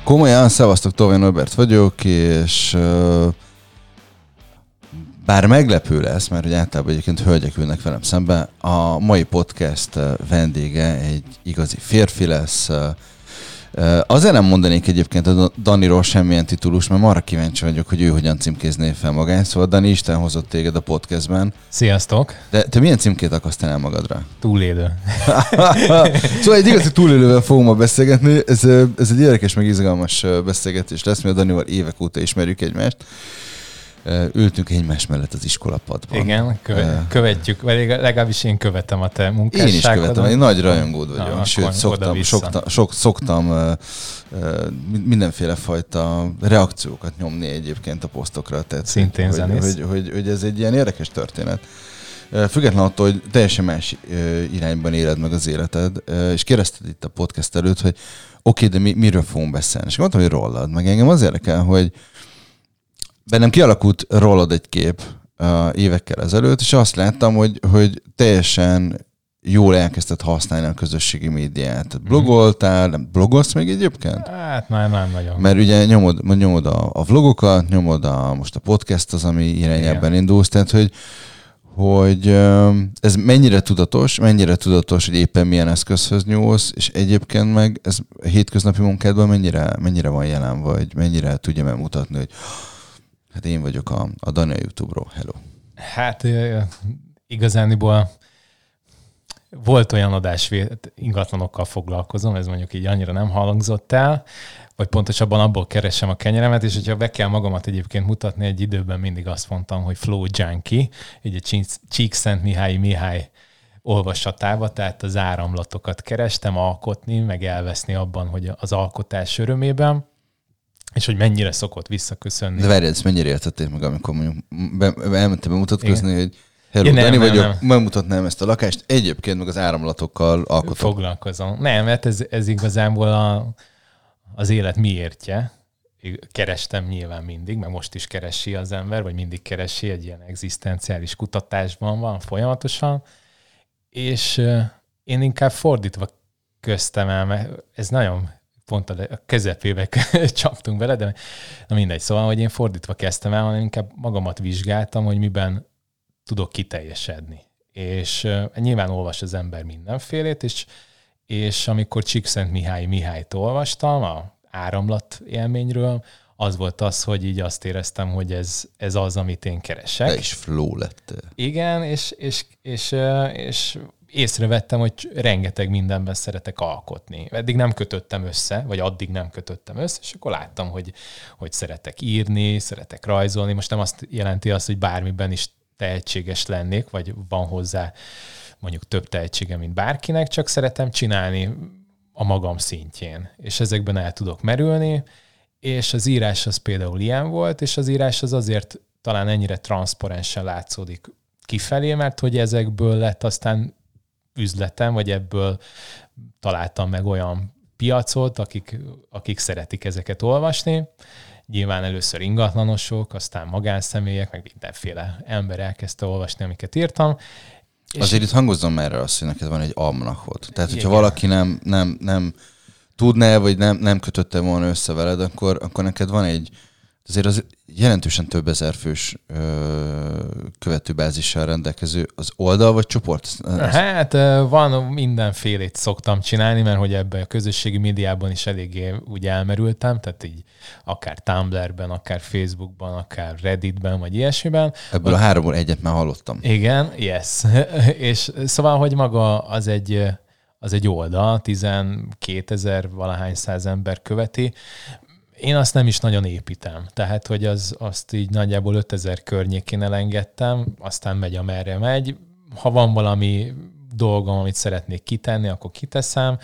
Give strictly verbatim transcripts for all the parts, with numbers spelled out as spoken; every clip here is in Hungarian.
Komolyan, szevasztok, Tóth Norbert vagyok, és uh, bár meglepő lesz, mert hogy általában egyébként hölgyek ülnek velem szembe, a mai podcast vendége egy igazi férfi lesz. Uh, azért nem mondanék egyébként a Daniról semmilyen titulus, mert arra kíváncsi vagyok, hogy ő hogyan címkézné fel magát. Szóval Dani, Isten hozott téged a podcastben. Sziasztok! De te milyen címkét akasztanál magadra? Túlélő. Szóval egy igazi túlélővel fogunk ma beszélgetni. Ez, ez egy érdekes, meg izgalmas beszélgetés lesz, mert a Danival évek óta ismerjük egymást. Ültünk egymás mellett az iskolapadban. Igen, köve- követjük, vagy legalábbis én követem a te munkásságodon. Én is követem, én nagy rajongód vagyok. Na, sőt, szoktam, szoktam, sok, szoktam uh, uh, mindenféle fajta reakciókat nyomni egyébként a posztokra. Tehát, Szintén hogy, hogy, hogy, hogy, hogy ez egy ilyen érdekes történet. Uh, függetlenül attól, hogy teljesen más uh, irányban éled meg az életed, uh, és kérdezted itt a podcast előtt, hogy oké, okay, de mi, miről fogunk beszélni? És mondtam, hogy rólad, meg engem az érdekel, hogy bennem kialakult rólad egy kép uh, évekkel ezelőtt, és azt láttam, hogy, hogy teljesen jól elkezdted használni a közösségi médiát. Blogoltál, nem blogolsz még egyébként? Hát már nem nagyon. Mert ugye nyomod, nyomod a, a vlogokat, nyomod a, most a podcast az, ami irányában indulsz, tehát hogy, hogy ez mennyire tudatos, mennyire tudatos, hogy éppen milyen eszközhöz nyúlsz, és egyébként meg ez a hétköznapi munkádban mennyire, mennyire van jelen, vagy mennyire tudja megmutatni, hogy hát én vagyok a, a Dani a YouTube-ról. Hello. Hát igazániból volt olyan adás, ingatlanokkal foglalkozom, ez mondjuk így annyira nem hangzott el, vagy pontosabban abból keresem a kenyeremet, és hogyha be kell magamat egyébként mutatni, egy időben mindig azt mondtam, hogy Flow Junkie, így a Csíkszentmihályi Mihály olvasatába, tehát az áramlatokat kerestem, alkotni, meg elveszni abban, hogy az alkotás örömében, és hogy mennyire szokott visszaköszönni. De várj, ezt mennyire értették meg, amikor mondjuk be, elmentem bemutatkozni, igen, hogy hello, nem, Dani nem, vagyok, nem. megmutatnám ezt a lakást, egyébként meg az áramlatokkal alkotok. Foglalkozom. Nem, mert ez, ez igazából a, az élet miértje. Kerestem nyilván mindig, meg most is keresi az ember, vagy mindig keresi, egy ilyen egzisztenciális kutatásban van folyamatosan, és én inkább fordítva köztem el, mert ez nagyon pont a közepébe csaptunk bele, de na mindegy. Szóval, hogy én fordítva kezdtem el, hanem inkább magamat vizsgáltam, hogy miben tudok kiteljesedni. És uh, nyilván olvas az ember mindenfélét, és, és amikor Csíkszentmihályi Mihályt olvastam, a áramlat élményről, az volt az, hogy így azt éreztem, hogy ez, ez az, amit én keresek. De is flow lett. Igen, és, és, és, és, és észrevettem, hogy rengeteg mindenben szeretek alkotni. Eddig nem kötöttem össze, vagy addig nem kötöttem össze, és akkor láttam, hogy, hogy szeretek írni, szeretek rajzolni. Most nem azt jelenti azt, hogy bármiben is tehetséges lennék, vagy van hozzá mondjuk több tehetsége, mint bárkinek, csak szeretem csinálni a magam szintjén. És ezekben el tudok merülni, és az írás az például ilyen volt, és az írás az azért talán ennyire transzparensen látszódik kifelé, mert hogy ezekből lett aztán üzletem, vagy ebből találtam meg olyan piacot, akik, akik szeretik ezeket olvasni. Nyilván először ingatlanosok, aztán magánszemélyek, meg mindenféle ember elkezdte olvasni, amiket írtam. Azért itt hangozzon már erre azt, hogy neked van egy almanachod. Tehát, hogyha igen, valaki nem, nem, nem tudná, vagy nem, nem kötötte volna össze veled, akkor, akkor neked van egy, azért az jelentősen több ezer fős ö, követőbázissal rendelkező az oldal vagy csoport? Hát van mindenfélét szoktam csinálni, mert hogy ebben a közösségi médiában is eléggé úgy elmerültem, tehát így akár Tumblrben, akár Facebookban, akár Redditben, vagy ilyesmiben. Ebből a háromból egyet már hallottam. Igen, yes. És szóval, hogy maga az egy, az egy oldal, tizenkétezer valahány száz ember követi. Én azt nem is nagyon építem. Tehát, hogy az, azt így nagyjából ötezer környékén elengedtem, aztán megy, amerre megy. Ha van valami dolgom, amit szeretnék kitenni, akkor kiteszem.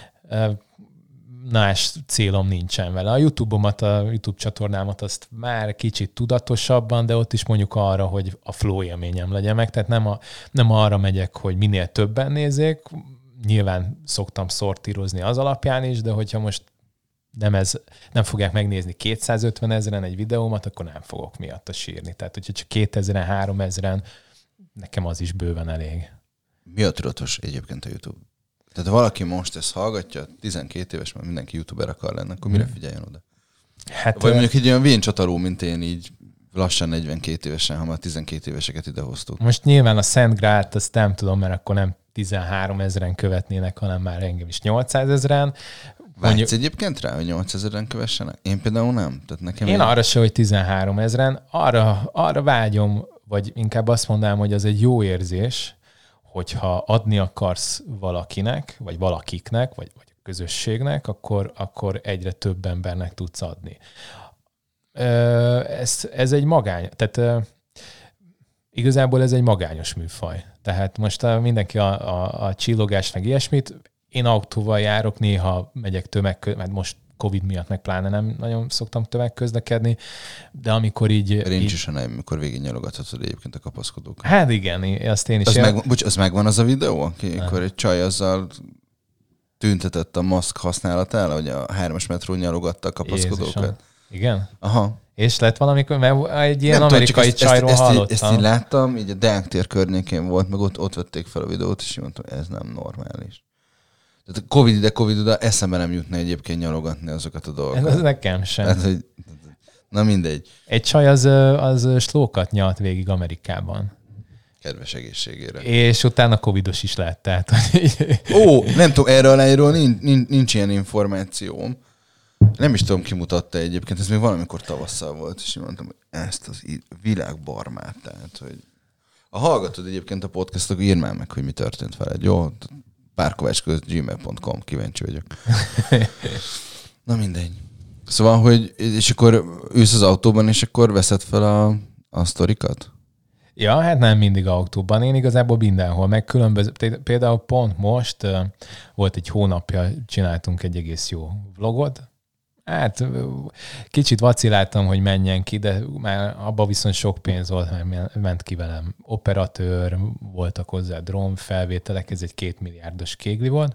Más célom nincsen vele. A YouTube-omat, a YouTube csatornámat azt már kicsit tudatosabban, de ott is mondjuk arra, hogy a flow élményem legyen meg. Tehát nem, a, nem arra megyek, hogy minél többen nézzék. Nyilván szoktam szortírozni az alapján is, de hogyha most nem, ez, nem fogják megnézni kétszázötven ezeren egy videómat, akkor nem fogok miatta sírni. Tehát, hogyha csak kétezren, háromezren, nekem az is bőven elég. Mi a tudatos egyébként a YouTube? Tehát valaki most ezt hallgatja, tizenkét éves, mert mindenki youtuber akar lenni, akkor mire figyeljen oda? Hát, vagy mondjuk egy olyan véncsataró, mint én így lassan negyvenkét évesen, ha már tizenkét éveseket idehoztuk. Most nyilván a Szent Grált, azt nem tudom, mert akkor nem tizenhárom ezeren követnének, hanem már engem is nyolcszázezren. Vágysz mondjuk... egyébként rá, hogy nyolcezeren kövessenek? Én például nem. Tehát nekem én egy... arra se, hogy tizenhárom ezeren. Arra, arra vágyom, vagy inkább azt mondanám, hogy az egy jó érzés, hogyha adni akarsz valakinek, vagy valakiknek, vagy, vagy a közösségnek, akkor, akkor egyre több embernek tudsz adni. Ez, ez egy magány, tehát igazából ez egy magányos műfaj. Tehát most mindenki a, a, a csillogás meg ilyesmit, én autóval járok, néha megyek tömeg, mert most Covid miatt meg pláne nem nagyon szoktam tömegközlekedni, de amikor így... Rincs így... is a nem, amikor végig nyalogathatod egyébként a kapaszkodókat. Hát igen, azt én is... Az, él... meg, bocs, az megvan az a videó, amikor egy csaj azzal tüntetett a maszk használatára, hogy a hármas metrón nyalogatta a kapaszkodókat. Jézusom. Igen? Aha. És lett valamikor, mert egy ilyen nem amerikai tudom, csajról ezt, ezt, hallottam. Ezt, ezt így láttam, így a Deák tér környékén volt, meg ott, ott vették fel a videót, és így mondtam, ez nem normális. Tehát Covid ide, Covid oda, eszembe nem jutna egyébként nyalogatni azokat a dolgokat. Ez nekem sem. Tehát, hogy, na mindegy. Egy csaj az, az slókat nyalt végig Amerikában. Kedves egészségére. És utána covidos is lett. Tehát, hogy... Ó, nem tudom, erről a lányról nincs, nincs, nincs ilyen információm. Nem is tudom, ki mutatta egyébként, ez még valamikor tavasszal volt, és én mondtam, hogy ezt az világbarmát, tehát, hogy ha hallgatod egyébként a podcastot, írd már meg, hogy mi történt veled, jó? párkovácsköz gmail pont com, kíváncsi vagyok. Na mindegy. Szóval, hogy és akkor ülsz az autóban, és akkor veszed fel a, a sztorikat? Ja, hát nem mindig autóban. Én igazából mindenhol, meg különböző. Például pont most uh, volt egy hónapja, csináltunk egy egész jó vlogot. Hát kicsit vaciláltam, hogy menjen ki, de már abban viszont sok pénz volt, mert ment ki velem operatőr, voltak hozzá drón felvételek, ez egy két milliárdos kégli volt.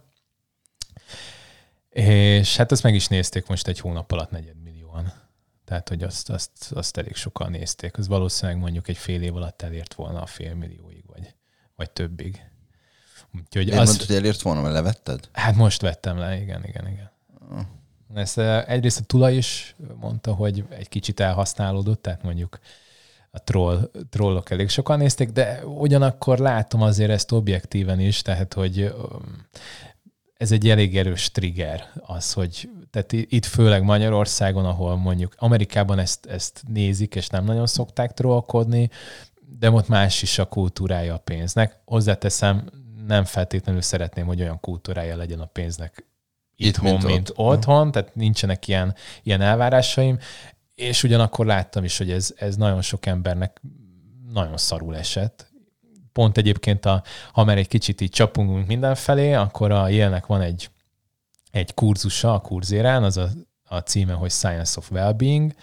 És hát azt meg is nézték most egy hónap alatt negyedmillióan. Tehát, hogy azt, azt, azt elég sokan nézték. Az valószínűleg mondjuk egy fél év alatt elért volna a fél millióig, vagy, vagy többig. Úgyhogy Én azt... mondtad, hogy elért volna, mert levetted? Hát most vettem le, igen, igen, igen. Oh. Ezt egyrészt a tulaj is mondta, hogy egy kicsit elhasználódott, tehát mondjuk a troll, trollok elég sokan nézték, de ugyanakkor látom azért ezt objektíven is, tehát hogy ez egy elég erős trigger az, hogy tehát itt főleg Magyarországon, ahol mondjuk Amerikában ezt, ezt nézik, és nem nagyon szokták trollkodni, de ott más is a kultúrája a pénznek. Hozzáteszem, nem feltétlenül szeretném, hogy olyan kultúrája legyen a pénznek itthon, mint, mint ott. otthon, tehát nincsenek ilyen, ilyen elvárásaim, és ugyanakkor láttam is, hogy ez, ez nagyon sok embernek nagyon szarul esett. Pont egyébként, a, ha már egy kicsit így csapungunk mindenfelé, akkor a Yale-nek van egy, egy kurzusa a Coursérán, az a, a címe, hogy Science of Wellbeing,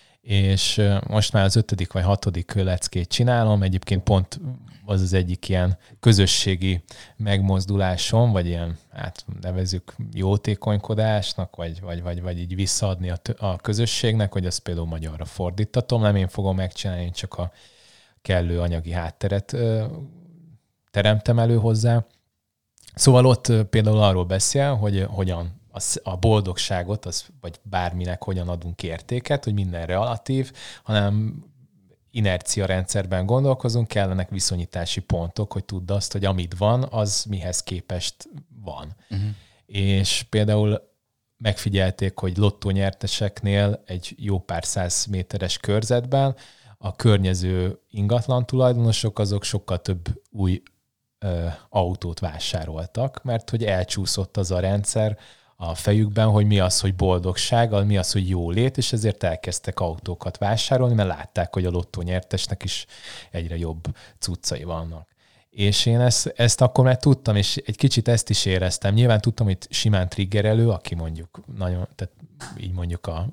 és most már az ötödik vagy hatodik leckét csinálom, egyébként pont az az egyik ilyen közösségi megmozdulásom, vagy ilyen, hát nevezzük jótékonykodásnak, vagy, vagy, vagy, vagy így visszaadni a, a közösségnek, hogy azt például magyarra fordítatom, nem én fogom megcsinálni, én csak a kellő anyagi hátteret ö, teremtem elő hozzá. Szóval ott például arról beszél, hogy hogyan a boldogságot, az, vagy bárminek hogyan adunk értéket, hogy minden relatív, hanem inercia rendszerben gondolkozunk, kellenek viszonyítási pontok, hogy tudd azt, hogy amit van, az mihez képest van. Uh-huh. És például megfigyelték, hogy lottónyerteseknél egy jó pár száz méteres körzetben a környező ingatlan tulajdonosok azok sokkal több új ö, autót vásároltak, mert hogy elcsúszott az a rendszer a fejükben, hogy mi az, hogy boldogság, mi az, hogy jólét, és ezért elkezdtek autókat vásárolni, mert látták, hogy a lottónyertesnek is egyre jobb cuccai vannak. És én ezt, ezt akkor már tudtam, és egy kicsit ezt is éreztem. Nyilván tudtam, hogy simán triggerelő, aki mondjuk nagyon, tehát így mondjuk a,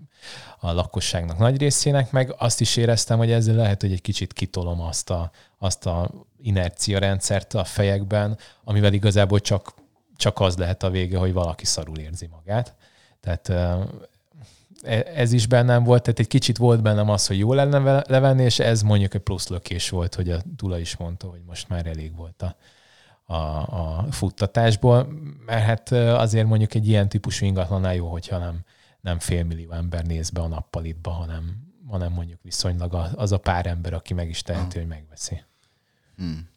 a lakosságnak nagy részének, meg azt is éreztem, hogy ezzel lehet, hogy egy kicsit kitolom azt a, azt a inercia rendszert a fejekben, amivel igazából csak csak az lehet a vége, hogy valaki szarul érzi magát. Tehát ez is bennem volt, tehát egy kicsit volt bennem az, hogy jó lenne levenni, és ez mondjuk egy plusz lökés volt, hogy a Tula is mondta, hogy most már elég volt a, a, a futtatásból, mert hát azért mondjuk egy ilyen típusú ingatlannál jó, hogyha nem, nem félmillió ember néz be a nappalitba, hanem, hanem mondjuk viszonylag az a pár ember, aki meg is teheti, hmm. hogy megveszi. Hmm.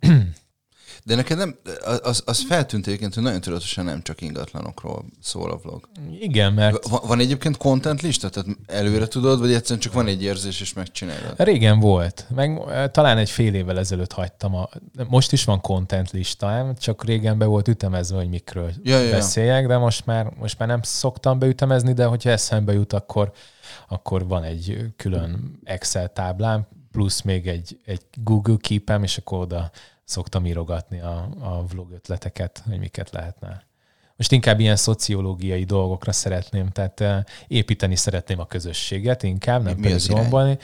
De neked nem, az, az feltűnt egyébként, hogy nagyon tudatosan nem csak ingatlanokról szól a vlog. Igen, mert... Van, van egyébként content lista? Tehát előre tudod, vagy egyszerűen csak van egy érzés, és megcsinálod? Régen volt. Meg talán egy fél évvel ezelőtt hagytam. A, most is van content listám, csak régen be volt ütemezve, hogy mikről ja, ja, beszéljek, de most már, most már nem szoktam beütemezni, de hogyha eszembe jut, akkor, akkor van egy külön Excel táblám, plusz még egy, egy Google Keep-em, és akkor oda szoktam írogatni a, a vlog ötleteket, hogy miket lehetne. Most inkább ilyen szociológiai dolgokra szeretném, tehát uh, építeni szeretném a közösséget, inkább, nem mi pedig rombolni.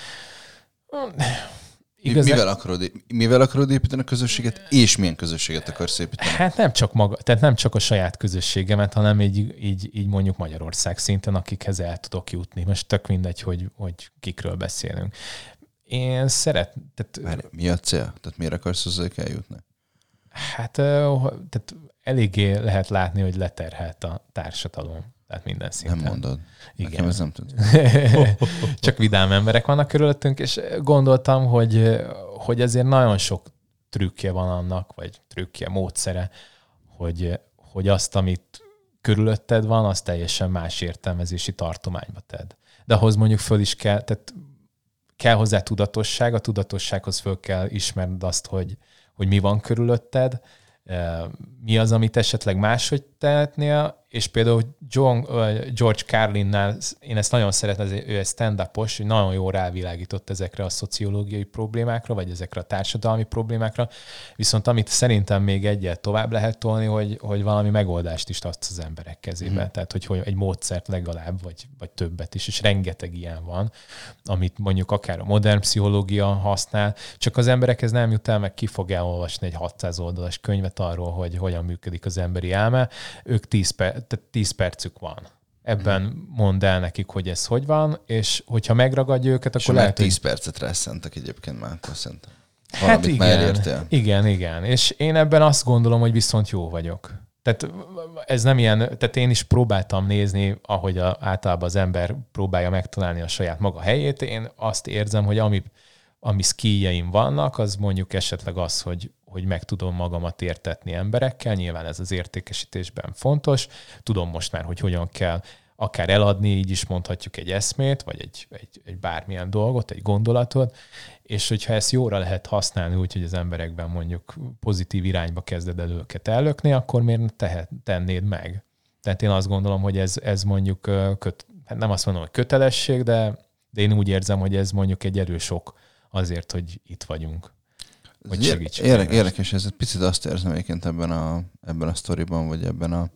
Igazán... Mivel, akarod, mivel akarod építeni a közösséget, és milyen közösséget akarsz építeni? Hát nem csak maga, tehát nem csak a saját közösségemet, hanem így, így, így mondjuk Magyarország szinten, akikhez el tudok jutni. Most tök mindegy, hogy, hogy kikről beszélünk. Én szeret... Tehát, Várj, mi a cél? Tehát miért akarsz hozzájuk eljutni? Hát tehát eléggé lehet látni, hogy leterhelt a társadalom. Tehát minden szinten. Nem mondod. Igen. Nekem ez nem tud. Csak vidám emberek vannak körülöttünk, és gondoltam, hogy, hogy azért nagyon sok trükkje van annak, vagy trükkje, módszere, hogy, hogy azt, amit körülötted van, az teljesen más értelmezési tartományba tedd. De ahhoz mondjuk föl is kell, tehát kell hozzá tudatosság, a tudatossághoz föl kell ismerned azt, hogy, hogy mi van körülötted, mi az, amit esetleg máshogy tehetnél, és például John, George Carlinnál, én ezt nagyon szeretem, ő egy stand-upos, hogy nagyon jól rávilágított ezekre a szociológiai problémákra, vagy ezekre a társadalmi problémákra, viszont amit szerintem még egyet tovább lehet tolni, hogy, hogy valami megoldást is adsz az emberek kezébe, mm. tehát hogy, hogy egy módszert legalább, vagy, vagy többet is, és rengeteg ilyen van, amit mondjuk akár a modern pszichológia használ, csak az emberekhez nem jut el, meg ki fog elolvasni egy hatszáz oldalas könyvet arról, hogy hogyan működik az emberi elme, ők tíz perc tehát tíz percük van. Ebben hmm. mondd el nekik, hogy ez hogy van, és hogyha megragadja őket, akkor lehet, tíz hogy... percet rászentek egyébként már, akkor szerintem. Hát igen, igen, igen. És én ebben azt gondolom, hogy viszont jó vagyok. Tehát ez nem ilyen, tehát én is próbáltam nézni, ahogy a, általában az ember próbálja megtalálni a saját maga helyét. Én azt érzem, hogy ami, ami skilljeim vannak, az mondjuk esetleg az, hogy hogy meg tudom magamat értetni emberekkel, nyilván ez az értékesítésben fontos. Tudom most már, hogy hogyan kell akár eladni, így is mondhatjuk egy eszmét, vagy egy, egy, egy bármilyen dolgot, egy gondolatot, és hogyha ezt jóra lehet használni úgy, hogy az emberekben mondjuk pozitív irányba kezded el őket ellökni, akkor miért tehet, tennéd meg? Tehát én azt gondolom, hogy ez, ez mondjuk, köt, hát nem azt mondom, hogy kötelesség, de, de én úgy érzem, hogy ez mondjuk egy erős ok azért, hogy itt vagyunk. Érdekes, érdekes, ez egy picit azt érzem egyébként ebben a, ebben a sztoriban, vagy ebben a,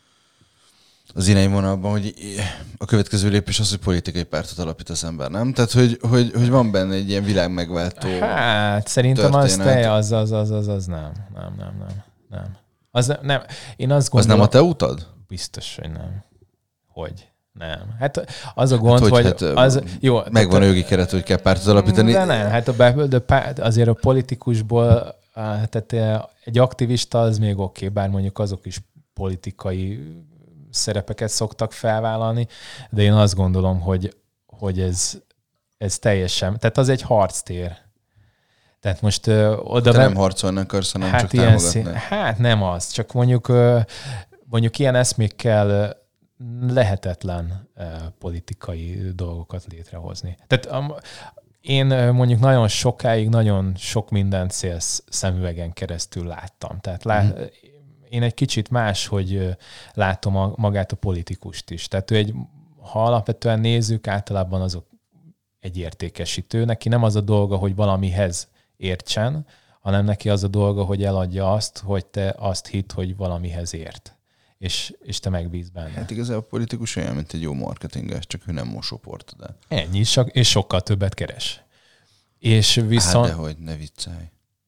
az irányvonalban, hogy a következő lépés az, hogy politikai pártot alapít az ember, nem? Tehát, hogy, hogy, hogy van benne egy ilyen világmegváltó Hát, szerintem az te, az, az, az, az, az nem. Nem, nem, nem. nem. Az nem. Én azt gondolom, az nem a te utad? Biztos, hogy nem. Hogy? Nem. Hát az a gond, hát, hogy... hogy hát, az, jó, megvan a jogi keret, hogy kell pártot alapítani. De nem, hát a, de pár, azért a politikusból, tehát egy aktivista az még oké, okay, bár mondjuk azok is politikai szerepeket szoktak felvállalni, de én azt gondolom, hogy, hogy ez, ez teljesen, tehát az egy harctér. Tehát most oda... Te nem harcolni akarsz, hanem hát csak támogatni. Szín, hát nem az, csak mondjuk, mondjuk ilyen eszmékkel lehetetlen uh, politikai dolgokat létrehozni. Tehát um, én uh, mondjuk nagyon sokáig, nagyon sok mindent szélsz szemüvegen keresztül láttam. Tehát lá- mm. én egy kicsit más, hogy uh, látom a, magát a politikust is. Tehát ő egy, ha alapvetően nézzük, általában azok egy értékesítő. Neki nem az a dolga, hogy valamihez értsen, hanem neki az a dolga, hogy eladja azt, hogy te azt hidd, hogy valamihez ért. És, és te megbíz benne. Hát igazából a politikus olyan, mint egy jó marketinges, csak ő nem mosóport. De... Ennyi, és sokkal többet keres. És viszont... Hát dehogy, ne viccelj.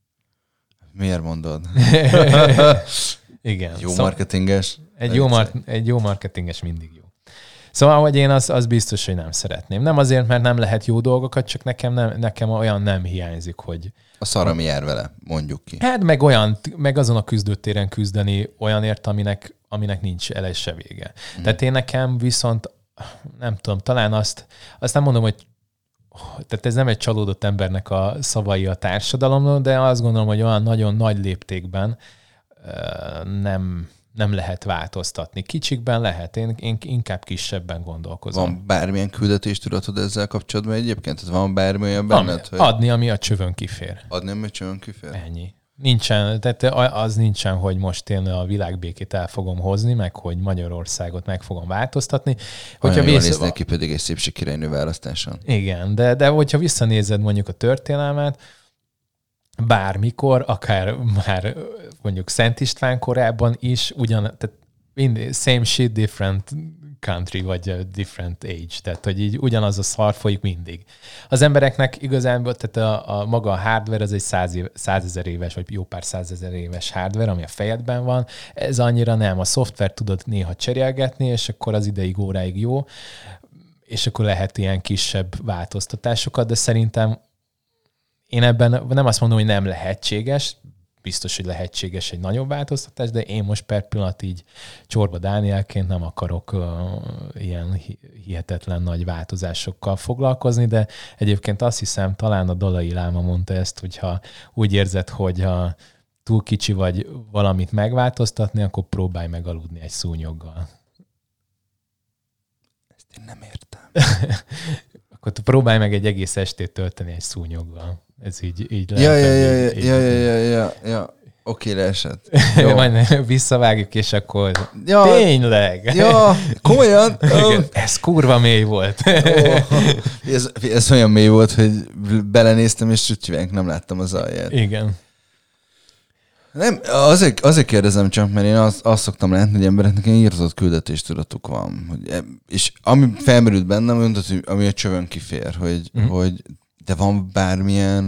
Miért mondod? Igen. Jó szóval marketinges? Egy jó, mar- egy jó marketinges mindig jó. Szóval, hogy én az, az biztos, hogy nem szeretném. Nem azért, mert nem lehet jó dolgokat, csak nekem, nem, nekem olyan nem hiányzik, hogy... A szar, ami jár vele, mondjuk ki. Hát meg olyan, meg azon a küzdőtéren küzdeni olyanért, aminek, aminek nincs ele se vége. Mm. Tehát én nekem viszont, nem tudom, talán azt, azt nem mondom, hogy tehát ez nem egy csalódott embernek a szavai a társadalomról, de azt gondolom, hogy olyan nagyon nagy léptékben nem... nem lehet változtatni. Kicsikben lehet, én, én inkább kisebben gondolkozom. Van bármilyen küldetéstudatod ezzel kapcsolatban egyébként? Tehát van bármi olyan benned? Ami, hogy... Adni, ami a csövön kifér. Adni, ami a csövön kifér? Ennyi. Nincsen, tehát az nincsen, hogy most én a világbékét el fogom hozni, meg hogy Magyarországot meg fogom változtatni. Hogyha olyan jól vész... néznél ki pedig egy szépségkirálynő választáson. Igen, de, de hogyha visszanézed mondjuk a történelmet, bármikor, akár már mondjuk Szent István korában is, ugyan, tehát same shit, different country, vagy different age. Tehát, hogy így ugyanaz a szar folyik mindig. Az embereknek igazából, tehát a, a maga a hardware az egy száz év, százezer éves, vagy jó pár százezer éves hardware, ami a fejedben van. Ez annyira nem. A szoftvert tudod néha cserélgetni, és akkor az ideig, óráig jó, és akkor lehet ilyen kisebb változtatásokat, de szerintem én ebben nem azt mondom, hogy nem lehetséges, biztos, hogy lehetséges egy nagyobb változtatás, de én most per pillanat így Csorba Dánielként nem akarok uh, ilyen hihetetlen nagy változásokkal foglalkozni, de egyébként azt hiszem, talán a Dalai Láma mondta ezt, hogyha úgy érzed, hogy ha túl kicsi vagy valamit megváltoztatni, akkor próbálj meg aludni egy szúnyoggal. Ezt én nem értem. Akkor próbálj meg egy egész estét tölteni egy szúnyoggal. Ez így, így ja, lehet. Ja, ja, így, ja, ja, ja, ja, ja. Oké, leesett. Majd visszavágjuk, és akkor ja, tényleg. Ja, komolyan. Igen, ez kurva mély volt. Oh, ez, ez olyan mély volt, hogy belenéztem, és csütyvánk, nem láttam az alját. Igen. Nem, azért, azért kérdezem csak, mert én azt, azt szoktam látni, hogy embereknek ilyen írtott küldetéstudatuk van. Hogy, és ami felmerült bennem, mondtad, hogy ami a csövön kifér, hogy, mm. hogy de van bármilyen,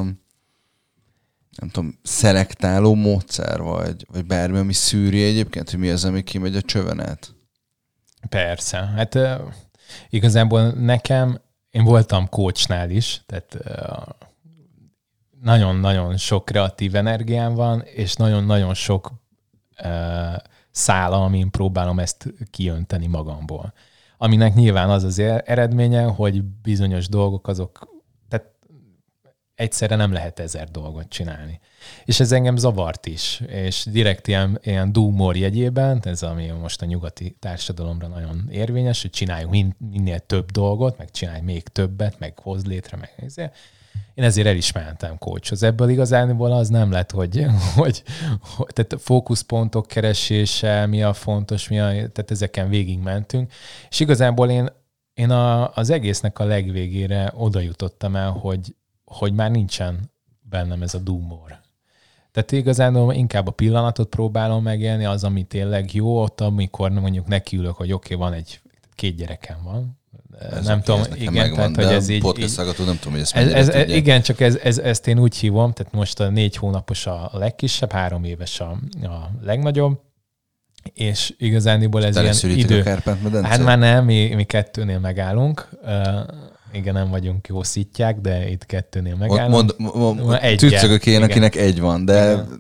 nem tudom, szelektáló módszer, vagy, vagy bármi, ami szűri egyébként, hogy mi az, ami kimegy a csövön át? Persze. Hát uh, igazából nekem, én voltam coachnál is, tehát uh, nagyon-nagyon sok kreatív energiám van, és nagyon-nagyon sok uh, szála, amin próbálom ezt kiönteni magamból. Aminek nyilván az az eredménye, hogy bizonyos dolgok azok, tehát egyszerre nem lehet ezer dolgot csinálni. És ez engem zavart is, és direkt ilyen, ilyen do-more jegyében, ez ami most a nyugati társadalomra nagyon érvényes, hogy csináljunk min, minél több dolgot, meg csinálj még többet, meg hozd létre, meg ezért. Én ezért el is mentem coachhoz. Ebből igazából az nem lett, hogy, hogy, hogy tehát fókuszpontok keresése, mi a fontos, mi a, tehát ezeken végig mentünk. És igazából én, én a, az egésznek a legvégére oda jutottam el, hogy, hogy már nincsen bennem ez a do more. Tehát igazából inkább a pillanatot próbálom megélni, az, ami tényleg jó, ott, amikor mondjuk nekiülök, hogy oké, okay, van egy, két gyerekem van, ez nem tudom, igen, megvan, tehát, hogy ez így... Podcast hallgató, nem tudom, hogy ezt ez, ez, ez, igen, csak ez, ez, ezt én úgy hívom, tehát most a négy hónapos a legkisebb, három éves a, a legnagyobb, és igazániból ez ilyen idő... A hát már nem, mi, mi kettőnél megállunk. Uh, igen, nem vagyunk jó szitják, de itt kettőnél megállunk. Mond, mond, mond, tüccögök én, akinek egy van, de... Igen.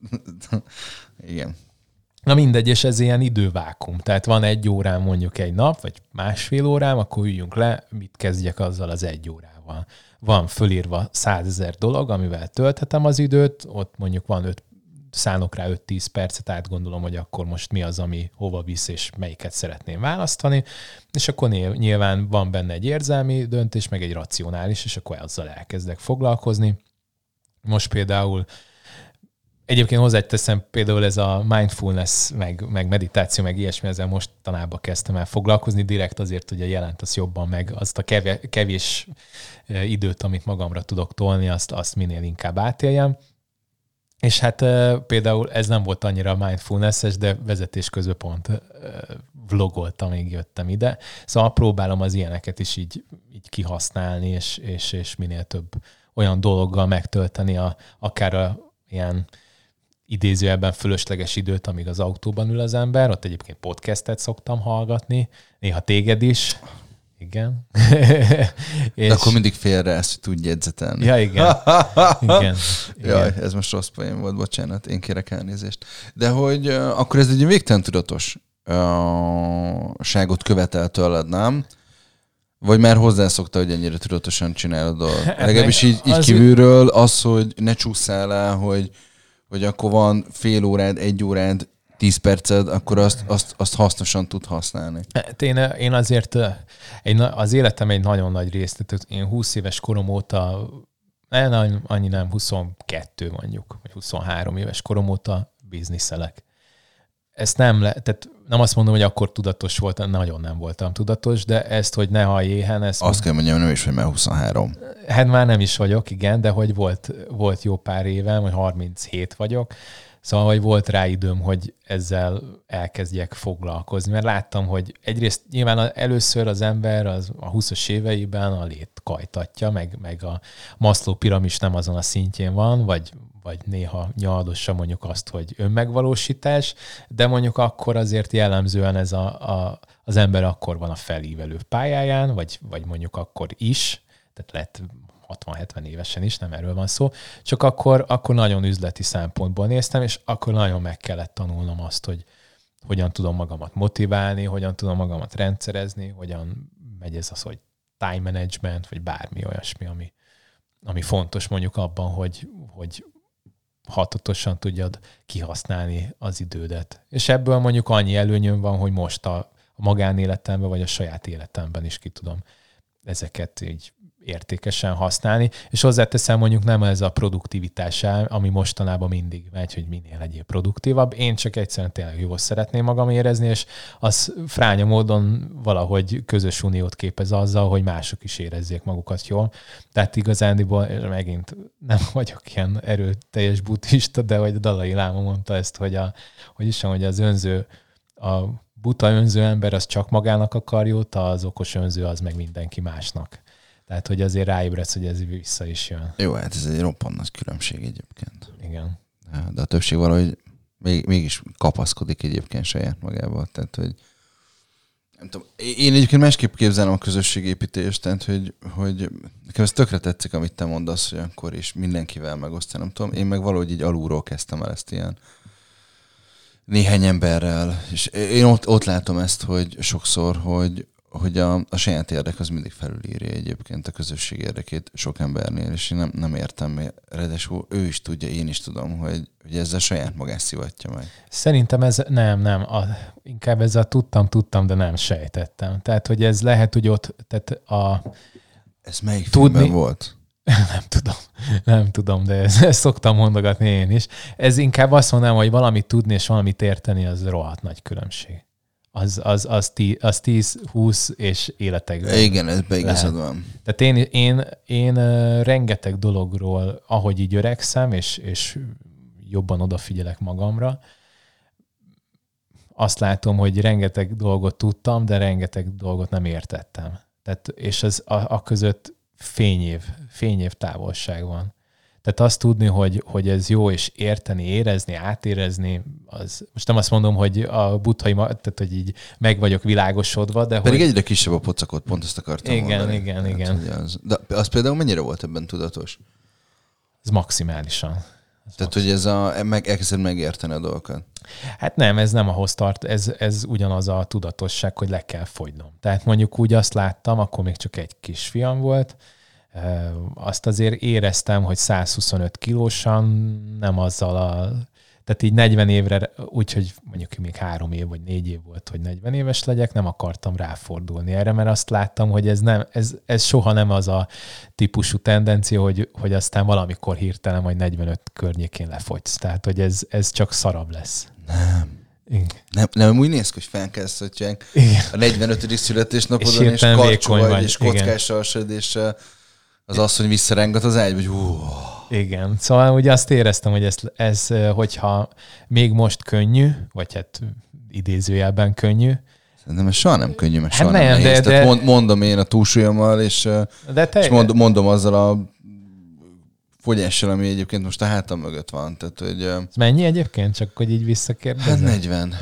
igen. Na mindegy, és ez ilyen idővákum. Tehát van egy órám mondjuk egy nap, vagy másfél órám, akkor üljünk le, mit kezdjek azzal az egy órával. Van fölírva százezer dolog, amivel tölthetem az időt, ott mondjuk van öt, szánok rá öt-tíz percet, átgondolom, hogy akkor most mi az, ami hova visz, és melyiket szeretném választani, és akkor nyilván van benne egy érzelmi döntés, meg egy racionális, és akkor azzal elkezdek foglalkozni. Most például egyébként hozzáteszem, például ez a mindfulness, meg, meg meditáció, meg ilyesmi, ezzel mostanában kezdtem el foglalkozni, direkt azért, hogy jelent az jobban, meg azt a kevés, kevés időt, amit magamra tudok tolni, azt, azt minél inkább átéljem. És hát például ez nem volt annyira mindfulness-es, de vezetés közben pont vlogoltam, még jöttem ide. Szóval próbálom az ilyeneket is így, így kihasználni, és, és, és minél több olyan dologgal megtölteni, a, akár a ilyen idézőjelben fölösleges időt, amíg az autóban ül az ember. Ott egyébként podcastet szoktam hallgatni, néha téged is. Igen. És... De akkor mindig félre ezt, hogy tudj jegyzetelni. Ja, igen. igen. Jaj, igen. Ez most rossz poén volt, bocsánat, én kérek elnézést. De hogy uh, akkor ez egy végtelen tudatos uh, ságot követel tőled, nem? Vagy már hozzászokta, hogy ennyire tudatosan csinálod a dolgot? Legalábbis így, így kívülről az, hogy ne csúszál el, hogy, hogy akkor van fél órád, egy órád, tíz perced, akkor azt, azt, azt hasznosan tud használni. Én, én azért én az életem egy nagyon nagy részt, tehát én húsz éves korom óta, nem, annyi nem, huszonkettő mondjuk, vagy huszonhárom éves korom óta bizniszelek. Ezt nem, le, tehát nem azt mondom, hogy akkor tudatos voltam, nagyon nem voltam tudatos, de ezt, hogy ne halljél éhen, ezt... Azt kell mondjam, nem is vagy már huszonhárom. Hát már nem is vagyok, igen, de hogy volt, volt jó pár évem, hogy harminchét vagyok, szóval, hogy volt rá időm, hogy ezzel elkezdjek foglalkozni, mert láttam, hogy egyrészt nyilván először az ember az a húszas éveiben a lét kajtatja, meg, meg a Maslow piramis nem azon a szintjén van, vagy, vagy néha nyaldossa mondjuk azt, hogy önmegvalósítás, de mondjuk akkor azért jellemzően ez a, a, az ember akkor van a felívelő pályáján, vagy, vagy mondjuk akkor is, tehát lett hatvan-hetven évesen is, nem erről van szó, csak akkor, akkor nagyon üzleti szempontból néztem, és akkor nagyon meg kellett tanulnom azt, hogy hogyan tudom magamat motiválni, hogyan tudom magamat rendszerezni, hogyan megy ez az, hogy time management, vagy bármi olyasmi, ami, ami fontos mondjuk abban, hogy, hogy hatatosan tudjad kihasználni az idődet. És ebből mondjuk annyi előnyöm van, hogy most a, a magánéletemben, vagy a saját életemben is ki tudom ezeket így értékesen használni, és hozzáteszem mondjuk nem ez a produktivitás, ami mostanában mindig megy, hogy minél legyél produktívabb. Én csak egyszerűen tényleg jól szeretném magam érezni, és az fránya módon valahogy közös uniót képez azzal, hogy mások is érezzék magukat jól. Tehát igazándiból megint nem vagyok ilyen erőteljes buddhista, de hogy a Dalai Láma mondta ezt, hogy, a, hogy is hogy az önző, a buta önző ember az csak magának akar jót, az okos önző az meg mindenki másnak. Tehát, hogy azért ráébredsz, hogy ez vissza is jön. Jó, hát ez egy roppant nagy különbség egyébként. Igen. De a többség valahogy még, mégis kapaszkodik egyébként saját magával. Tehát, hogy nem tudom, én egyébként másképp képzelem a közösségépítést, tehát, hogy, hogy nekem ez tökre tetszik, amit te mondasz, hogy akkor is mindenkivel megosztani, nem tudom. Én meg valahogy így alulról kezdtem el ezt ilyen néhány emberrel, és én ott, ott látom ezt, hogy sokszor, hogy hogy a, a saját érdek az mindig felülírja egyébként a közösség érdekét sok embernél, és én nem, nem értem, ráadásul ő is tudja, én is tudom, hogy, hogy ezzel saját magát szivatja meg. Szerintem ez nem, nem, a, inkább ezzel tudtam, tudtam, de nem sejtettem. Tehát, hogy ez lehet, hogy ott, tehát a... Ez melyik tudni... filmben volt? Nem tudom, nem tudom, de ezt, ezt szoktam mondogatni én is. Ez inkább azt mondanám, hogy valamit tudni és valamit érteni, az rohadt nagy különbség. Az, az, az, tí, az tíz, húsz és életekben. Igen, ez beigazad van. Tehát én, én, én rengeteg dologról, ahogy így öregszem, és, és jobban odafigyelek magamra, azt látom, hogy rengeteg dolgot tudtam, de rengeteg dolgot nem értettem. Tehát, és az a, a között fényév, fényév távolság van. Tehát azt tudni, hogy, hogy ez jó, és érteni, érezni, átérezni, az, most nem azt mondom, hogy a buddhai, tehát hogy így meg vagyok világosodva, de pedig hogy... egyre kisebb a pocakot, pont ezt akartam igen, mondani. Igen, igen, igen. Az, de az például mennyire volt ebben tudatos? Ez maximálisan. Ez tehát, maximális. hogy ez a, meg, elkezded megérteni a dolgokat. Hát nem, ez nem ahhoz tart, ez, ez ugyanaz a tudatosság, hogy le kell fogynom. Tehát mondjuk úgy azt láttam, akkor még csak egy kisfiam volt, azt azért éreztem, hogy száz huszonöt kilósan, nem azzal a... Tehát így negyven évre, úgyhogy mondjuk még három év vagy négy év volt, hogy negyven éves legyek, nem akartam ráfordulni erre, mert azt láttam, hogy ez, nem, ez, ez soha nem az a típusú tendencia, hogy, hogy aztán valamikor hirtelen majd negyvenöt környékén lefogysz. Tehát, hogy ez, ez csak szarabb lesz. Nem. Nem, nem úgy néz ki, hogy felkelsz, hogy a negyvenötödik születésnapodon, és, és karcsú vagy, vagy, és kockás alsódéssel az az, hogy visszarángat az ágy, vagy hú. Igen, szóval ugye azt éreztem, hogy ez, ez, hogyha még most könnyű, vagy hát idézőjelben könnyű. Szerintem ez soha nem könnyű, mert hát soha nem, nem nehéz. De, Tehát de... mond, mondom én a túlsúlyommal, és, de te... és mondom, mondom azzal a fogyással, ami egyébként most a hátam mögött van. Tehát, hogy, ez mennyi egyébként? Csak hogy így visszakérdezem. Hát negyven.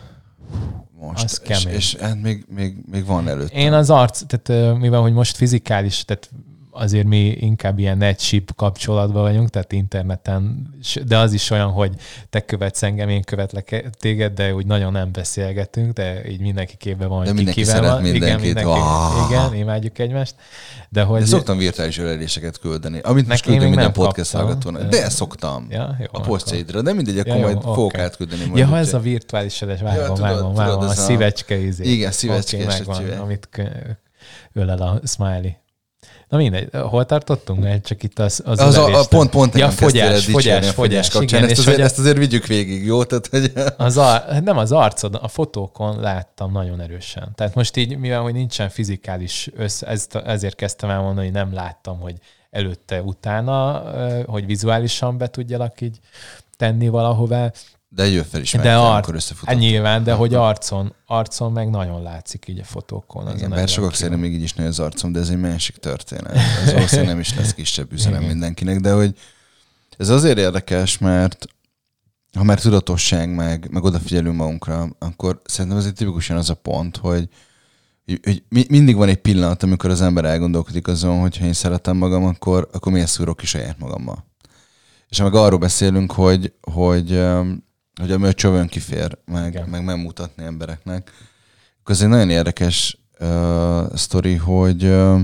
Most. Az és, kemény. és hát még, még, még van előtt. Én az arc, tehát mivel hogy most fizikális, tehát azért mi inkább ilyen netship kapcsolatban vagyunk, tehát interneten, de az is olyan, hogy te követsz engem, én követlek téged, de úgy nagyon nem beszélgetünk, de így mindenki képben van, de hogy mindenki kivel szeret van. mindenkit. Igen, mindenki, Oh. igen, imádjuk egymást. De, hogy de szoktam virtuális öleléseket küldeni, amit most küldünk minden podcast hallgatónak. De ezt szoktam. Ja, jó, a posztjaidra. De mindegy, akkor ja, majd okay. fogok átküldeni. Ja, ha ez a virtuális ölelés, vágom, vágom, vágom. A szívecske izé. Igen, szívecske. Okay, amit ölel a smiley. Na mindegy, hol tartottunk? Csak itt az az, az a, a pont, pont ja, fogyás, fogyás, fogyás, kapcsán. Igen, ezt, azért, ezt azért vigyük végig, jó? Tehát, hogy... az ar, nem az arcod, a fotókon láttam nagyon erősen. Tehát most így, mivel hogy nincsen fizikális össze, ezt, ezért kezdtem el mondani, hogy nem láttam, hogy előtte, utána, hogy vizuálisan be tudjalak így tenni valahová. De jön felismertem, ar- amikor összefutottam. Nyilván, de hogy arcon, arcon meg nagyon látszik így a fotókon. Igen, bár sokak szerint még így is nagy az arcom, de ez egy másik történet. Ez valószínűleg nem is lesz kisebb üzenem igen. mindenkinek, de hogy ez azért érdekes, mert ha már tudatosság, meg, meg odafigyelünk magunkra, akkor szerintem ez egy tipikusan az a pont, hogy, hogy mindig van egy pillanat, amikor az ember elgondolkodik azon, hogy ha én szeretem magam, akkor, akkor miért szúrok ki saját magammal. És ha meg arról beszélünk, hogy, hogy hogy ami a csövön kifér, meg, meg megmutatni embereknek. Ez egy nagyon érdekes uh, sztori, hogy uh,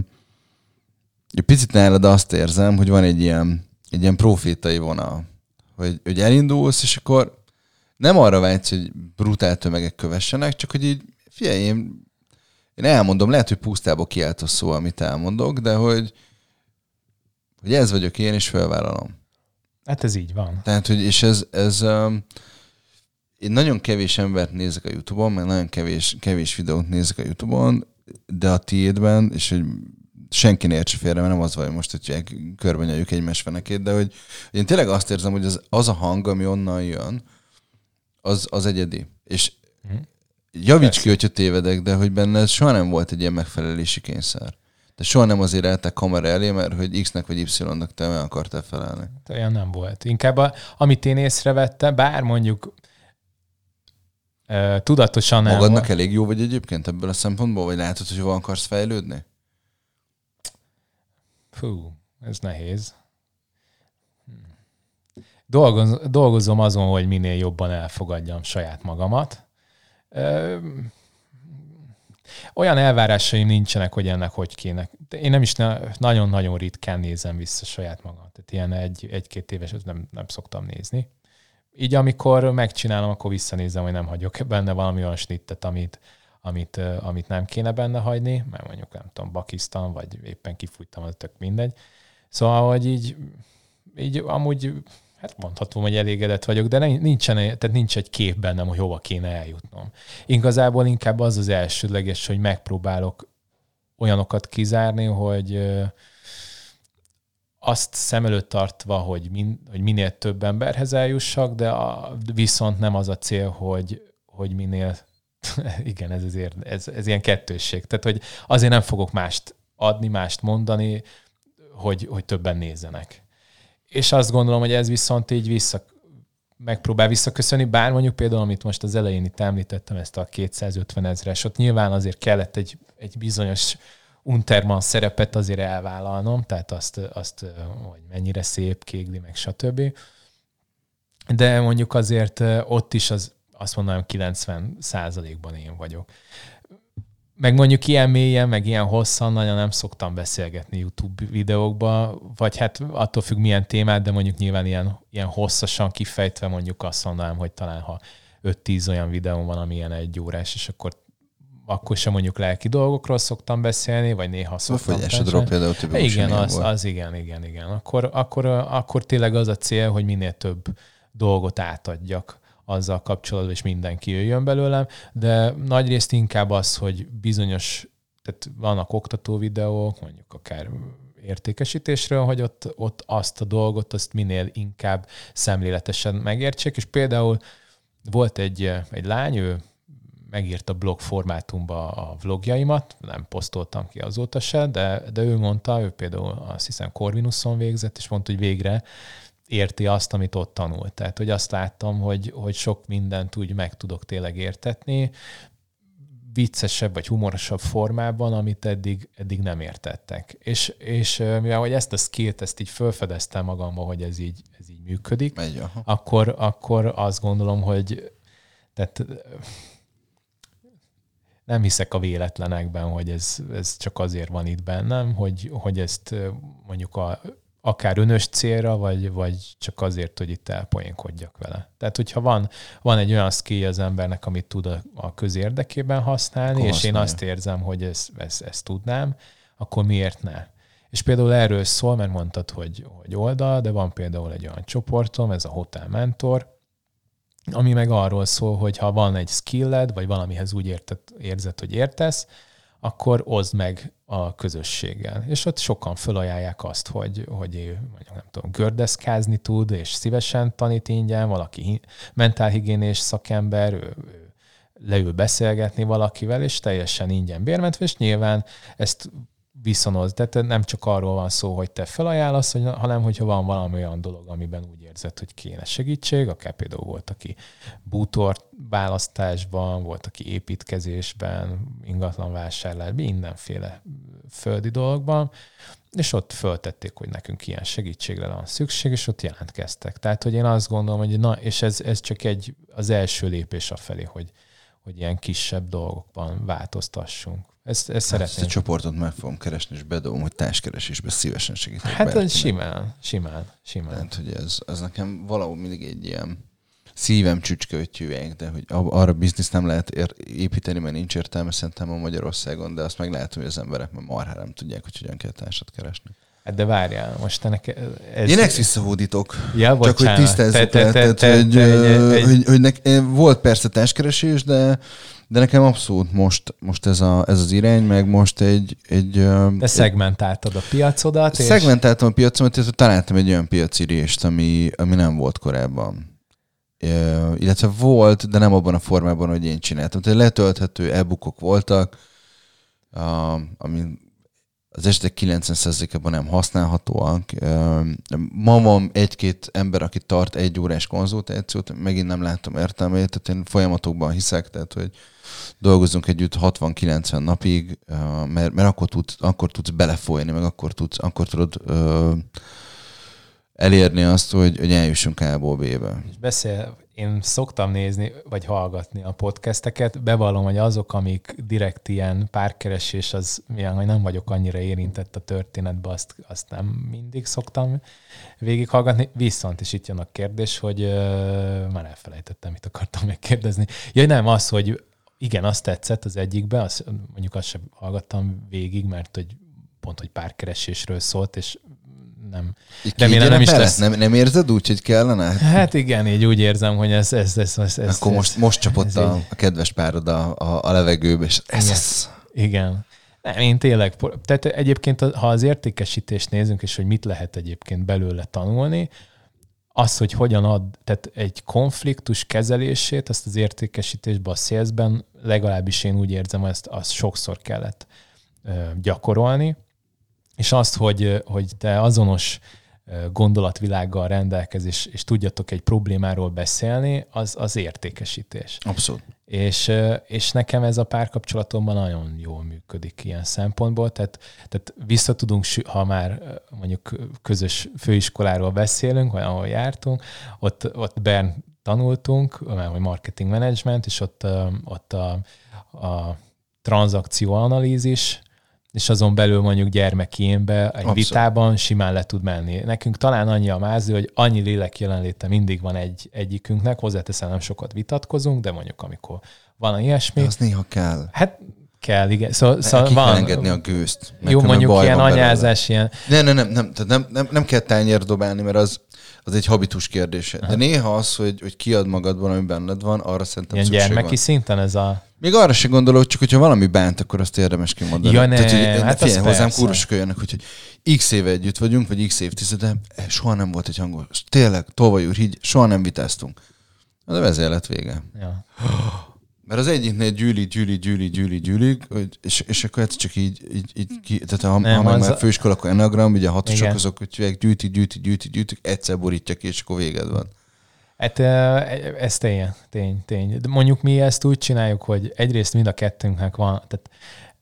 egy picit nálad azt érzem, hogy van egy ilyen, egy ilyen profétai vonal, hogy, hogy elindulsz, és akkor nem arra vágysz, hogy brutál tömegek kövessenek, csak hogy így, figyelj, én, én elmondom, lehet, hogy pusztából kiáltós szó, amit elmondok, de hogy, hogy ez vagyok én, és felvállalom. Hát ez így van. Tehát, hogy és ez, ez um, én nagyon kevés embert nézek a YouTube-on, meg nagyon kevés, kevés videót nézek a YouTube-on, de a tiédben, és hogy senki ne értse félre, mert nem az vagy most, hogy körben nyaljuk egymás fenekét, de hogy, hogy én tényleg azt érzem, hogy az, az a hang, ami onnan jön, az, az egyedi. És mm. javíts ki, hogyha tévedek, de hogy benne soha nem volt egy ilyen megfelelési kényszer. De soha nem azért álltál kamera elé, mert hogy X-nek vagy Y-nak te meg akartál felelni. Olyan nem volt. Inkább a, amit én észrevettem, bár mondjuk uh, tudatosan nem Magadnak volt. elég jó vagy egyébként ebből a szempontból? Vagy látod, hogy hova akarsz fejlődni? Fú, ez nehéz. Dolgoz, dolgozom azon, hogy minél jobban elfogadjam saját magamat. Ö, olyan elvárásaim nincsenek, hogy ennek hogy kéne. Én nem is ne, nagyon-nagyon ritkán nézem vissza saját magam. Tehát ilyen egy, egy-két éves nem, nem szoktam nézni. Így amikor megcsinálom, akkor visszanézem, hogy nem hagyok benne valami olyan snittet, amit, amit, amit nem kéne benne hagyni, mert mondjuk nem tudom, bakisztam, vagy éppen kifújtam, az tök mindegy. Szóval, hogy így, így amúgy hát mondhatom, hogy elégedett vagyok, de nincsen, tehát nincs egy kép bennem, hogy hova kéne eljutnom. Igazából inkább az az elsődleges, hogy megpróbálok olyanokat kizárni, hogy azt szem előtt tartva, hogy, min, hogy minél több emberhez eljussak, de a, viszont nem az a cél, hogy, hogy minél igen, ez, azért, ez, ez ilyen kettősség. Tehát, hogy azért nem fogok mást adni, mást mondani, hogy, hogy többen nézzenek. És azt gondolom, hogy ez viszont így vissza, megpróbál visszaköszönni, bár mondjuk például, amit most az elején itt említettem, ezt a kétszázötven ezres, ott nyilván azért kellett egy, egy bizonyos Unterman szerepet azért elvállalnom, tehát azt, azt, hogy mennyire szép, kégli, meg stb. De mondjuk azért ott is az, azt mondanám, kilencven százalékban én vagyok. Meg mondjuk ilyen mélyen, meg ilyen hosszan nagyon nem szoktam beszélgetni YouTube videókba, vagy hát attól függ milyen témát, de mondjuk nyilván ilyen, ilyen hosszasan kifejtve mondjuk azt mondanám, hogy talán ha öt-tíz olyan videó van, ami ilyen egy órás, és akkor akkor sem mondjuk lelki dolgokról szoktam beszélni, vagy néha szoktam. A fogyásodról például tipikusan igen, az, az igen, igen, igen. Akkor, akkor, akkor tényleg az a cél, hogy minél több dolgot átadjak azzal kapcsolatban, és mindenki jöjjön belőlem, de nagyrészt inkább az, hogy bizonyos, tehát vannak oktató videók, mondjuk akár értékesítésről, hogy ott, ott azt a dolgot, azt minél inkább szemléletesen megértsék, és például volt egy, egy lány, ő megírta blog formátumba a vlogjaimat, nem posztoltam ki azóta se, de, de ő mondta, ő például azt hiszem Corvinuson végzett, és mondta, hogy végre érti azt, amit ott tanult. Tehát, hogy azt láttam, hogy, hogy sok mindent úgy meg tudok tényleg értetni, viccesebb vagy humorosabb formában, amit eddig, eddig nem értettek. És, és mivel hogy ezt a skillt, ezt így felfedeztem magamban, hogy ez így, ez így működik, Megy, akkor, akkor azt gondolom, hogy tehát nem hiszek a véletlenekben, hogy ez, ez csak azért van itt bennem, hogy, hogy ezt mondjuk a, akár önös célra, vagy, vagy csak azért, hogy itt elpoénkodjak vele. Tehát, hogyha van, van egy olyan skill az embernek, amit tud a, a közérdekében használni, akkor és használja. Én azt érzem, hogy ezt, ezt, ezt tudnám, akkor miért ne? És például erről szól, mert mondtad, hogy, hogy oldal, de van például egy olyan csoportom, ez a Hotel Mentor, ami meg arról szól, hogy ha van egy skilled, vagy valamihez úgy érted, érzed, hogy értesz, akkor oszd meg a közösséggel. És ott sokan felajánlják azt, hogy, hogy mondjuk, nem tudom, gördeszkázni tud, és szívesen tanít ingyen, valaki mentálhigiénés szakember, ő, ő leül beszélgetni valakivel, és teljesen ingyen bérmentve, és nyilván ezt viszonoz. Tehát nem csak arról van szó, hogy te felajánlasz, hanem hogyha van valami olyan dolog, amiben úgy érzed, hogy kéne segítség, akár például volt, aki bútor választásban, volt, aki építkezésben, ingatlan vásárlás, mindenféle földi dologban, és ott föltették, hogy nekünk ilyen segítségre van szükség, és ott jelentkeztek. Tehát, hogy én azt gondolom, hogy na, és ez, ez csak egy, az első lépés afelé, hogy, hogy ilyen kisebb dolgokban változtassunk. Ezt, ezt hát szeretném. Ezt a csoportot meg fogom keresni, és bedobom, hogy társkeresésben szívesen segítek. Hát ez simán, simán, simán. Tehát, hogy ez, ez nekem valahol mindig egy ilyen szívem csücskötjűek, de hogy arra bizniszt nem lehet ér- építeni, mert nincs értelme szerintem a Magyarországon, de azt meg látom, hogy az emberek már marhára nem tudják, hogy hogyan kell társat keresni. Hát de várjál, most ennek ez... Én ezt visszahódítok. Ja, csak hogy tisztázzuk le, tehát, hogy, egy... hogy, hogy nek, volt persze társkeresés, de de nekem abszolút most, most ez, a, ez az irány, meg most egy... egy de szegmentáltad a piacodat. És... Szegmentáltam a piacomat, és találtam egy olyan piaci részt, ami, ami nem volt korábban. E, illetve volt, de nem abban a formában, hogy én csináltam. Tehát letölthető e-bookok voltak, a, ami az esetek kilencven százalékában nem használhatóak. Ma van egy-két ember, aki tart egy órás konzultációt, megint nem látom értelmét, tehát én folyamatokban hiszek, tehát hogy dolgozzunk együtt hatvan-kilencven napig, mert, mert akkor, tudsz, akkor tudsz belefolyni, meg akkor, tudsz, akkor tudod ö, elérni azt, hogy, hogy eljussunk A-ból B-be. És beszél, én szoktam nézni, vagy hallgatni a podcasteket, bevallom, hogy azok, amik direkt ilyen párkeresés, az milyen, hogy nem vagyok annyira érintett a történetbe, azt, azt nem mindig szoktam végighallgatni. Viszont is itt jön a kérdés, hogy uh, már elfelejtettem, mit akartam megkérdezni. Jaj, nem, az, hogy igen, azt tetszett az egyikbe, azt, mondjuk azt sem hallgattam végig, mert hogy pont, hogy párkeresésről szólt, és nem. Remélem, nem is lesz. Nem, nem érzed úgy, hogy kellene? Hát igen, így úgy érzem, hogy ez... ez, ez, ez Akkor ez, most, most csapott a, a kedves párod a, a, a levegőbe, és ez igen. az. Igen. Nem, én tényleg... Tehát egyébként, ha az értékesítést nézünk, és hogy mit lehet egyébként belőle tanulni, az, hogy hogyan ad, tehát egy konfliktus kezelését, azt az értékesítésben, a salesben, legalábbis én úgy érzem, hogy ezt, azt sokszor kellett ö, gyakorolni, és azt, hogy, hogy te azonos gondolatvilággal rendelkezz, és, és tudjatok egy problémáról beszélni, az, az értékesítés. Abszolút. És, és nekem ez a párkapcsolatomban nagyon jól működik ilyen szempontból, tehát, tehát vissza tudunk, ha már mondjuk közös főiskoláról beszélünk, vagy ahol jártunk, ott, ott Bern tanultunk, vagy marketing management, és ott, ott a, a tranzakcióanalízis, és azon belül mondjuk gyermekénbe, egy Abszolút. vitában simán le tud menni. Nekünk talán annyi a mázli, hogy annyi lélek jelenléte mindig van egy, egyikünknek, hozzáteszem, nem sokat vitatkozunk, de mondjuk amikor van ilyesmi. De az néha kell. Hát kell, igen. Szóval, szóval ki van, kell engedni a gőzt. Jó, mondjuk ilyen anyázás, ilyen... Nem, nem, nem, nem, nem, nem, nem kell tányért dobálni, mert az, az egy habitus kérdése. De néha az, hogy, hogy kiad magadban, ami benned van, arra szerintem ilyen szükség van. gyermeki szinten ez a... Még arra sem gondolok, csak hogyha valami bánt, akkor azt érdemes kimondani. Ja, ne, Tehát, hogy, hát figyelj, hozzám persze. kúrosok olyanok, hogy, hogy x éve együtt vagyunk, vagy x évtizede, soha nem volt egy hangos. Tényleg, tolvaj úr, így soha nem vitáztunk. De ezért lett vége. Ja. Mert az egyiknél gyűli, gyűli, gyűli, gyűli, gyűli, és, és akkor ez csak így, így, így ki, tehát ha, nem, ha meg már főiskola, akkor enagram, ugye a hatosok igen. azok, hogy gyűjti, gyűjti, gyűjti, gyűjti, egyszer borítja ki, és akkor véged van. Hát ez tény, tény, tény. De mondjuk mi ezt úgy csináljuk, hogy egyrészt mind a kettőnknek van, tehát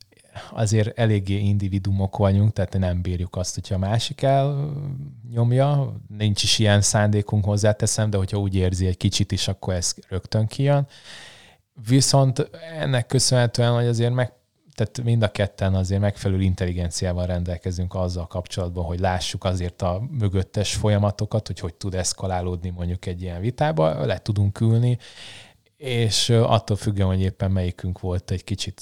azért eléggé individumok vagyunk, tehát nem bírjuk azt, hogyha a másik el nyomja, nincs is ilyen szándékunk, hozzáteszem, de hogyha úgy érzi egy kicsit is, akkor ez rögtön kijön. Viszont ennek köszönhetően, hogy azért meg, tehát mind a ketten azért megfelelő intelligenciával rendelkezünk azzal kapcsolatban, hogy lássuk azért a mögöttes folyamatokat, hogy hogy tud eszkalálódni mondjuk egy ilyen vitába, le tudunk ülni, és attól függően, hogy éppen melyikünk volt egy kicsit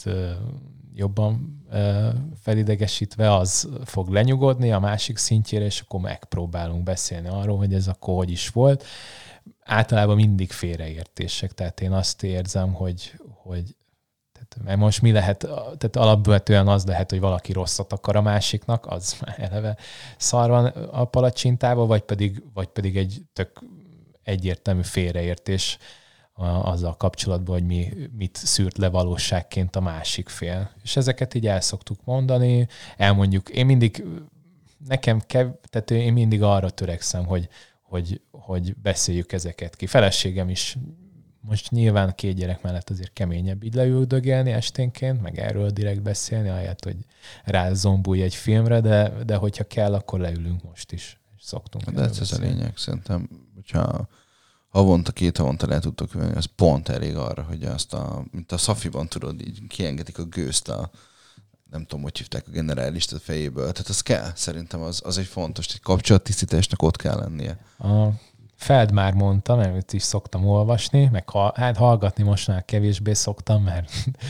jobban felidegesítve, az fog lenyugodni a másik szintjére, és akkor megpróbálunk beszélni arról, hogy ez akkor hogy is volt. Általában mindig félreértések, tehát én azt érzem, hogy, hogy tehát, mert most mi lehet, tehát alapvetően az lehet, hogy valaki rosszat akar a másiknak, az már eleve szar van a palacsintába, vagy pedig, vagy pedig egy tök egyértelmű félreértés azzal kapcsolatban, hogy mi, mit szűrt le valóságként a másik fél. És ezeket így el szoktuk mondani, elmondjuk, én mindig, nekem kev, tehát én mindig arra törekszem, hogy, hogy, hogy beszéljük ezeket ki. Feleségem is most nyilván két gyerek mellett azért keményebb így leüldögélni esténként, meg erről direkt beszélni, ahelyett, hogy rázombulj egy filmre, de, de hogyha kell, akkor leülünk most is. És szoktunk. De ez, ez a lényeg, szerintem, hogyha havonta, két havonta le tudtok venni, az pont elég arra, hogy azt a, mint a Szafiban tudod, így kiengedik a gőzt a, nem tudom, hogy hívták a generálist a fejéből. Tehát az kell, szerintem az, az egy fontos, egy kapcsolattisztításnak ott kell lennie. A Feld már mondta, mert őt is szoktam olvasni, meg ha, hát hallgatni most már kevésbé szoktam, mert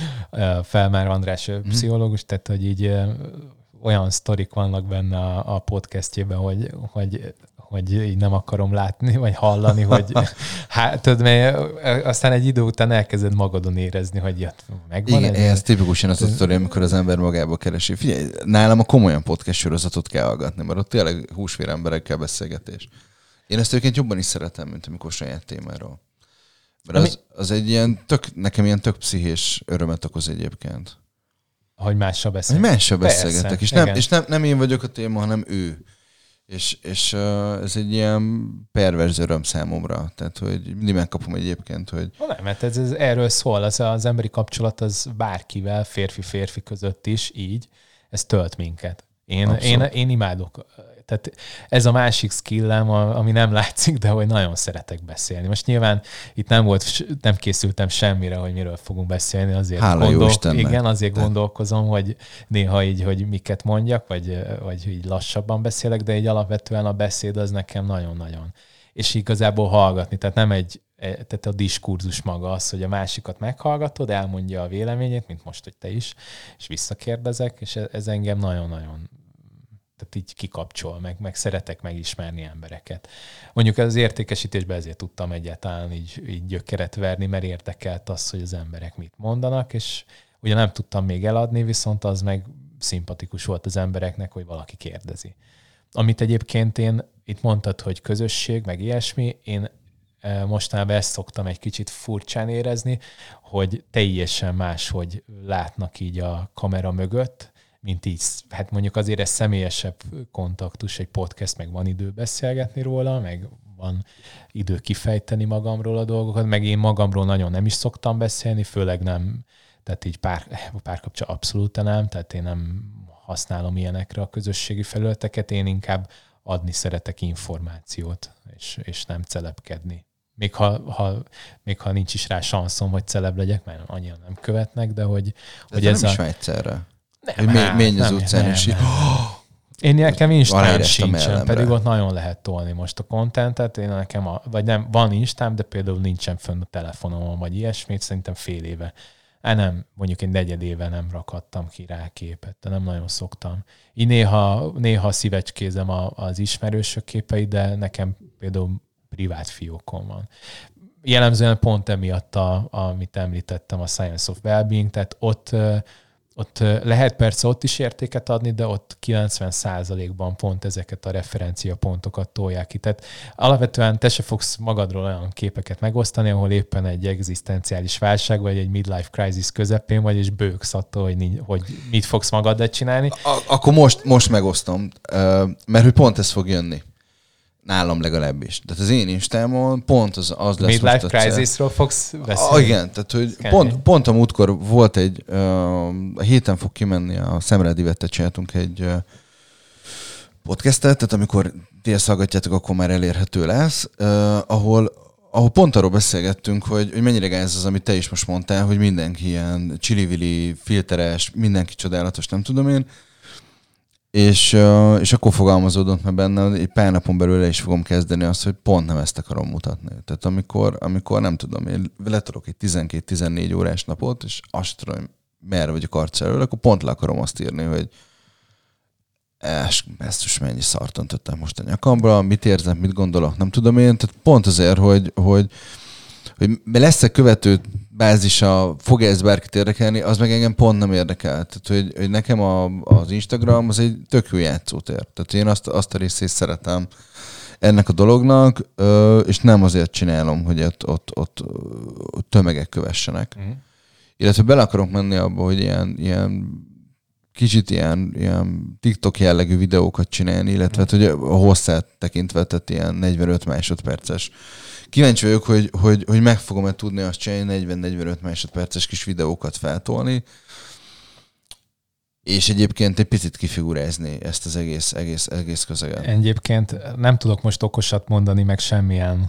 Felmár András mm. pszichológus, tehát hogy így olyan sztorik vannak benne a, a podcastjében, hogy, hogy hogy így nem akarom látni, vagy hallani, hogy hát, tudod, mert aztán egy idő után elkezded magadon érezni, hogy jött, megvan. Igen, ez, ez tipikusan az a sztori, amikor az ember magába keresi. Figyelj, nálam a komolyan podcast sorozatot kell hallgatni, mert ott tényleg húsvér emberekkel beszélgetés. Én ezt egyébként jobban is szeretem, mint amikor saját témáról. Mert az, az egy ilyen tök, nekem ilyen tök pszichés örömet okoz egyébként. Hogy mással beszélgetek. Hogy mással beszélgetek. És, nem, és nem, nem én vagyok a téma, hanem ő. És, és uh, ez egy ilyen perverz öröm számomra. Tehát, hogy mindig megkapom egyébként, hogy... Nem, mert ez, ez erről szól. Az, az emberi kapcsolat az bárkivel, férfi-férfi között is így. Ez tölt minket. Én, én, én imádok. Tehát ez a másik skillem, ami nem látszik, de hogy nagyon szeretek beszélni. Most nyilván itt nem volt, nem készültem semmire, hogy miről fogunk beszélni. Azért, gondol... Igen, azért de... gondolkozom, hogy néha így, hogy miket mondjak, vagy, vagy így lassabban beszélek, de így alapvetően a beszéd az nekem nagyon-nagyon. És igazából hallgatni, tehát nem egy, tehát a diskurzus maga az, hogy a másikat meghallgatod, elmondja a véleményét, mint most, hogy te is, és visszakérdezek, és ez engem nagyon-nagyon tehát így kikapcsol, meg, meg szeretek megismerni embereket. Mondjuk az értékesítésben ezért tudtam egyáltalán így, így gyökeret verni, mert érdekelt az, hogy az emberek mit mondanak, és ugye nem tudtam még eladni, viszont az meg szimpatikus volt az embereknek, hogy valaki kérdezi. Amit egyébként én itt mondtad, hogy közösség, meg ilyesmi, én mostanában ezt szoktam egy kicsit furcsán érezni, hogy teljesen máshogy látnak így a kamera mögött, mint így, hát mondjuk azért ez személyesebb kontaktus, egy podcast, meg van idő beszélgetni róla, meg van idő kifejteni magamról a dolgokat, meg én magamról nagyon nem is szoktam beszélni, főleg nem, tehát így pár, párkapcsolat abszolút nem, tehát én nem használom ilyenekre a közösségi felületeket, én inkább adni szeretek információt, és, és nem celebkedni. Még ha, ha, még ha nincs is rá sanszom, hogy celeb legyek, mert annyian nem követnek, de hogy, de hogy ez nem a... is egyszerre. Nem, hát, mény az utcán is. Én nekem Instám sincsen, pedig ott nagyon lehet tolni most a kontentet. Én nekem a, vagy nem, van Instám, de például nincsen fönn a telefonomon, vagy ilyesmit, szerintem fél éve. Á, nem, mondjuk egy negyed éve nem rakhattam ki rá képet, de nem nagyon szoktam. Így néha, néha szívecskézem a, az ismerősök képeit, de nekem például privát fiókon van. Jellemzően pont emiatt, a, amit említettem, a Science of Wellbeing, tehát ott ott lehet persze ott is értéket adni, de ott kilencven százalékban pont ezeket a referenciapontokat tolják ki. Tehát alapvetően te se fogsz magadról olyan képeket megosztani, ahol éppen egy egzisztenciális válság, vagy egy midlife crisis közepén vagy, és bőgsz attól, hogy, hogy mit fogsz magaddal csinálni. A- akkor most, most megosztom, mert hogy pont ez fog jönni. Nálam legalábbis. Tehát az én Instámon pont az, az lesz midlife most egyszer. crisisról fogsz beszélni? Ah, igen, tehát hogy pont, pont a múltkor volt egy, uh, a héten fog kimenni, a Szemrád Ivettel csináltunk egy uh, podcastet, tehát amikor ti ezt hallgatjátok, akkor már elérhető lesz, uh, ahol, ahol pont arról beszélgettünk, hogy, hogy mennyire gáz az, amit te is most mondtál, hogy mindenki ilyen csili-vili, filteres, mindenki csodálatos, nem tudom én, És, uh, és akkor fogalmazódott meg benne, egy pár napon belül le is fogom kezdeni azt, hogy pont nem ezt akarom mutatni. Tehát amikor, amikor nem tudom, én letolok egy tizenkét-tizennégy órás napot, és azt tudom, hogy merre vagyok arc elől, akkor pont le akarom azt írni, hogy ezt mennyi szart öntöttem most a nyakamba, mit érzem, mit gondolok, nem tudom én. Tehát pont azért, hogy, hogy, hogy lesz-e követő bázisa, fog-e ez bárkit érdekelni, az meg engem pont nem érdekel. Tehát, hogy, hogy nekem a, az Instagram az egy tök jó játszótér. Tehát én azt, azt a részét szeretem ennek a dolognak, és nem azért csinálom, hogy ott, ott, ott tömegek kövessenek. Mm. Illetve bele akarok menni abba, hogy ilyen, ilyen kicsit ilyen, ilyen TikTok jellegű videókat csinálni, illetve mm. hogy a hosszát tekintve, tehát ilyen negyvenöt másodperces. Kíváncsi vagyok, hogy, hogy, hogy meg fogom-e tudni azt csinálni, negyven-negyvenöt másodperces kis videókat feltolni, és egyébként egy picit kifigurázni ezt az egész, egész, egész közeget. Egyébként nem tudok most okosat mondani, meg semmilyen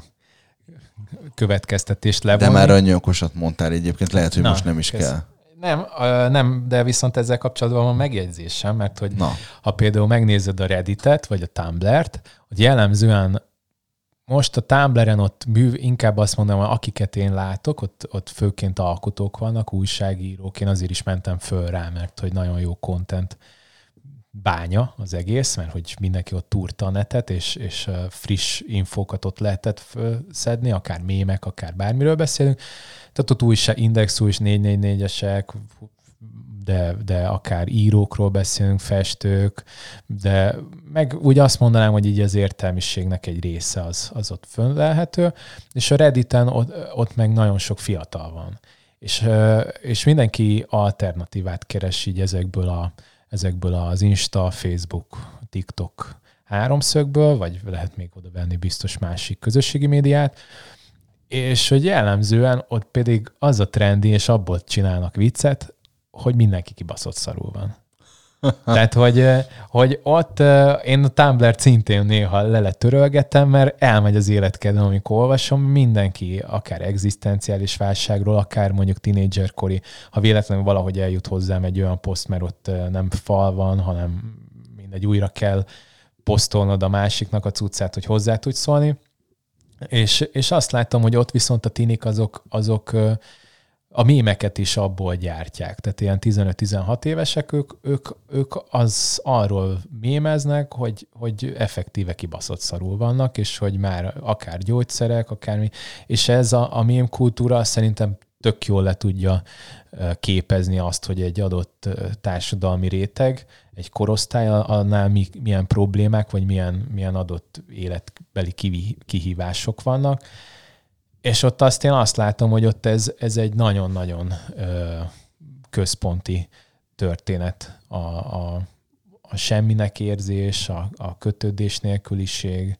következtetést levonni. De már annyi okosat mondtál egyébként, lehet, hogy Na, most nem is ez... kell. Nem, nem, de viszont ezzel kapcsolatban van megjegyzésem, mert hogy Na. ha például megnézed a Redditet, vagy a Tumblr-t, hogy jellemzően most a Tumblr-en ott mű, inkább azt mondom, hogy akiket én látok, ott, ott főként alkotók vannak, újságírók, én azért is mentem föl rá, mert hogy nagyon jó content bánya az egész, mert hogy mindenki ott túrta a netet, és, és friss infókat ott lehetett szedni, akár mémek, akár bármiről beszélünk. Tehát ott újság, Index új négy négy négyesek, de, de akár írókról beszélünk, festők, de meg úgy azt mondanám, hogy így az értelmiségnek egy része az, az ott fönnlelhető, és a Redditen ott, ott meg nagyon sok fiatal van. És, és mindenki alternatívát keres így ezekből, a, ezekből az Insta, Facebook, TikTok háromszögből, vagy lehet még oda venni biztos másik közösségi médiát, és hogy jellemzően ott pedig az a trendi, és abból csinálnak viccet, hogy mindenki kibaszott szarul van. Tehát, hogy, hogy ott én a Tumblr szintén néha leletörölgetem, mert elmegy az életkedvem, amikor olvasom, mindenki akár egzisztenciális válságról, akár mondjuk tínédzserkori, ha véletlenül valahogy eljut hozzám egy olyan poszt, mert ott nem fal van, hanem mindegy, újra kell posztolnod a másiknak a cuccát, hogy hozzá tudj szólni. És, és azt láttam, hogy ott viszont a tinik azok, azok a mémeket is abból gyártják. Tehát ilyen tizenöt-tizenhat évesek, ők, ők, ők az arról mémeznek, hogy, hogy effektíve kibaszott szarul vannak, és hogy már akár gyógyszerek, akármi. És ez a, a mém kultúra szerintem tök jól le tudja képezni azt, hogy egy adott társadalmi réteg, egy korosztály, annál mi, milyen problémák, vagy milyen, milyen adott életbeli kihívások vannak. És ott azt én azt látom, hogy ott ez, ez egy nagyon-nagyon ö, központi történet. A, a, a semminek érzés, a, a kötődés nélküliség.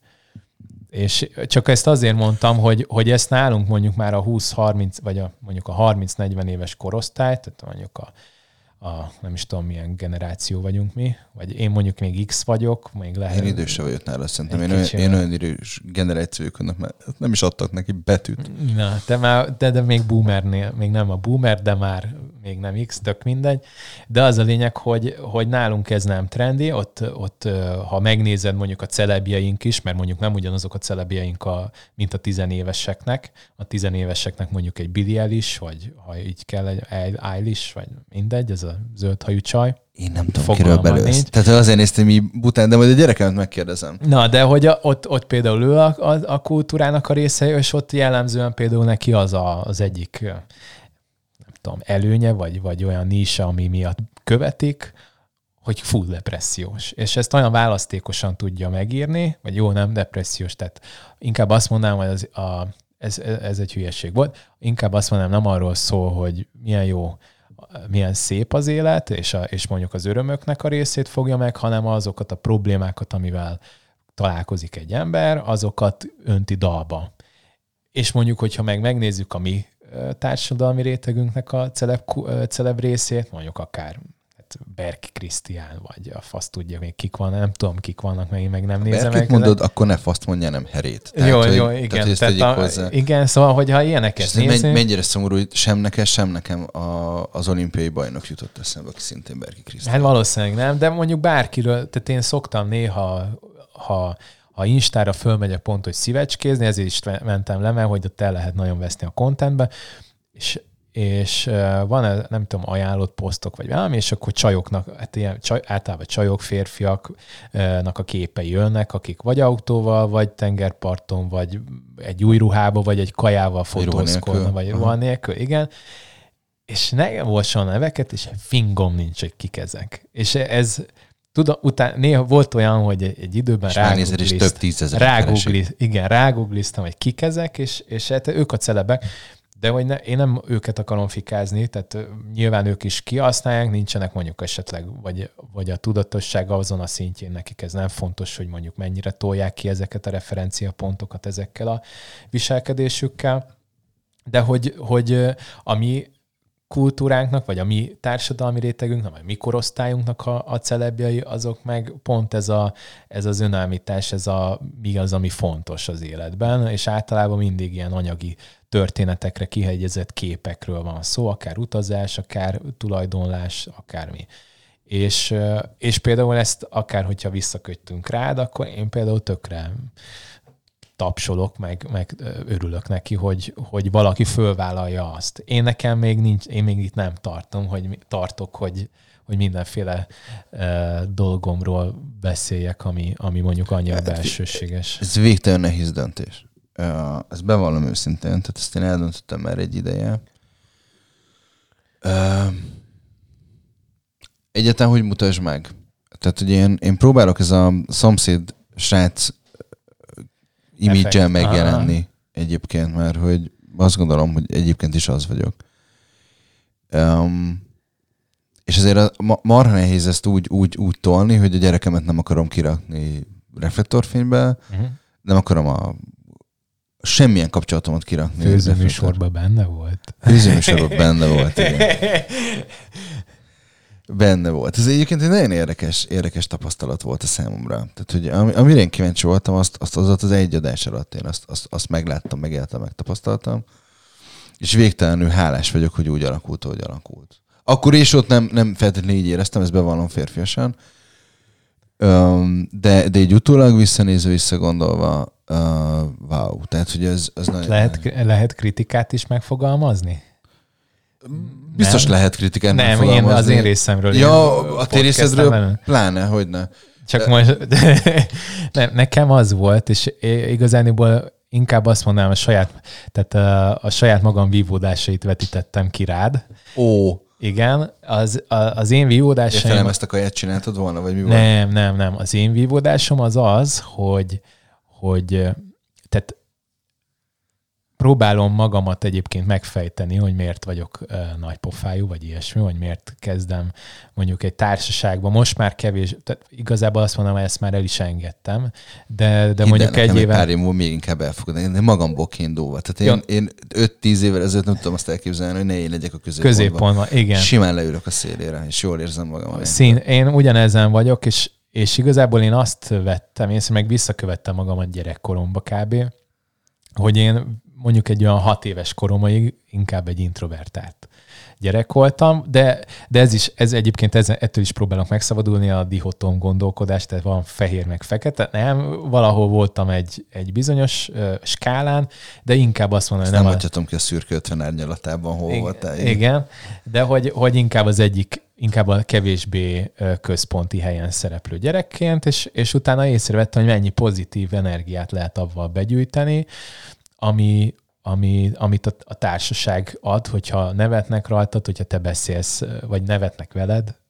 És csak ezt azért mondtam, hogy, hogy ezt nálunk mondjuk már a húsz-harminc, vagy a, mondjuk a harminc-negyven éves korosztály, tehát mondjuk a, a nem is tudom milyen generáció vagyunk mi, vagy én mondjuk még X vagyok, még lehet... Én idősebb vagyok nála, szerintem. Én, olyan, én olyan idős generációk vannak, mert nem is adtak neki betűt. Na, de, már, de, de még boomernél, még nem a boomer, de már még nem X, tök mindegy. De az a lényeg, hogy, hogy nálunk ez nem trendi, ott, ott ha megnézed mondjuk a celebjeink is, mert mondjuk nem ugyanazok a celebjeink, a, mint a tizenéveseknek, a tizenéveseknek mondjuk egy Billie Eilish, vagy ha így kell egy Eilish, vagy mindegy, ez a zöldhajú csaj. Én nem tudom, kiről belősz. Tehát azért néztem mi bután, de majd a gyerekemet megkérdezem. Na, de hogy a, ott, ott például ő a, a, a kultúrának a része, és ott jellemzően például neki az a, az egyik nem tudom, előnye, vagy, vagy olyan nísa, ami miatt követik, hogy full depressziós. És ezt olyan választékosan tudja megírni, vagy jó, nem depressziós, tehát inkább azt mondanám, hogy az, a, ez, ez egy hülyeség volt, inkább azt mondanám, nem arról szól, hogy milyen jó, milyen szép az élet, és, a, és mondjuk az örömöknek a részét fogja meg, hanem azokat a problémákat, amivel találkozik egy ember, azokat önti dalba. És mondjuk, hogyha meg megnézzük a mi társadalmi rétegünknek a celeb, celeb részét, mondjuk akár Berki Krisztián, vagy a fasz tudja még kik van, nem tudom kik vannak, meg én meg nem nézem Berkit meg. mondod, akkor ne faszt mondja, nem herét. Tehát, jó, hogy, jó, igen. Tehát, tehát a, igen, szóval, hogyha ilyeneket nézünk. Mennyire szomorú, hogy sem neked, sem nekem a, az olimpiai bajnok jutott eszembe, aki szintén Berki Krisztián. Hát valószínűleg nem, de mondjuk bárkiről, tehát én szoktam néha, ha, ha Instára fölmegyek pont, hogy szívecskézni, ezért is mentem le, mert hogy ott el lehet nagyon veszni a contentbe, és és van, nem tudom, ajánlott posztok, vagy valami, és akkor csajoknak, hát ilyen, csaj, általában csajok, férfiaknak a képei jönnek, akik vagy autóval, vagy tengerparton, vagy egy új ruhába, vagy egy kajával fotózkodnak, vagy ruha nélkül, igen. És nekem volt soha neveket, és fingom nincs, hogy kik ezek. És ez, tudom, utána néha volt olyan, hogy egy időben rágoogliztam, rágoogliz, igen, rágoogliztam, hogy kik ezek, és, és hát ők a celebek. De hogy ne, én nem őket akarom fikázni, tehát nyilván ők is kihasználják, nincsenek mondjuk esetleg, vagy, vagy a tudatosság azon a szintjén nekik ez nem fontos, hogy mondjuk mennyire tolják ki ezeket a referenciapontokat ezekkel a viselkedésükkel. De hogy, hogy a mi kultúránknak, vagy a mi társadalmi rétegünknek, vagy a mi korosztályunknak a, a celebjai, azok meg pont ez, a, ez az önállítás, ez a, mi az, ami fontos az életben, és általában mindig ilyen anyagi történetekre kihegyezett képekről van szó, akár utazás, akár tulajdonlás, akármi. És, és például ezt akár, hogyha visszakötünk rád, akkor én például tökre tapsolok, meg, meg örülök neki, hogy, hogy valaki fölvállalja azt. Én nekem még nincs, én még itt nem tartom, hogy tartok, hogy, hogy mindenféle uh, dolgomról beszéljek, ami, ami mondjuk annyira belsőséges. Ez végtelen nehéz döntés. Uh, ezt bevallom őszintén, tehát ezt én eldöntöttem már egy ideje. Uh, egyáltalán hogy mutasd meg? Tehát, hogy én, én próbálok ez a szomszéd srác image-el megjelenni. Aha. Egyébként, mert hogy azt gondolom, hogy egyébként is az vagyok. Um, és azért a, marha nehéz ezt úgy, úgy, úgy tolni, hogy a gyerekemet nem akarom kirakni reflektorfénybe, uh-huh. nem akarom a semmilyen kapcsolatomat kirakni. Főzőműsorban benne volt. Főzőműsorban benne volt, igen. Benne volt. Ez egyébként egy nagyon érdekes, érdekes tapasztalat volt a számomra. Tehát, hogy am, amire én kíváncsi voltam, azt, azt az az egy adás alatt én azt, azt, azt megláttam, megéltem, megtapasztaltam. És végtelenül hálás vagyok, hogy úgy alakult, ahogy alakult. Akkor és ott nem, nem feltétlenül így éreztem, ezt bevallom férfiasan. De, de egy utólag visszanézve, visszagondolva, uh, wow. Tehát, hogy ez, ez nagyon... Lehet, lehet kritikát is megfogalmazni? Biztos nem? lehet kritikát nem, megfogalmazni. Nem, az én részemről. Ja, a te részedről pláne, hogyne. Csak most nem, nekem az volt, és igazániból inkább azt mondanám, a saját, tehát a, a saját magam vívódásait vetítettem ki rád. Ó. Igen, az, a, az én vívódásaim... Értelem, ezt a kaját csináltad volna, vagy mi volt? Nem, nem, nem. Az én vívódásom az az, hogy, hogy tehát próbálom magamat egyébként megfejteni, hogy miért vagyok uh, nagypofájú, vagy ilyesmi, vagy miért kezdem mondjuk egy társaságban. Most már kevés, tehát igazából azt mondom, hogy ezt már el is engedtem, de, de mondjuk egy éve... pár év múlva még inkább elfogadni, de magamból kiindulva. Tehát én, én öt-tíz évvel ezelőtt nem tudom azt elképzelni, hogy ne én legyek a középpontban. Középpontban, igen. Simán leülök a szélére, és jól érzem magam. Szín, én ugyanezen vagyok, és, és igazából én azt vettem, én meg visszakövettem magamat gyerekkoromba kb., hogy én mondjuk egy olyan hat éves koromig inkább egy introvertált gyerek voltam, de, de ez is, ez egyébként ez, ettől is próbálok megszabadulni a dihotom gondolkodás, tehát van fehér meg fekete. Nem, valahol voltam egy, egy bizonyos uh, skálán, de inkább azt mondom, hogy nem... nem adjatom a... ki a szürke ötven árnyalatában, hol igen, voltál. Igen, de hogy, hogy inkább az egyik, inkább a kevésbé központi helyen szereplő gyerekként, és, és utána észrevettem, hogy mennyi pozitív energiát lehet avval begyűjteni, ami, ami, amit a, a társaság ad, hogyha nevetnek rajtad, hogyha te beszélsz, vagy nevetnek veled,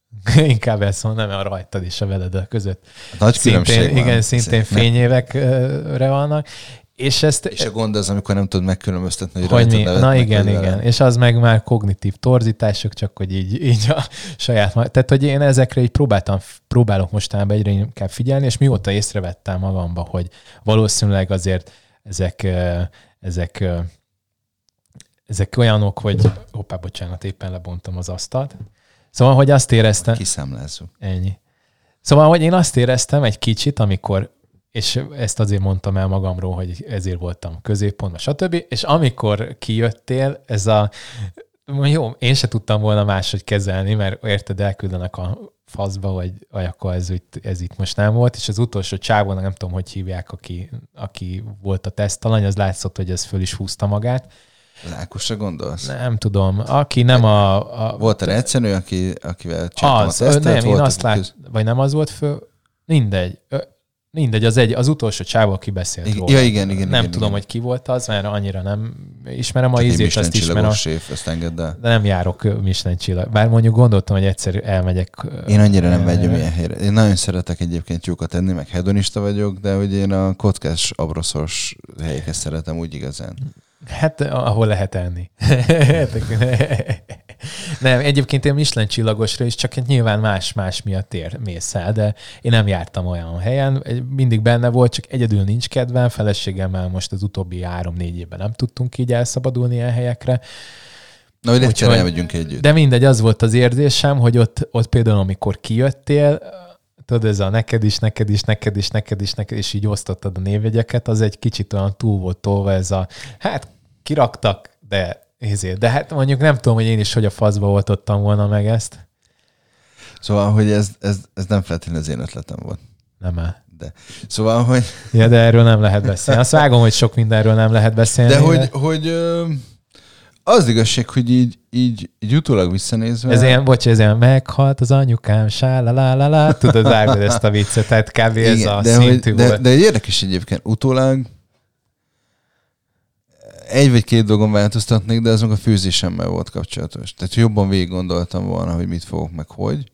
Inkább ezt mondom, nem a rajtad és a veled között. Nagy szintén, igen, szintén fényévekre vannak. És, ezt, és a gond az, amikor nem tudod megkülönböztetni, hogy, hogy rajtad mi? nevet, Na meg igen, igen. Vele. És az meg már kognitív torzítások, csak hogy így, így a saját... Tehát, hogy én ezekre így próbáltam, próbálok mostanában egyre inkább figyelni, és mióta észrevettem magamba, hogy valószínűleg azért ezek, ezek, ezek olyanok, hogy... Hoppá, bocsánat, éppen lebontam az asztalt. Szóval, hogy azt éreztem... Kiszámlázzuk. Ennyi. Szóval, hogy én azt éreztem egy kicsit, amikor és ezt azért mondtam el magamról, hogy ezért voltam középpontban, stb. És amikor kijöttél, ez a... Jó, én se tudtam volna máshogy kezelni, mert érted, elküldenek a faszba, vagy, vagy akkor ez, ez itt most nem volt, és az utolsó csávónak, nem tudom, hogy hívják, aki, aki volt a tesztalany, az látszott, hogy ez föl is húzta magát. Lákosra gondolsz? Nem tudom. Aki nem a... a volt a recsenő, aki, akivel csináltam az, a tesztet? Nem, én volt, azt lát... Köz... Vagy nem az volt föl? Mindegy. Mindegy, az egy, az utolsó csávó, aki beszélt igen, róla. Ja, igen, igen. Nem igen, tudom, igen. hogy ki volt az, mert annyira nem ismerem a ízét, azt ismerem. A... séf, ezt engedd el. De nem járok Michelin csillag. Bár mondjuk gondoltam, hogy egyszer elmegyek. Én annyira nem megyem ilyen helyre. Én nagyon szeretek egyébként jókat enni, meg hedonista vagyok, de hogy én a kockás, abroszos helyeket szeretem úgy igazán. Hát, ahol lehet enni. Nem, egyébként én Michelin csillagosra is, csak nyilván más-más miatt ér, mész el, de én nem jártam olyan helyen, mindig benne volt, csak egyedül nincs kedvem, feleségemmel most az utóbbi három-négy évben nem tudtunk így elszabadulni ilyen helyekre. Na, hogy egyszer elmegyünk együtt. De mindegy, az volt az érzésem, hogy ott, ott például, amikor kijöttél, tudod, ez a neked is, neked is, neked is, neked is, neked is, így osztottad a névjegyeket, az egy kicsit olyan túl volt tolva ez a, hát kiraktak, de ezért. De hát mondjuk nem tudom, hogy én is hogy a faszba oltottam volna meg ezt. Szóval, hogy ez, ez, ez nem feltétlenül az én ötletem volt. Nem el. De. Szóval, hogy... Ja, de erről nem lehet beszélni. Azt vágom, hogy sok mindenről nem lehet beszélni. De hogy, de... hogy az igazság, hogy így, így, így utólag visszanézve... Ez ilyen, bocs, ez ilyen meghalt az anyukám, sálalálálá, tudod, vágod ezt a viccet, tehát kb. Ez igen, a de szintű hogy, volt. De, de érdekes egyébként utólag egy vagy két dolgon változtatnék, de az meg a főzésemmel volt kapcsolatos. Tehát jobban végig gondoltam volna, hogy mit fogok, meg hogy.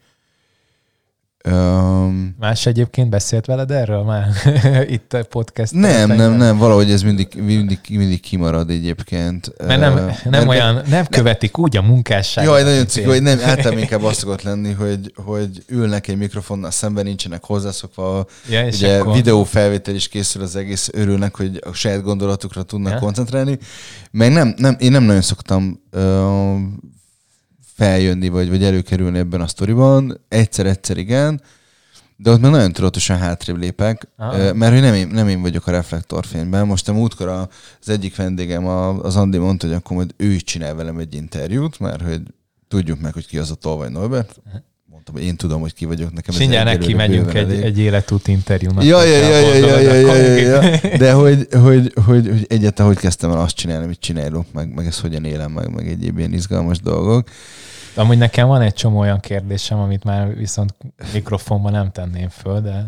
Um, Más egyébként beszélt veled erről már? Itt a podcast. Nem, nem, nem, valahogy ez mindig, mindig, mindig kimarad egyébként. Mert nem, nem mert olyan, nem követik nem, úgy a munkásságot. Jaj, nagyon cikk, hogy nem, általában inkább azt szokott lenni, hogy, hogy ülnek egy mikrofonnal szemben, nincsenek hozzászokva. Ja, ugye akkor... videófelvétel is készül, az egész örülnek, hogy a saját gondolatukra tudnak ja. koncentrálni. Meg nem, nem, én nem nagyon szoktam uh, feljönni, vagy, vagy előkerülni ebben a sztoriban. Egyszer-egyszer igen, de ott meg nagyon tudatosan hátrébb lépek, ah. mert hogy nem én, nem én vagyok a reflektorfényben. Most a múltkor az egyik vendégem, az Andi mondta, hogy akkor majd ő is csinál velem egy interjút, mert hogy tudjuk meg, hogy ki az a Tolvaj Norbert. Mondtam, hogy én tudom, hogy ki vagyok. Nekem Mindjárt neki megyünk egy, egy életút interjúnak. Ja, ja, ja, ja, ja, ja, ja, ja, ja. De hogy, hogy, hogy, hogy egyáltalán hogy kezdtem el azt csinálni, amit csinálok, meg, meg ezt hogyan élem meg, meg egyéb ilyen izgalmas dolgok. Amúgy nekem van egy csomó olyan kérdésem, amit már viszont mikrofonban nem tenném föl, de...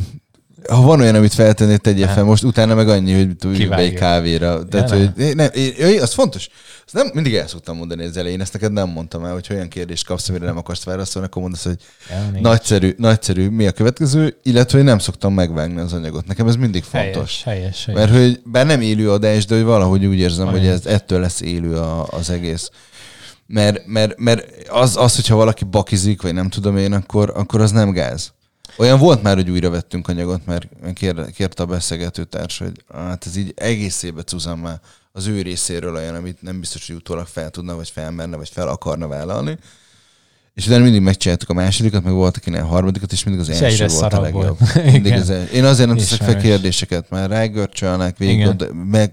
Ha van olyan, amit feltennél, tegyél fel most, utána meg annyi, hogy üljünk be egy kávéra. Tehát, hogy nem, én, az fontos. Azt nem, mindig el szoktam mondani az elején, ezt neked nem mondtam el, hogy olyan kérdést kapsz, amire nem akarsz válaszolni, akkor mondasz, hogy ja, nagyszerű, nagyszerű, mi a következő, illetve hogy nem szoktam megvágni az anyagot. Nekem ez mindig fontos. Helyes, helyes, helyes. Mert hogy bár nem élő adás, de hogy valahogy úgy érzem, olyan. Hogy ez, ettől lesz élő a, az egész. Mert, mert, mert az, az, hogyha valaki bakizik, vagy nem tudom én, akkor, akkor az nem gáz. Olyan volt már, hogy újra vettünk anyagot, mert kér, kérte a beszélgető társ, hogy hát ez így egészébe cuzam már az ő részéről olyan, amit nem biztos, hogy utólag fel tudna, vagy felmerne, vagy fel akarna vállalni. És utána mindig megcsináltuk a másodikat, meg volt akinek a harmadikat, és mindig az és első volt a legjobb. Mindig az el... Én azért nem teszek fel kérdéseket, már rágörcsölnek végig, meg...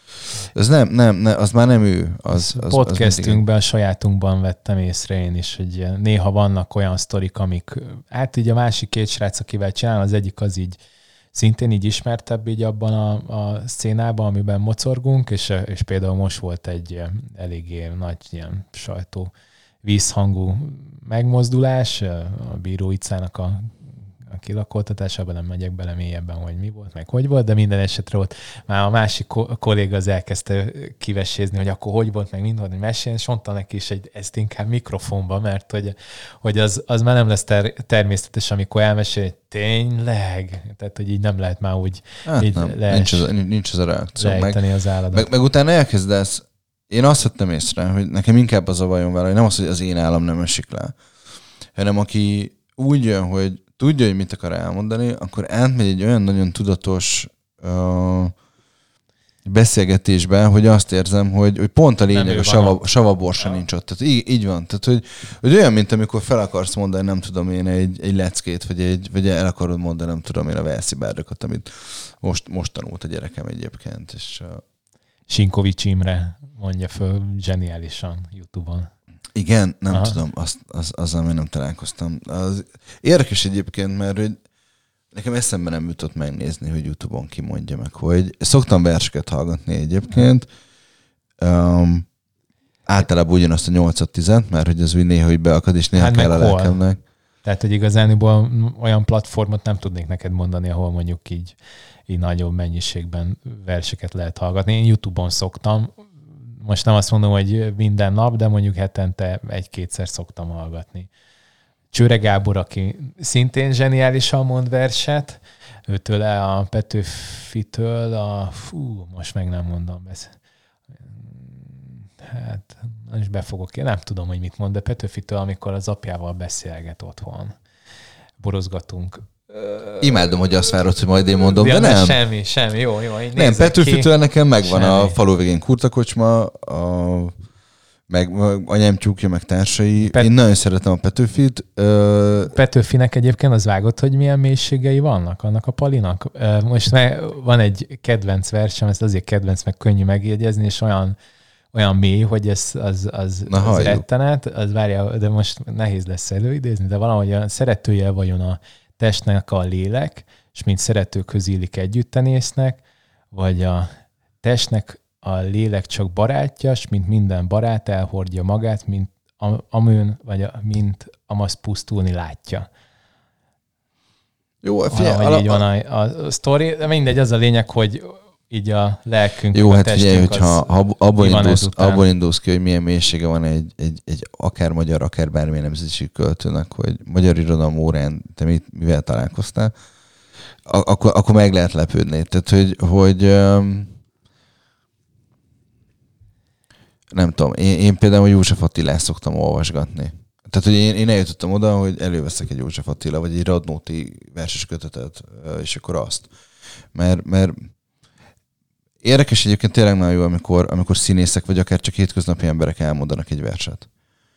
Az nem, nem, nem, az már nem ő. Az, az, podcastünkben, az sajátunkban vettem észre én is, hogy néha vannak olyan sztorik, amik, hát így a másik két srác, akivel csinál, az egyik az így szintén így ismertebb így abban a, a szcénában, amiben mocorgunk, és, és például most volt egy eléggé nagy ilyen sajtó vízhangú megmozdulás a Bíró utcának a a kilakoltatásában, nem megyek bele mélyebben, hogy mi volt, meg hogy volt, de minden esetre ott már a másik kolléga az elkezdte kivesézni, hogy akkor hogy volt, meg mind volt, hogy mesélni, és mondta neki is, hogy ezt inkább mikrofonba, mert hogy, hogy az, az már nem lesz ter- természetes, amikor elmesél, hogy tényleg, tehát hogy így nem lehet már úgy hát így nem, lees, nincs, az, nincs az a reakció. Meg, az állatot. meg, meg utána elkezdesz, én azt vettem észre, hogy nekem inkább az a bajom vele, hogy nem az, hogy az én állam nem esik le, hanem aki úgy jön, hogy tudja, hogy mit akar elmondani, akkor átmegy egy olyan nagyon tudatos uh, beszélgetésbe, hogy azt érzem, hogy, hogy pont a lényeg, a sava, savaborsa nincs ott. Tehát így, így van. Tehát, hogy, hogy olyan, mint amikor fel akarsz mondani, nem tudom én, egy, egy leckét, vagy, egy, vagy el akarod mondani, nem tudom én, a verszibárdokat, amit most, most tanult a gyerekem egyébként. És, uh... Sinkovics Imre mondja föl zseniálisan YouTube-on. Igen, nem Aha. tudom, azt, az, azzal még nem találkoztam. Az érdekes egyébként, mert hogy nekem eszembe nem jutott megnézni, hogy YouTube-on ki mondja meg, hogy szoktam verseket hallgatni egyébként, um, általában ugyanazt a nyolcat tízet, mert hogy ez úgy néha, hogy beakad, és néha hát kell a lelkemnek. Tehát, hogy igazániból olyan platformot nem tudnék neked mondani, ahol mondjuk így, így nagyobb mennyiségben verseket lehet hallgatni. Én YouTube-on szoktam, most nem azt mondom, hogy minden nap, de mondjuk hetente egy-kétszer szoktam hallgatni. Csőre Gábor, aki szintén zseniálisan mond verset, őtől a Petőfitől a... Fú, most meg nem mondom. Ez, hát, most befogok. Én nem tudom, hogy mit mond, de Petőfitől, amikor az apjával beszélget otthon. Borozgatunk. Imádom, hogy azt várod, hogy majd én mondom, de, de nem. Semmi, semmi. Jó, jó. Nem, Petőfitől nekem megvan semmi. A falu végén kurtakocsma, a... meg anyám tyúkja, meg társai. Pet... Én nagyon szeretem a Petőfit. Ö... Petőfinek egyébként az vágott, hogy milyen mélységei vannak annak a palinak. Most van egy kedvenc versem, ezt azért kedvenc, meg könnyű megjegyezni, és olyan, olyan mély, hogy ez az, az, az rettenet, az várja, de most nehéz lesz előidézni, de valahogy a szeretője vajon a testnek a lélek, és mint szeretőkhöz illik együttenésznek, vagy a testnek a lélek csak barátja, és mint minden barát elhordja magát, mint amőn, vagy a, mint amaz pusztulni látja. Jó, figyelj, ala, így van a, a sztori, de mindegy, az a lényeg, hogy így a lelkünk, jó, a hát figyelj, hogyha abból indulsz, abból indulsz ki, hogy milyen mélysége van egy, egy, egy akár magyar, akár bármilyen nemzetiségű költőnek, hogy magyar irodalom órán te mit, mivel találkoztál, akkor, akkor meg lehet lepődni. Tehát, hogy, hogy nem tudom, én, én például a József Attilát szoktam olvasgatni. Tehát, hogy én, én eljutottam oda, hogy előveszek egy József Attila, vagy egy Radnóti verses kötetet, és akkor azt. Mert, mert érdekes egyébként tényleg nagyon jó, amikor, amikor színészek, vagy akár csak hétköznapi emberek elmondanak egy verset.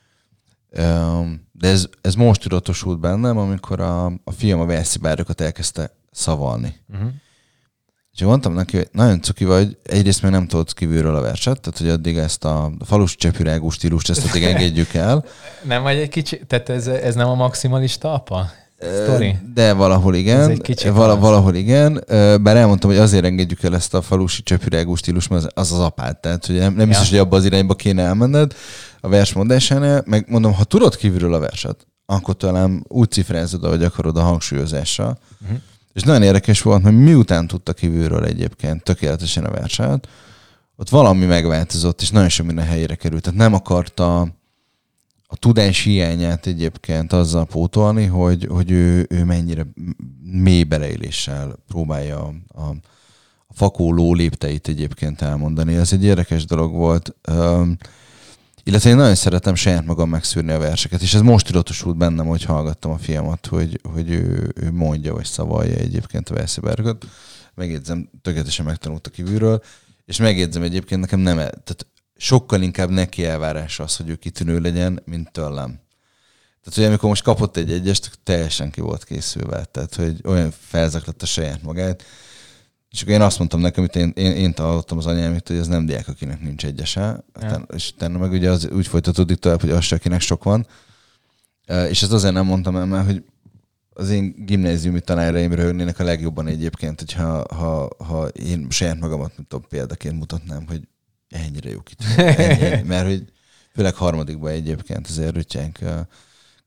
De ez, ez most tudatosult bennem, amikor a, a fiam a verszibárdokat elkezdte szavalni. Uh-huh. És mondtam neki, hogy nagyon cuki vagy, egyrészt még nem tudsz kívülről a verset, tehát hogy addig ezt a falusi csepürágú stílust, ezt addig engedjük el. Nem vagy egy kicsi, tehát ez, ez nem a maximalista apa? Story? De valahol igen, vala, valahol igen, bár elmondtam, hogy azért engedjük el ezt a falusi csepürágú stílust, mert az az apád, tehát hogy nem, nem biztos, ja. hogy abba az irányba kéne elmenned a vers mondásánál, meg mondom, ha tudod kívülről a verset, akkor talán úgy cifrázod, ahogy akarod a hangsúlyozással. Uh-huh. És nagyon érdekes volt, mert miután tudta kívülről egyébként tökéletesen a verset, ott valami megváltozott, és nagyon sok minden helyére került. Tehát nem akarta a tudás hiányát egyébként azzal pótolni, hogy, hogy ő, ő mennyire mély beleéléssel próbálja a, a, a fakó ló lépteit egyébként elmondani. Ez egy érdekes dolog volt. Um, illetve én nagyon szeretem saját magam megszűrni a verseket, és ez most tudatosult bennem, hogy hallgattam a fiamat, hogy, hogy ő, ő mondja, vagy szavalja egyébként a verszibárdokat. Megjegyzem, tökéletesen megtanulta kívülről, és megjegyzem egyébként nekem nem, tehát sokkal inkább neki elvárás az, hogy ő kitűnő legyen, mint tőlem. Tehát, hogy amikor most kapott egy egyest, teljesen ki volt készülve, tehát, hogy olyan felzaklatta saját magát, és akkor én azt mondtam nekem, hogy én, én, én hallottam az anyámit, hogy ez nem diák, akinek nincs egyese. Ja. És utána meg ugye az úgy folytatódik tovább, hogy az se, akinek sok van. És ezt azért nem mondtam el, mert hogy az én gimnáziumi tanáraim röhögnének a legjobban egyébként, hogyha ha, ha én saját magamat, mint tudom, példaként mutatnám, hogy ennyire jó kitűnő. Ennyi, mert hogy főleg harmadikban egyébként azért rütyánk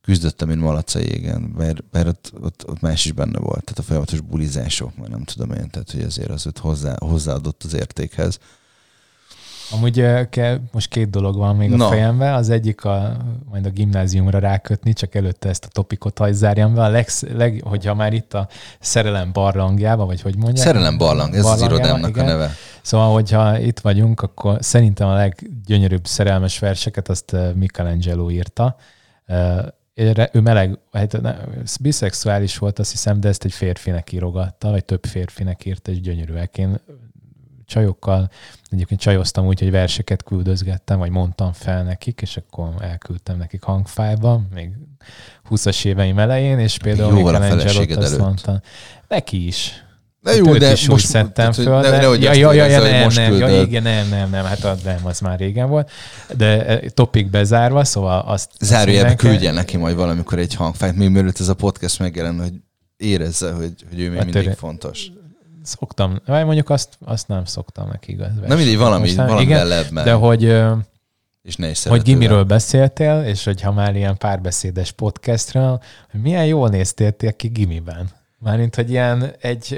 küzdöttem, mint malac a jégen, mert, mert ott, ott, ott más is benne volt. Tehát a folyamatos bulizások, mert nem tudom én, tehát hogy azért az ott hozzá, hozzáadott az értékhez. Amúgy kell, most két dolog van még no. a fejemben. Az egyik a, majd a gimnáziumra rákötni, csak előtte ezt a topikot hagy zárjam be. A leg, leg, hogyha már itt a Szerelem barlangjába, vagy hogy mondják? Szerelem barlang, ez az irodámnak igen. a neve. Szóval, hogyha itt vagyunk, akkor szerintem a leggyönyörűbb szerelmes verseket azt Michelangelo írta. Ő meleg, hát biszexuális volt, azt hiszem, de ezt egy férfinek írogatta, vagy több férfinek írta, és gyönyörűek. Én csajokkal, egyébként csajoztam úgy, hogy verseket küldözgettem, vagy mondtam fel nekik, és akkor elküldtem nekik hangfájba, még húszas éveim elején, és például Michelangelo-t azt mondta. Neki is. De jó, de is most szedtem föl. De, de ja, ja, ja, ja, nem, nem, ja, igen, nem, nem, nem, hát az, nem, az már régen volt. De topik bezárva, szóval azt... Zárójelbe küldjen neki majd valamikor egy hangfájt, még mielőtt ez a podcast megjelen, hogy érezze, hogy, hogy ő még hát mindig fontos. Szoktam, vagy mondjuk azt, azt nem szoktam neki igaz. Nem mindig valami, valami lebb de hogy, és ne is hogy Gimiről beszéltél, és hogyha már ilyen párbeszédes podcastről, hogy milyen jól néztél ki Gimiben. Mármint, hogy ilyen egy,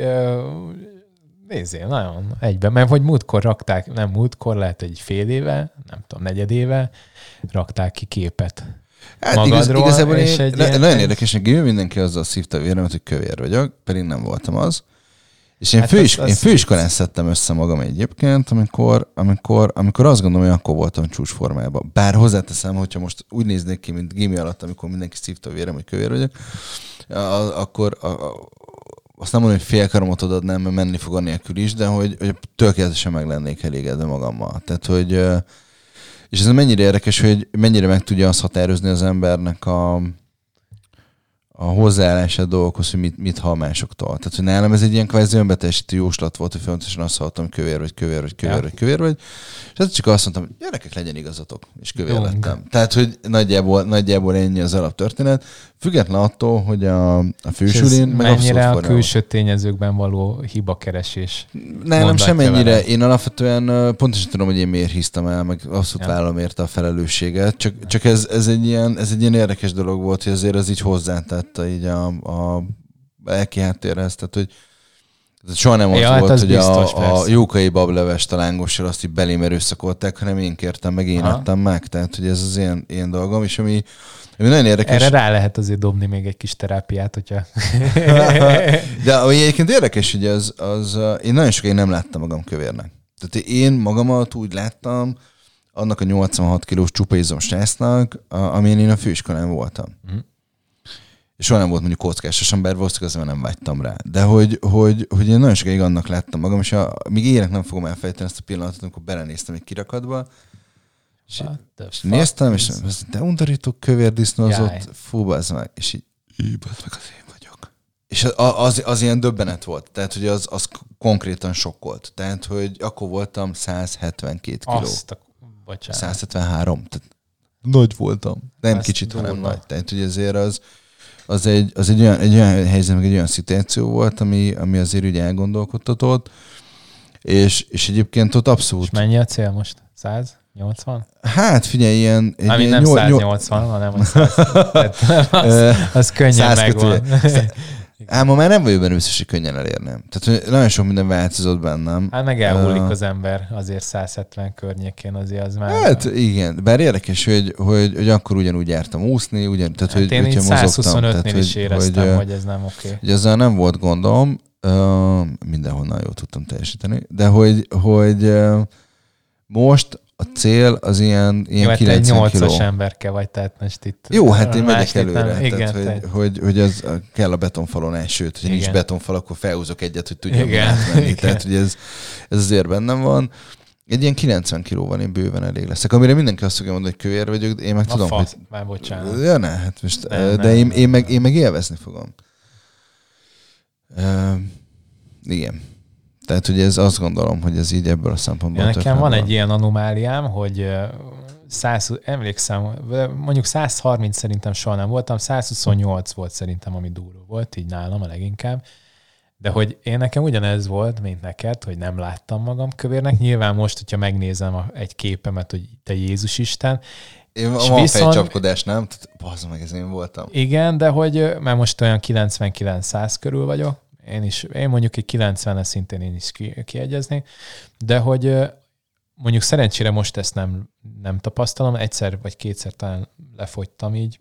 nézzél, nagyon egyben, mert hogy múltkor rakták, nem múltkor, lehet egy fél éve, nem tudom, negyed éve, rakták ki képet hát magadról. Igaz, igazából és én, egy le, ilyen, nagyon érdekes, hogy Gimi mindenki azzal szívta véremet, hogy kövér vagyok, pedig nem voltam az. És én, hát főis, az, az én főiskolán szedtem össze magam egyébként, amikor, amikor, amikor azt gondolom, hogy akkor voltam csúcsformában. Bár hozzáteszem, hogyha most úgy néznék ki, mint Gimi alatt, amikor mindenki szívta vérem, hogy kövér vagyok, akkor a, a, azt nem mondom, hogy félkaromot odadnám, mert menni fog annélkül is, de hogy, hogy tökéletesen meg lennék elégedve magammal. Tehát, hogy, és ez mennyire érdekes, hogy mennyire meg tudja azt határozni az embernek a a hozzáállását dolgokhoz, hogy mit, mit hall másoktól. Tehát, hogy nálam ez egy ilyen kvázi önbeteljesítő jóslat volt, hogy fontosan azt hallottam, kövér vagy, kövér vagy, kövér ja. vagy, kövér vagy. És hát csak azt mondtam, hogy gyerekek, legyen igazatok, és kövér Jung. lettem. Tehát, hogy nagyjából, nagyjából ennyi az alaptörténet. Független attól, hogy a, a fősulin meg mennyire a külső tényezőkben való hibakeresés? Nem, sem ennyire. Én alapvetően pontosan tudom, hogy én miért hisztam el, meg abszolút ja. vállalom érte a felelősséget. Csak, ja. csak ez, ez, egy ilyen, ez egy ilyen érdekes dolog volt, hogy azért az így hozzátette így a, a lelki háttérhez. Tehát, hogy soha nem ja, volt, hát hogy biztos, a, a jókai bablevest a lángossal azt így belém erőszakolták, hanem én kértem meg, én adtam meg. Tehát, hogy ez az én, én dolgom, és ami Ami nagyon érdekes. Erre rá lehet azért dobni még egy kis terápiát, hogyha... De ami egyébként érdekes, hogy az, az, én nagyon sokáig nem láttam magam kövérnek. Tehát én magamat úgy láttam, annak a nyolcvanhat kilós csupaizom srácnak, amilyen én a főiskolán voltam. Mm. És soha nem volt mondjuk kockásosan, bár valószínűleg azért nem vágytam rá. De hogy, hogy, hogy én nagyon sokáig annak láttam magam, és a, még ének nem fogom elfejteni ezt a pillanatot, amikor belenéztem egy kirakatba, és, és néztem, és de undorító kövér disznó az ott, fú, bazd meg, és így, így bazd meg, az én vagyok. És az, az, az ilyen döbbenet volt, tehát hogy az, az konkrétan sokkolt. Tehát, hogy akkor voltam száz hetvenkét kiló. Azt a, bocsánat. száz hetvenhárom, tehát nagy voltam. Nem Azt kicsit, durva. hanem nagy. Tehát, hogy ezért az, az, egy, az egy, olyan, egy olyan helyzet, meg egy olyan szituáció volt, ami, ami azért ugye elgondolkodtatott, és, és egyébként ott abszolút... És mennyi a cél most? száz nyolcvan? Hát figyelj, ilyen... Egy Ami ilyen nem nyol, száznyolcvan, nyol... hanem a száz. az, az könnyen megvan. Ám ma már nem vagyok benne biztos, hogy könnyen elérnem. Tehát hogy nagyon sok minden változott bennem. Hát meg elhullik uh, az ember azért száz hetven környékén, azért az már... Hát igen, bár érdekes, hogy, hogy, hogy akkor ugyanúgy jártam úszni, ugyan, tehát hát hogy, én így száz huszonötnél is hogy, éreztem, hogy, hogy ez nem oké. Okay. Hogy azzal nem volt gondom, uh, mindenhonnan jól tudtam teljesíteni, de hogy, hogy uh, most a cél az ilyen, ilyen jó, kilencven kiló. egy nyolcas emberke vagy, tehát most itt... Jó, hát én megyek előre. Nem, igen, tehát, hogy, hogy, hogy az kell a betonfalon el, sőt, hogy nincs betonfal, akkor felhúzok egyet, hogy tudjam átmenni. Tehát, hogy ez, ez azért bennem van. Egy ilyen kilencven kilóval én bőven elég leszek. Amire mindenki azt fogja mondani, hogy kövér vagyok, de én meg a tudom, fasz, hogy... már bocsánat. Ja, ne, hát most, nem, de nem, én, nem, én, meg, nem. én meg élvezni fogom. Uh, igen. Tehát, hogy ez azt gondolom, hogy ez így ebből a szempontból... Ja, nekem van egy ilyen anomáliám, hogy száz, emlékszem, mondjuk száz harminc szerintem soha nem voltam, száz huszonnyolc volt szerintem, ami durva volt, így nálam a leginkább. De hogy én nekem ugyanez volt, mint neked, hogy nem láttam magam kövérnek. Nyilván most, hogyha megnézem a, egy képemet, hogy te Jézus Isten. Én van viszont... fejcsapkodás, nem? Bazd meg, ez én voltam. Igen, de hogy, mert most olyan kilencvenkilenc-száz körül vagyok, én is, én mondjuk egy kilencvenre szintén én is ki, kiegyeznék, de hogy mondjuk szerencsére most ezt nem, nem tapasztalom, egyszer vagy kétszer talán lefogytam így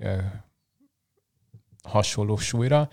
hasonló súlyra,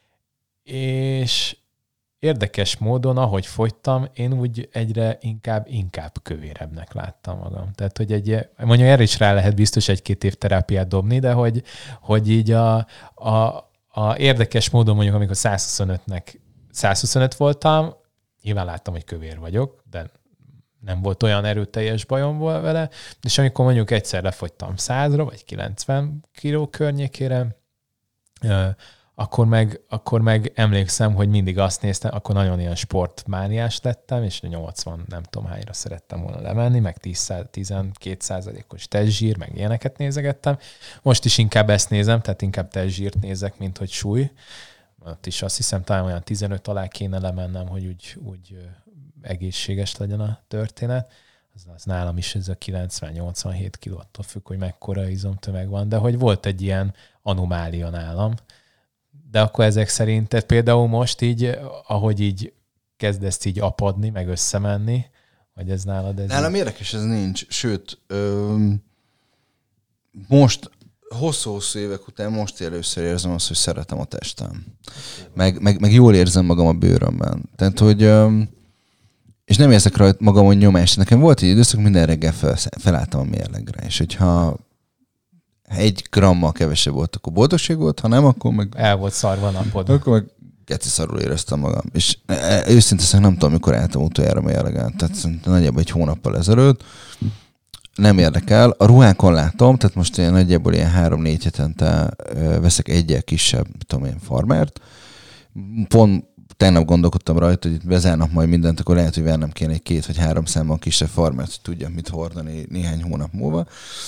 és érdekes módon, ahogy fogytam, én úgy egyre inkább, inkább kövérebbnek láttam magam. Tehát, hogy egy, mondjuk erre is rá lehet biztos egy-két év terápiát dobni, de hogy, hogy így a, a, a érdekes módon mondjuk, amikor százhuszonötnek százhuszonöt voltam, nyilván láttam, hogy kövér vagyok, de nem volt olyan erőteljes bajom volt vele, és amikor mondjuk egyszer lefogytam százra, vagy kilencven kiló környékére, Akkor meg, akkor meg emlékszem, hogy mindig azt néztem, akkor nagyon ilyen sportmániás lettem, és nyolcvan nem tudom hányra szerettem volna lemenni, meg tíz-tizenkét százalékos testzsír, meg ilyeneket nézegettem. Most is inkább ezt nézem, tehát inkább testzsírt nézek, mint hogy súly. Ott is azt hiszem, talán olyan tizenöt alá kéne lemennem, hogy úgy, úgy egészséges legyen a történet. Az, az nálam is ez a kilencven-nyolcvanhét kiló, attól függ, hogy mekkora izomtömeg van, de hogy volt egy ilyen anomália nálam. De akkor ezek szerint, tehát például most így, ahogy így kezdesz így apadni, meg összemenni, vagy ez nálad? Ez nálam így... érdekes, ez nincs. Sőt, öm, most hosszú-hosszú évek után most először érzem azt, hogy szeretem a testem. Meg, meg, meg jól érzem magam a bőrömben. Tehát, hogy öm, és nem érzek rajta magamon nyomást. Nekem volt egy időszak, minden reggel fel, felálltam a mérlegre, és hogyha egy grammal kevesebb volt, akkor boldogság volt, ha nem, akkor meg... El volt szarva napod. Akkor meg geci szarul éreztem magam. És őszintén szóval nem tudom, mikor álltam utoljára mérlegen. Tehát nagyjából egy hónappal ezelőtt. Nem érdekel. A ruhákon látom, tehát most ilyen nagyjából ilyen három-négy hetente veszek egyel kisebb, tudom én, farmert. Pont tegnap gondolkodtam rajta, hogy itt bezárnak majd mindent, akkor lehet, hogy vennem kéne egy két vagy három számban kisebb farmert, hogy tudjam mit hordani néhány hónap múlva.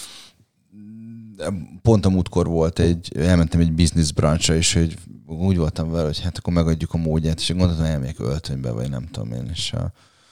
Pont a múltkor volt egy, elmentem egy business branchra, és hogy úgy voltam vele, hogy hát akkor megadjuk a módját, és gondoltam, hogy elmegyek öltönybe, vagy nem tudom én, és, a,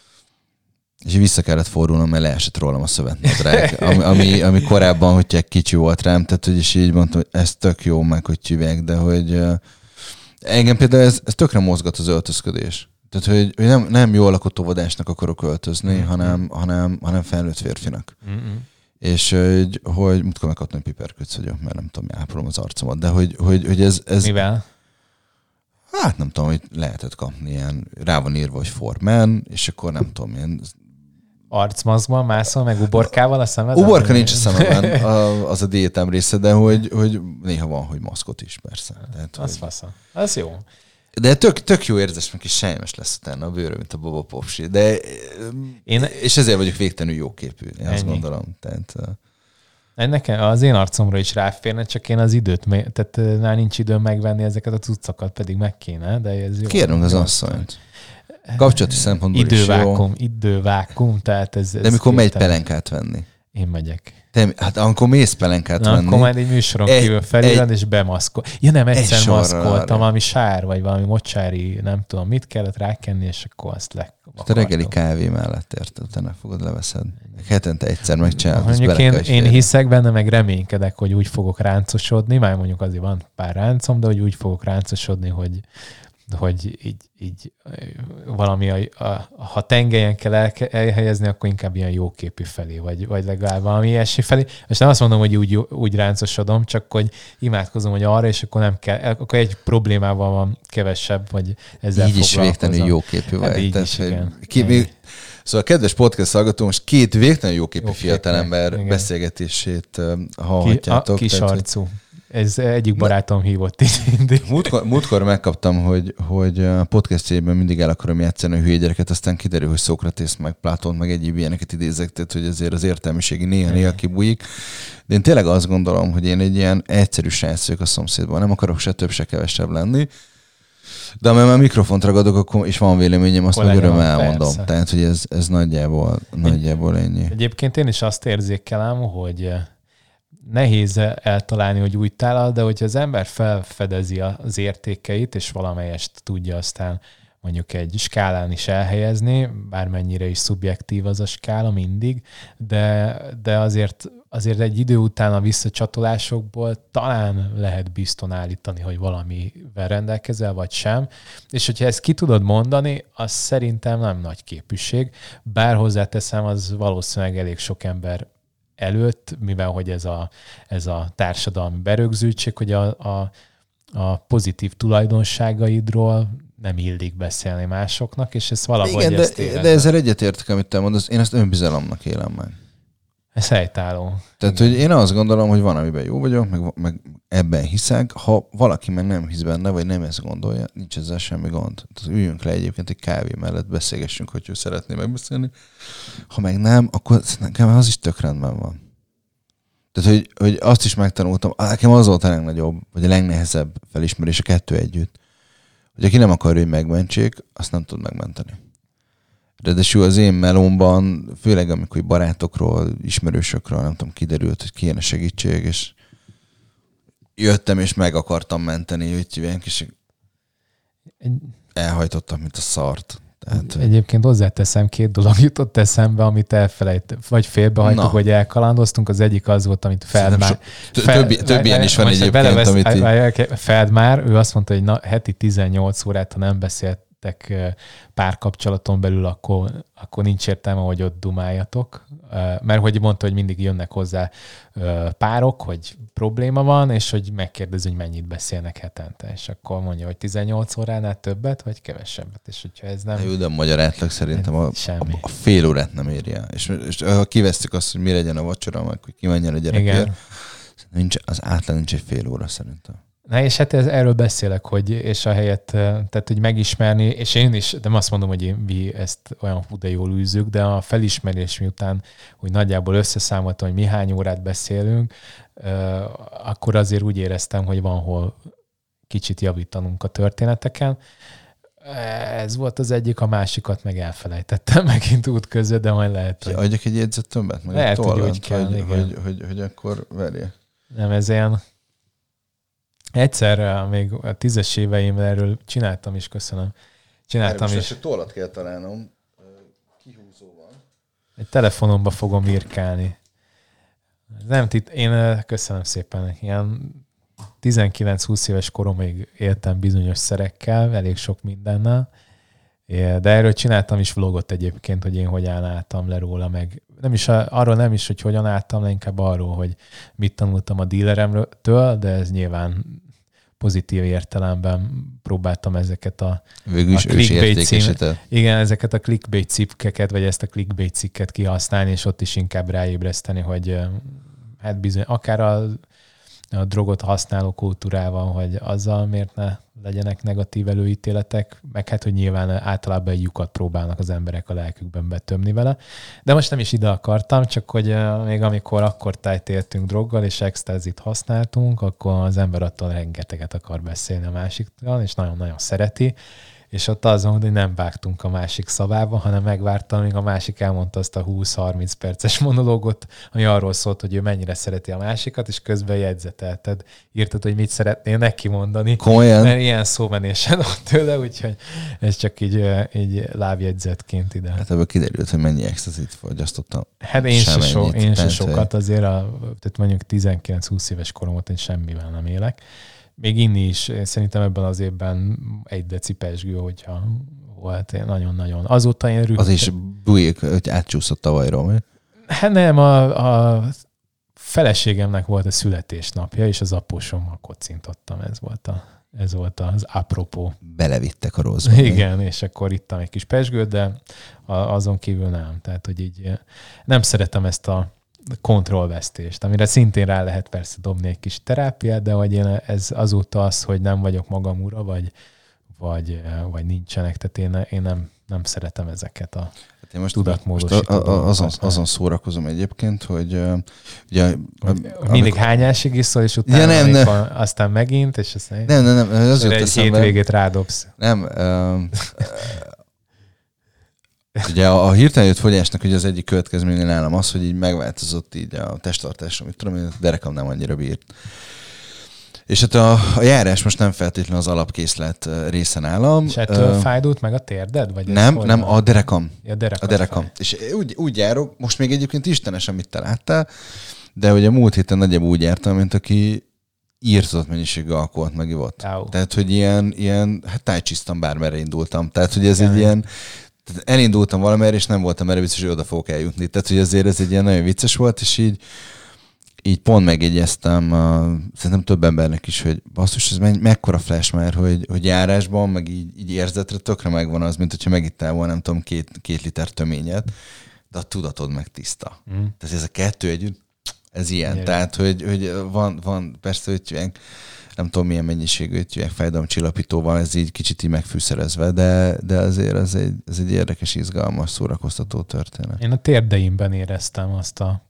és vissza kellett fordulnom, mert leesett rólam a szövetnadrág, ami, ami, ami korábban, hogy kicsi volt rám, tehát hogy is így mondtam, hogy ez tök jó, meg hogy csüveg, de hogy uh, engem például ez, ez tökre mozgat az öltözködés. Tehát, hogy, hogy nem, nem jól lakott óvodásnak akarok öltözni, mm-hmm. hanem, hanem, hanem felnőtt férfinak. Mm-hmm. És hogy, hogy mutkor megkaptam, hogy piperköc vagyok, mert nem tudom, ápolom az arcomat, de hogy, hogy, hogy ez, ez... Mivel? Hát nem tudom, hogy lehetett kapni ilyen, rá van írva, hogy for men, és akkor nem tudom, ilyen... Arcmaszkban mászol, meg uborkával a szemeden? Uborka nincs a szememben, az a diétám része, de hogy, hogy néha van, hogy maszkot is, persze. Tehát, az hogy... fasza. Az jó. De tök, tök jó érzés, meg is sejmes lesz utána a bőröm, mint a Boba Popsi. De, én... És ezért vagyok végtelenül jóképű, én ennyi. Azt gondolom. Tehát, nekem az én arcomra is ráférne, csak én az időt, tehát már nincs időm megvenni ezeket a cuccokat, pedig meg kéne, de ez jó. Kérünk az asszonyt. Kapcsolati szempontból idővákum, is jó. Idővákum, tehát ez... De mikor megy pelenkát venni? Én megyek. Te, hát amikor mész pelenkát Na, venni... akkor majd egy műsoron egy, kívül felüled, és bemaszkol. Ja nem, egyszer maszkoltam, valami sár, vagy valami mocsári, nem tudom, mit kellett rákenni, és akkor azt le... A reggeli kávé mellett érted, utána fogod, leveszed. Hetente egyszer megcsinálod. Mondjuk én, én hiszek benne, meg reménykedek, hogy úgy fogok ráncosodni, már mondjuk azért van pár ráncom, de hogy úgy fogok ráncosodni, hogy hogy így, így valami, a, a, ha tengelyen kell el, elhelyezni, akkor inkább ilyen jóképű felé, vagy, vagy legalább valami ilyesmi felé. És nem azt mondom, hogy úgy, úgy ráncosodom, csak hogy imádkozom, hogy arra, és akkor nem kell, akkor egy problémával van kevesebb, vagy ezzel így is végtelenül jóképű vagy. Hát így is, igen. Ki, mi, szóval a kedves podcast hallgató, most két végtelenül jóképű Jó fiatalember igen. beszélgetését hallhatjátok. Ki, a kis arcú. Ez egyik barátom De, hívott így. Múltkor, múltkor megkaptam, hogy, hogy a podcastjében mindig el akarom játszani a hülye gyereket, aztán kiderül, hogy Szókratész, meg Platont, meg egyéb ilyeneket idézek, tehát hogy azért az értelmiségi néha-néha kibújik. De én tényleg azt gondolom, hogy én egy ilyen egyszerű srác vagyok a szomszédban, nem akarok se több, se kevesebb lenni. De amely már mikrofont ragadok, akkor is van véleményem, azt meg örömmel elmondom. Persze. Tehát, hogy ez, ez nagyjából, nagyjából ennyi. Egyébként én is azt érzékelem, hogy nehéz eltalálni, hogy úgy tálal, de hogyha az ember felfedezi az értékeit, és valamelyest tudja aztán mondjuk egy skálán is elhelyezni, bármennyire is szubjektív az a skála mindig, de, de azért, azért egy idő után a visszacsatolásokból talán lehet bizton állítani, hogy valamivel rendelkezel, vagy sem. És hogyha ezt ki tudod mondani, az szerintem nem nagy képűség. Bár hozzáteszem, az valószínűleg elég sok ember előtt, mivel hogy ez a, ez a társadalmi berögzültség, hogy a, a, a pozitív tulajdonságaidról nem illik beszélni másoknak, és ez valahogy igen, ezt de, de ezzel egyetértek, amit te mondasz, én ezt önbizalomnak élem meg. Ez helytálló. Tehát, igen. Hogy én azt gondolom, hogy van, amiben jó vagyok, meg, meg ebben hiszek, ha valaki meg nem hisz benne, vagy nem ezt gondolja, nincs ezzel semmi gond. Tehát üljünk le egyébként egy kávé mellett, beszélgessünk, hogy ő szeretné megbeszélni. Ha meg nem, akkor nekem az is tök rendben van. Tehát, hogy, hogy azt is megtanultam, nekem az volt a legnagyobb, vagy a legnehezebb felismerés a kettő együtt, hogy aki nem akarja, hogy megmentsék, azt nem tud megmenteni. Ráadásul az én melómban, főleg amikor barátokról, ismerősökről, nem tudom, kiderült, hogy kéne segítség, és jöttem, és meg akartam menteni, hogy hívják, és elhajtottam, mint a szart. Tehát, egyébként hozzáteszem, két dolog jutott eszembe, amit elfelejt, vagy félbehagytuk, hogy elkalandoztunk. Az egyik az volt, amit Feldmár... So, több, több ilyen is van egyébként, amit így... Feldmár, ő azt mondta, hogy na, heti tizennyolc órát, ha nem beszéltek párkapcsolaton belül, akkor, akkor nincs értelme, hogy ott dumáljatok. Mert hogy mondta, hogy mindig jönnek hozzá párok, hogy probléma van, és hogy megkérdezi, hogy mennyit beszélnek hetente. És akkor mondja, hogy tizennyolc óránál többet, vagy kevesebbet. És hogyha ez nem... Jó, de a magyar átlag szerintem a, a, a fél órát nem érje. És, és ha kivesztük azt, hogy mi legyen a vacsora, meg hogy ki menjen a gyerekért, nincs, az átlag nincs egy fél óra szerintem. Na és hát ez, erről beszélek, hogy és a helyet, tehát hogy megismerni, és én is, de azt mondom, hogy én, mi ezt olyan hú de jól űzzük, de a felismerés miután, hogy nagyjából összeszámoltam, hogy mi hány órát beszélünk, akkor azért úgy éreztem, hogy van hol kicsit javítanunk a történeteken. Ez volt az egyik, a másikat meg elfelejtettem megint út között, de majd lehet, hogy... Adjak egy jegyzet többet? Meg lehet, hogy úgy kell, hogy, hogy, hogy, hogy akkor verje. Nem, ez ilyen... Egyszer még a tízes éveimben erről csináltam is, köszönöm. Csináltam Erről is. Most tollat kell találnom, kihúzóval. Egy telefonomba fogom írkálni. Nem tit- én köszönöm szépen. Ilyen tizenkilenc-húsz éves koromig éltem bizonyos szerekkel, elég sok mindennel. De erről csináltam is vlogot egyébként, hogy én hogyan álltam le róla, meg nem is, arról nem is, hogy hogyan álltam le, inkább arról, hogy mit tanultam a díleremtől, de ez nyilván pozitív értelemben próbáltam ezeket a, Végül is a clickbait cím, igen, ezeket a clickbait cikkeket, vagy ezt a clickbait cikket kihasználni, és ott is inkább ráébreszteni, hogy hát bizony, akár a, a drogot használó kultúrával, hogy azzal miért ne legyenek negatív előítéletek, meg hát, hogy nyilván általában egy lyukat próbálnak az emberek a lelkükben betömni vele. De most nem is ide akartam, csak hogy még amikor akkor tájt éltünk droggal, és extázit használtunk, akkor az ember attól rengeteget akar beszélni a másiktól, és nagyon-nagyon szereti. És ott azon, hogy nem vágtunk a másik szavába, hanem megvártam, amíg a másik elmondta azt a húsz-harminc perces monológot, ami arról szólt, hogy ő mennyire szereti a másikat, és közben jegyzetelted. Írtad, hogy mit szeretnél neki mondani. Komolyan? Mert ilyen szómenésen ott tőle, úgyhogy ez csak így, így lábjegyzetként ide. Hát ebből kiderült, hogy mennyi extazit fogyasztottam. Hát én se, so, én se sokat azért, a, tehát mondjuk tizenkilenc-húsz éves koromot én semmivel nem élek. Még inni is, szerintem ebben az évben egy deci pezsgő, hogyha volt, nagyon-nagyon. Azóta én rügtem. Az is bújik, hogy átcsúszott tavalyról, mi? Hát nem, a, a feleségemnek volt a születésnapja, és az apósommal kocintottam, ez volt, a, ez volt az apropó. Belevittek a rosszba. Igen, és akkor ittam egy kis pezsgőt, de azon kívül nem. Tehát, hogy így nem szeretem ezt a kontrollvesztést, amire szintén rá lehet persze dobni egy kis terápiát, de hogy én ez azóta az, hogy nem vagyok magam ura, vagy, vagy, vagy nincsenek, tehát én, én nem, nem szeretem ezeket a hát én most tudatmódosító most a, a, azon, azon szórakozom egyébként, hogy uh, ugye... Mindig amikor... hányásig iszol, és utána ja, nem, nem. aztán megint, és aztán nem, nem, nem, az egy hétvégét rádobsz. Nem, uh, Ugye a, a hirtelen jött fogyásnak ugye az egyik következménye nálam az, hogy így megváltozott így a testtartásom, mit tudom én, a derekam nem annyira bírt. És hát a, a járás most nem feltétlenül az alapkészlet része nálam. És ettől uh, fájdult meg a térded? Vagy nem, nem, a derekam. Ja, derekam. A derekam. És úgy, úgy járok, most még egyébként istenes, amit te láttál, de ugye múlt héten nagyjából úgy jártam, mint aki írtott mennyiségű alkoholt megivott. Wow. Tehát, hogy ilyen, ilyen hát tájcsisztam, bármerre indultam. Tehát, hogy ez Igen. egy ilyen, tehát elindultam valamerre, és nem voltam erre biztos, hogy oda fogok eljutni. Tehát, hogy azért ez egy ilyen nagyon vicces volt, és így így pont megjegyeztem, uh, szerintem több embernek is, hogy basszus, ez me- mekkora flash már, hogy, hogy járásban, meg így, így érzetre tökre megvan az, mint hogyha megittál volna, nem tudom, két, két liter töményet, de a tudatod meg tiszta. Mm. Tehát ez a kettő együtt, ez ilyen. Ilyen. Tehát, hogy, hogy van, van persze ötjüveg, nem tudom milyen mennyiségű ötjüveg fájdalomcsillapítóval, ez így kicsit így megfűszerezve, de, de azért ez egy, ez egy érdekes, izgalmas, szórakoztató történet. Én a térdeimben éreztem azt a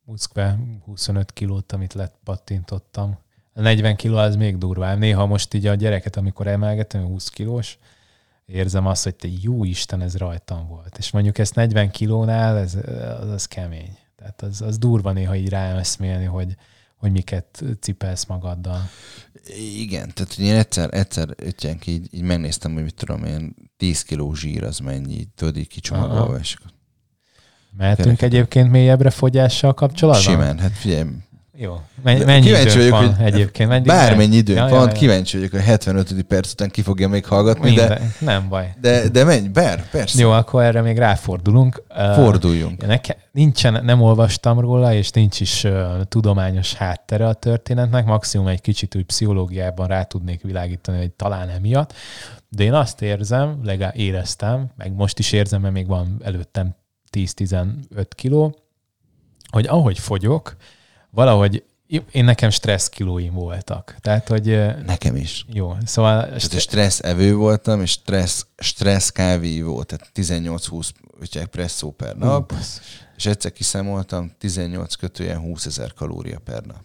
huszonöt kilót, amit lepattintottam. A negyven kiló az még durvább. Néha most így a gyereket, amikor emelgetem, húsz kilós, érzem azt, hogy te jó Isten, ez rajtam volt. És mondjuk ezt negyven kilónál, ez, az, az kemény. Tehát az, az durva néha így ráeszmélni, hogy, hogy miket cipelsz magaddal. Igen, tehát én egyszer, egyszer ötjánk így, így megnéztem, hogy mit tudom én, tíz kiló zsír az mennyi, tudod így kicsomagolva, és mehetünk Kerek. Egyébként mélyebbre fogyással kapcsolatban? Simán, hát figyelj. Jó. Mennyi, mennyi időnk vagyok, van hogy egyébként? Mennyi bármennyi időnk ja, van, ja, ja. Kíváncsi vagyok, hogy a hetvenötödik perc után ki fogja még hallgatni. De, nem baj. De, de menj, bár, persze. Jó, akkor erre még ráfordulunk. Forduljunk. Nekem nincsen, nem olvastam róla, és nincs is uh, tudományos háttere a történetnek. Maximum egy kicsit úgy pszichológiában rá tudnék világítani, hogy talán emiatt. De én azt érzem, legalább éreztem, meg most is érzem, mert még van előttem tíz-tizenöt kiló, hogy ahogy fogyok, valahogy én nekem stressz kilóim voltak. Tehát, hogy... Nekem is. Jó, szóval... Tehát stressz evő voltam, és stressz, stressz kávéivó, tehát tizennyolc-húsz presszó per nap, uh, és egyszer kiszámoltam, tizennyolc kötően húszezer kalória per nap.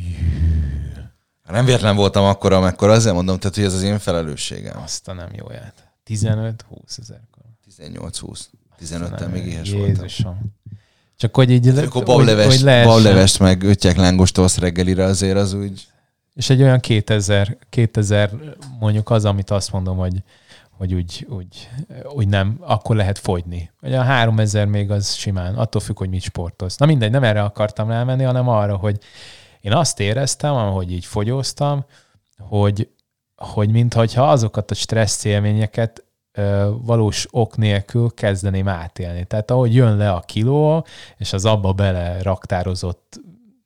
Nem véletlen voltam akkor, amikor azért mondom, tehát, hogy ez az én felelősségem. Azt a nem jóját. tizenöt-húsz ezer kalória. tizennyolc-húsz. tizenöttel még éhes voltam. Csak hogy így... Akkor bablevest, bablevest meg öttyek lángos tosz reggelire azért az úgy... És egy olyan kétezer, kétezer mondjuk az, amit azt mondom, hogy, hogy úgy, úgy, úgy nem, akkor lehet fogyni. Vagy a háromezer még az simán, attól függ, hogy mit sportolsz. Na mindegy, nem erre akartam elmenni, hanem arra, hogy én azt éreztem, ahogy így fogyóztam, hogy, hogy mintha azokat a stressz élményeket valós ok nélkül kezdeném átélni. Tehát ahogy jön le a kiló, és az abba bele raktározott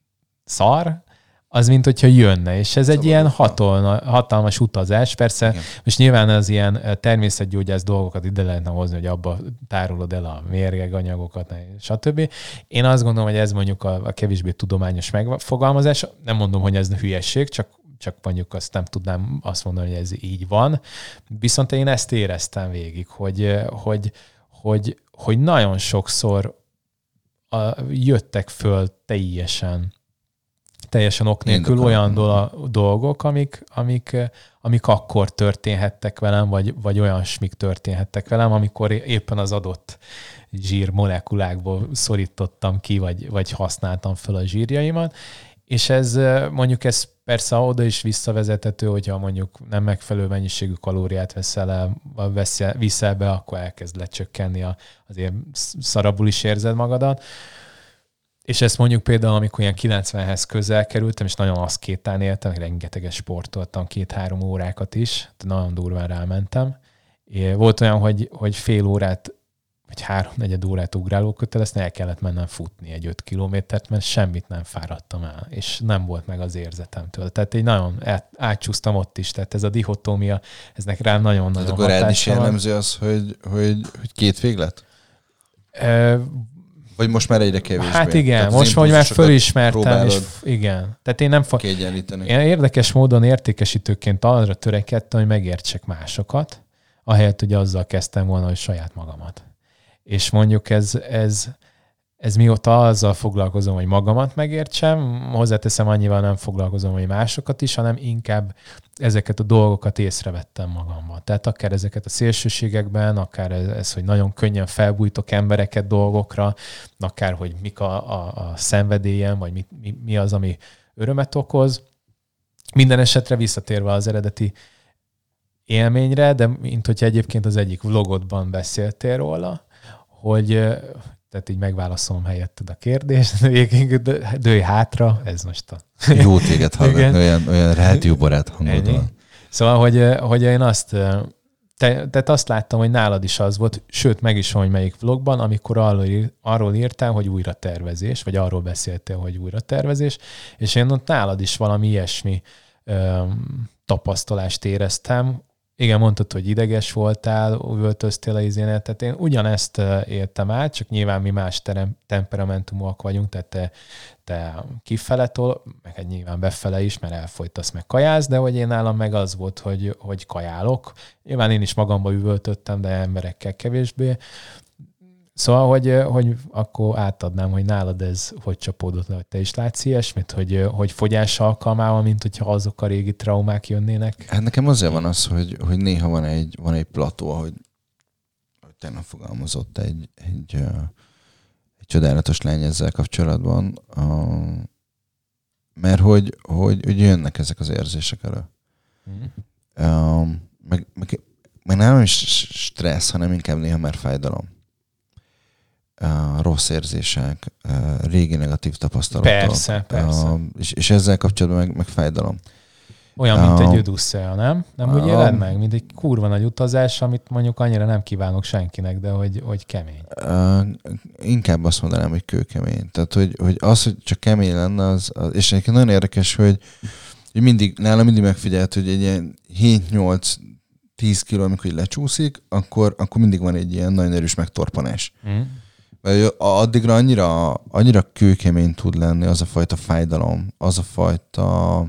szar, az mint hogyha jönne, és ez Szabad egy ilyen hatolna, hatalmas utazás. Persze, igen. Most nyilván az ilyen természetgyógyász dolgokat ide lehetne hozni, hogy abba tárolod el a mérgeg anyagokat, stb. Én azt gondolom, hogy ez mondjuk a, a kevésbé tudományos megfogalmazás. Nem mondom, hogy ez hülyesség, csak csak mondjuk azt nem tudnám azt mondani, hogy ez így van. Viszont én ezt éreztem végig, hogy, hogy, hogy, hogy nagyon sokszor a, jöttek föl teljesen, teljesen ok nélkül olyan do- dolgok, amik, amik, amik akkor történhettek velem, vagy, vagy olyan smik történhettek velem, amikor éppen az adott zsír molekulákból szorítottam ki, vagy, vagy használtam föl a zsírjaimat. És ez mondjuk ez persze oda is visszavezethető, hogyha mondjuk nem megfelelő mennyiségű kalóriát veszel el, viszel be, akkor elkezd lecsökkenni, a, azért szarabul is érzed magadat. És ezt mondjuk például, amikor ilyen kilencvenhez közel kerültem, és nagyon aszkétán éltem, rengeteges sportoltam, két-három órákat is, nagyon durván rámentem. É, volt olyan, hogy, hogy fél órát, vagy három-negyed órát ugrálókötelezni, el kellett mennem futni egy öt kilométert, mert semmit nem fáradtam el, és nem volt meg az érzetemtől. Tehát így nagyon átcsúsztam ott is, tehát ez a dihotómia, eznek rám nagyon-nagyon hatása van. Akkor rád is jellemző az, hogy, hogy, hogy két véglet? E, Vagy most már egyre kevésbé? Hát igen, tehát most hogy már fölismertem, és igen. Tehát én nem fa... kiegyenlíteni. Én érdekes módon értékesítőként arra törekedtem, hogy megértsek másokat, ahelyett, hogy azzal kezdtem volna, hogy saját magamat. És mondjuk ez, ez, ez mióta azzal foglalkozom, hogy magamat megértsem, hozzáteszem, annyival nem foglalkozom, hogy másokat is, hanem inkább ezeket a dolgokat észrevettem magamban. Tehát akár ezeket a szélsőségekben, akár ez, ez hogy nagyon könnyen felbújtok embereket dolgokra, akár hogy mik a, a, a szenvedélyem, vagy mi, mi, mi az, ami örömet okoz. Minden esetre visszatérve az eredeti élményre, de mint hogyha egyébként az egyik vlogodban beszéltél róla, hogy tehát így megválaszolom helyetted a kérdést, dőj hátra, ez most a... Jó téged hallgatni, olyan, olyan rádióbarát hangod van. Szóval, hogy, hogy én azt, te, tehát azt láttam, hogy nálad is az volt, sőt, meg is van, hogy melyik vlogban, amikor arról, arról írtál, hogy újra tervezés, vagy arról beszéltél, hogy újra tervezés, és én ott nálad is valami ilyesmi öm, tapasztalást éreztem. Igen, mondtad, hogy ideges voltál, üvöltöztél a izénél, tehát én ugyanezt éltem át, csak nyilván mi más terem, temperamentumúak vagyunk, tehát te, te kifeletől, meg egy nyilván befele is, mert elfolytasz meg kajász, de hogy én nálam meg az volt, hogy, hogy kajálok. Nyilván én is magamba üvöltöttem, de emberekkel kevésbé. Szóval, hogy, hogy akkor átadnám, hogy nálad ez hogy csapódott le, hogy te is látsz ilyesmit, hogy, hogy fogyás alkalmával, mint hogyha azok a régi traumák jönnének? Hát nekem azért van az, hogy, hogy néha van egy, van egy plató, ahogy, ahogy tegnap fogalmazott egy, egy, egy csodálatos lány ezzel kapcsolatban, mert hogy, hogy, hogy jönnek ezek az érzések elő. Mm. Meg, meg, meg nem is stressz, hanem inkább néha már fájdalom. Uh, rossz érzések, uh, régi negatív tapasztalatok. Persze, persze. Uh, és, és ezzel kapcsolatban meg, meg fájdalom. Olyan, mint uh, egy Ödusszea, nem? Nem uh, úgy éled meg? Mint egy kurva nagy utazás, amit mondjuk annyira nem kívánok senkinek, de hogy, hogy kemény. Uh, inkább azt mondanám, hogy kőkemény. Tehát, hogy, hogy az, hogy csak kemény lenne, az, az és egyébként nagyon érdekes, hogy, hogy mindig, nálam mindig megfigyelt, hogy egy ilyen hét-nyolc-tíz kiló, amikor lecsúszik, akkor, akkor mindig van egy ilyen nagyon erős megtorpanás. Mm. Mert addigra annyira, annyira kőkemény tud lenni az a fajta fájdalom, az a fajta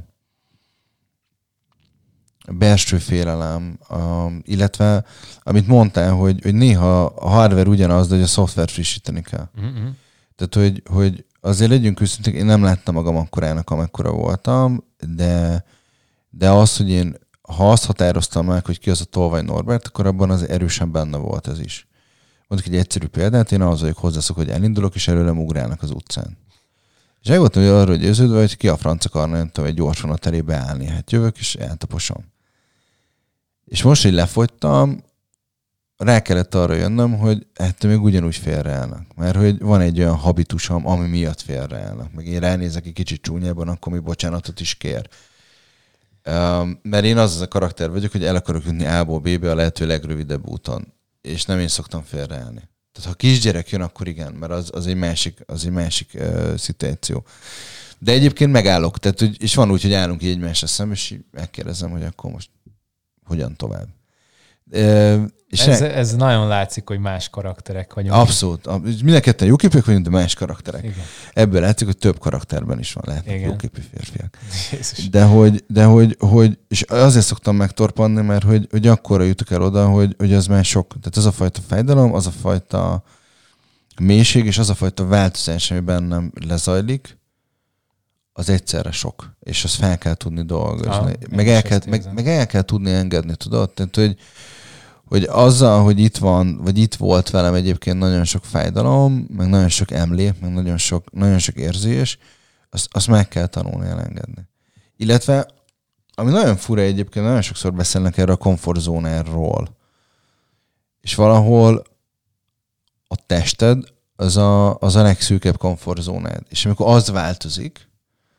belső félelem, illetve amit mondtál, hogy, hogy néha a hardware ugyanaz, de hogy a szoftvert frissíteni kell. Mm-hmm. Tehát, hogy, hogy azért legyünk őszinték, én nem láttam magam akkorának, amekkora voltam, de, de az, hogy én, ha azt határoztam meg, hogy ki az a Tolvaj Norbert, akkor abban az erősen benne volt ez is. Mondjuk egy egyszerű példát, én az vagyok hozzászok, hogy elindulok, és előlem ugrálnak az utcán. És el voltam arra, hogy győződve, hogy ki a franc akarna, nem tudom, egy gyors vonat elébe állni. Hát jövök, és eltaposom. És most, hogy lefogytam, rá kellett arra jönnöm, hogy ettől még ugyanúgy félreállnak. Mert hogy van egy olyan habitusom, ami miatt félreállnak. Meg én ránézek egy kicsit csúnyában, akkor még bocsánatot is kér. Mert én az az a karakter vagyok, hogy el akarok jutni A-ból B-be a lehető legrövidebb úton. És nem én szoktam félreállni. Tehát ha kisgyerek jön, akkor igen, mert az, az egy másik, az egy másik uh, szituáció. De egyébként megállok, tehát, hogy, és van úgy, hogy állunk így egymásra szemben, és megkérdezem, hogy akkor most hogyan tovább. Uh, és ez, ne... ez nagyon látszik, hogy más karakterek vagyunk. Abszolút. Mind ketten jóképűek vagyunk, de más karakterek. Igen. Ebből látszik, hogy több karakterben is van, lehetnek jóképű férfiak. Jézus. De hogy, de hogy, hogy, és azért szoktam megtorpanni, mert hogy, hogy akkorra jutok el oda, hogy, hogy az már sok. Tehát az a fajta fájdalom, az a fajta mélység, és az a fajta változás, ami bennem lezajlik, az egyszerre sok. És azt fel kell tudni dolgozni. Ah, meg, el kell, meg, meg el kell tudni engedni, tudod? Tehát, hogy hogy azzal, hogy itt van, vagy itt volt velem egyébként nagyon sok fájdalom, meg nagyon sok emlék, meg nagyon sok, nagyon sok érzés, azt, azt meg kell tanulni elengedni. Illetve, ami nagyon fura egyébként, nagyon sokszor beszélnek erről a komfortzónáról. És valahol a tested az a, az a legszűkebb komfortzónád. És amikor az változik,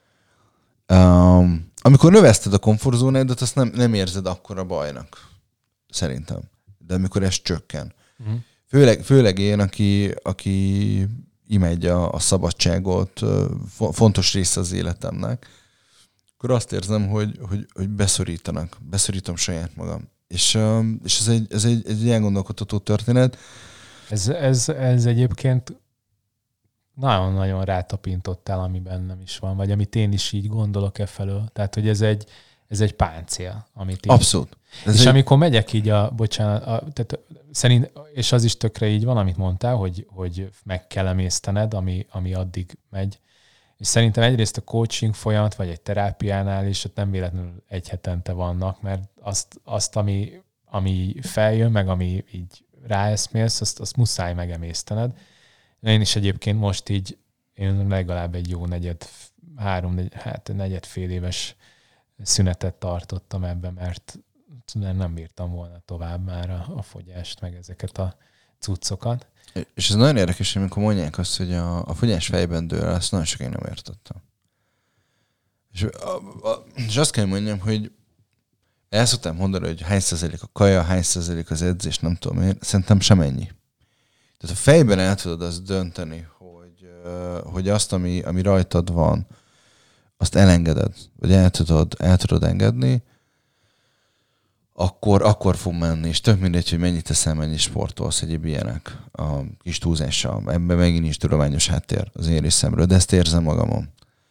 um, amikor növeszted a komfortzónádat, azt nem, nem érzed akkora bajnak. Szerintem. De amikor ez csökken. Uh-huh. Főleg, főleg én, aki, aki imádja a szabadságot, fontos része az életemnek, akkor azt érzem, hogy, hogy, hogy beszorítanak. Beszorítom saját magam. És, és ez egy, ez egy, egy ilyen gondolkodható történet. Ez, ez, ez egyébként nagyon-nagyon rátapintottál, ami bennem is van, vagy amit én is így gondolok e felől. Tehát, hogy ez egy, ez egy páncél, amit így... Abszolút. Ez és egy... amikor megyek így a, bocsánat, a, tehát szerint, és az is tökre így van, amit mondtál, hogy, hogy meg kell emésztened, ami, ami addig megy. És szerintem egyrészt a coaching folyamat, vagy egy terápiánál is ott nem véletlenül egy hetente vannak, mert azt, azt ami, ami feljön, meg ami így ráeszmélsz, azt, azt muszáj megemésztened. Én is egyébként most így, én legalább egy jó negyed, három, negy, hát negyed fél éves szünetet tartottam ebbe, mert nem bírtam volna tovább már a, a fogyást, meg ezeket a cuccokat. És ez nagyon érdekes, amikor mondják azt, hogy a, a fogyás fejben dől, azt nagyon sokáig nem értettem. És, a, a, és azt kell mondjam, hogy el szoktam mondani, hogy hány százalék a kaja, hány százalék az edzés, nem tudom én, szerintem sem ennyi. Tehát a fejben el tudod azt dönteni, hogy, hogy azt, ami, ami rajtad van, azt elengeded, vagy el tudod, el tudod engedni, akkor, akkor fog menni, és tök mindegy, hogy mennyit teszel, mennyit sportolsz, egyéb ilyenek a kis túlzással. Ebben megint nincs tudományos háttér az én részemről, de ezt érzem magamon.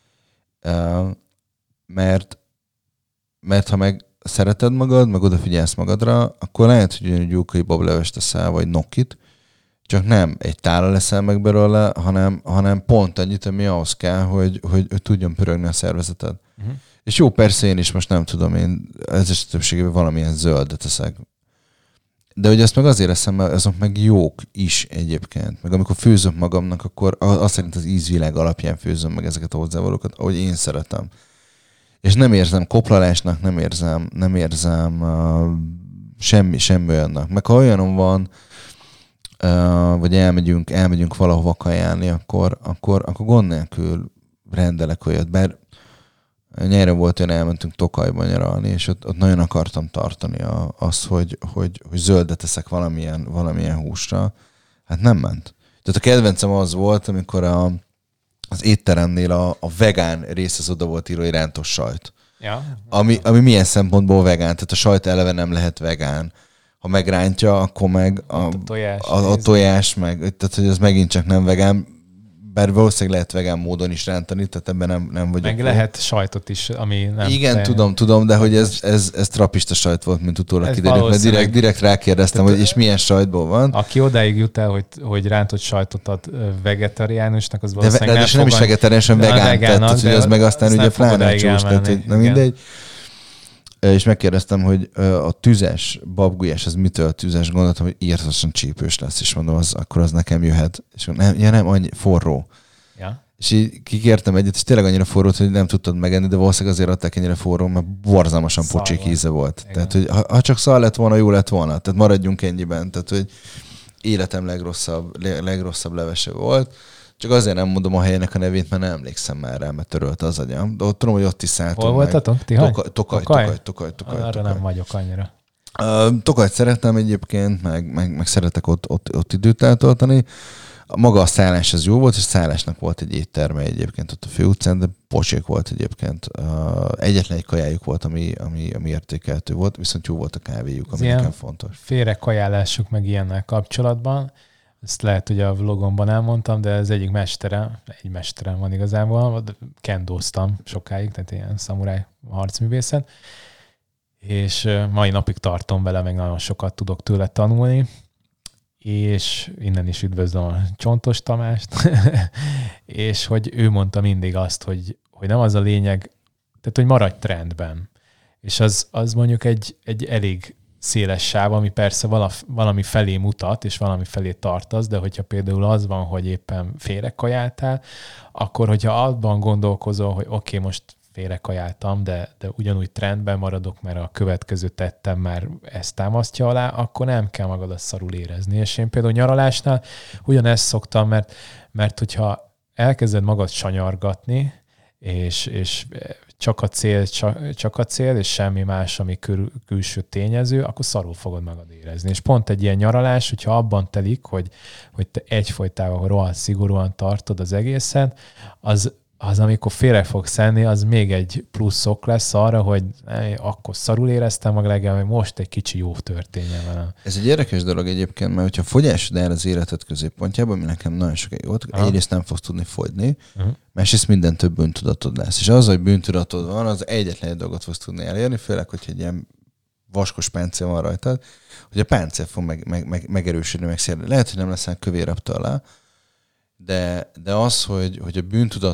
Mert, mert ha meg szereted magad, meg odafigyelsz magadra, akkor lehet, hogy olyan gyúkai bablevest teszel, vagy nokit, csak nem egy tála leszel meg belőle, hanem, hanem pont annyit, ami ahhoz kell, hogy, hogy, hogy tudjon pörögni a szervezeted. Uh-huh. És jó, persze én is most nem tudom, én ez többségében valamilyen zöldet teszek. De hogy ezt meg azért eszem, mert azok meg jók is egyébként. Meg amikor főzöm magamnak, akkor azt szerint az ízvilág alapján főzöm meg ezeket a hozzávalókat, ahogy én szeretem. És nem érzem koplalásnak, nem érzem, nem érzem uh, semmi, semmi olyannak. Meg ha olyanom van, uh, vagy elmegyünk, elmegyünk valahova kajálni, akkor, akkor, akkor gond nélkül rendelek olyat. Bár nyáron volt olyan, elmentünk Tokajban nyaralni, és ott, ott nagyon akartam tartani a, azt, hogy, hogy, hogy zöldet teszek valamilyen, valamilyen húsra. Hát nem ment. Tehát a kedvencem az volt, amikor a, az étteremnél a, a vegán rész az oda volt írva, hogy rántos sajt. Ja. Ami, ami milyen szempontból vegán? Tehát a sajt eleve nem lehet vegán. Ha megrántja, akkor meg a, a tojás, a, a tojás meg, tehát hogy az megint csak nem vegán. Bár valószínűleg lehet vegán módon is rántani, tehát ebben nem, nem vagyok. Meg lehet volt. Sajtot is, ami nem... Igen, te... tudom, tudom, de hogy ez, ez, ez trapista sajt volt, mint utólag kiderült, mert direkt, direkt rákérdeztem, tehát, hogy és milyen sajtból van. Aki odáig jut el, hogy, hogy rántott sajtot ad vegetariánusnak, az valószínűleg de, de nem, nem is vegetariánus, hanem vegán, vegán tehát hogy az meg aztán ugye pláne csúsz, tehát hogy nem mindegy. És megkérdeztem, hogy a tüzes babgulyás, az mitől tüzes, gondoltam, hogy írtosan csípős lesz, és mondom, az, akkor az nekem jöhet. És nem, ja nem, annyi forró. Ja. És így kikértem egyet, és tényleg annyira forró, hogy nem tudtad megenni, de valószínűleg azért adták ennyire forró, mert borzalmasan pocsék íze volt. Igen. Tehát, hogy ha, ha csak szal lett volna, jó lett volna. Tehát maradjunk ennyiben. Tehát, hogy életem legrosszabb, legrosszabb levese volt. Csak azért nem mondom a helynek a nevét, mert nem emlékszem már rá, mert törölte az agyam. De ott tudom, hogy ott is szálltunk. Hol voltatok? Tokaj, Tokaj, Tokaj, Tokaj, Tokaj, Tokaj. Arra nem vagyok annyira. Uh, Tokajt szeretem egyébként, meg, meg, meg szeretek ott, ott, ott időt eltölteni. Maga a szállás az jó volt, és szállásnak volt egy étterme egyébként ott a főutcán, de pocsék volt egyébként. Uh, egyetlen egy kajájuk volt, ami, ami, ami értékelhető volt, viszont jó volt a kávéjuk, ami nekem fontos. Félre kajálásuk meg ilyennel kapcsolatban. Ezt lehet, hogy a vlogomban elmondtam, de ez egyik mestere, egy mesterem van igazából, kendóztam sokáig, tehát ilyen szamuráj harcművészet, és mai napig tartom vele, meg nagyon sokat tudok tőle tanulni, és innen is üdvözlöm a Csontos Tamást, és hogy ő mondta mindig azt, hogy, hogy nem az a lényeg, tehát hogy maradj trendben. És az, az mondjuk egy, egy elég széles sáv, ami persze valami felé mutat, és valami felé tartasz, de hogyha például az van, hogy éppen félrekajáltál, akkor hogyha abban gondolkozol, hogy oké, okay, most félrekajáltam, de, de ugyanúgy trendben maradok, mert a következő tettem már ezt támasztja alá, akkor nem kell magadat szarul érezni. És én például nyaralásnál ugyanezt szoktam, mert, mert hogyha elkezded magad sanyargatni, és, és csak a cél, csak, csak a cél, és semmi más, ami kül, külső tényező, akkor szarul fogod magad érezni. És pont egy ilyen nyaralás, hogyha abban telik, hogy, hogy te egyfolytában rohadt szigorúan tartod az egészet, az, az amikor félre fogsz enni, az még egy pluszok lesz arra, hogy eh, akkor szarul éreztem meg legalább, most egy kicsi jó történjen velem. Ez egy érdekes dolog egyébként, mert hogyha fogyásod el az életed középpontjában, ami nekem nagyon sokáig volt, aha, egyrészt nem fogsz tudni fogyni, uh-huh, másrészt minden több bűntudatod lesz. És az, hogy bűntudatod van, az egyetlen egy dolgot fogsz tudni elérni, főleg, hogyha egy ilyen vaskos páncél van rajtad, hogy a páncél fog meg, meg, meg, megerősödni, megszérni. Lehet, hogy nem leszel kövérabb tőle, de, de az, hogy, hogy a bűntudat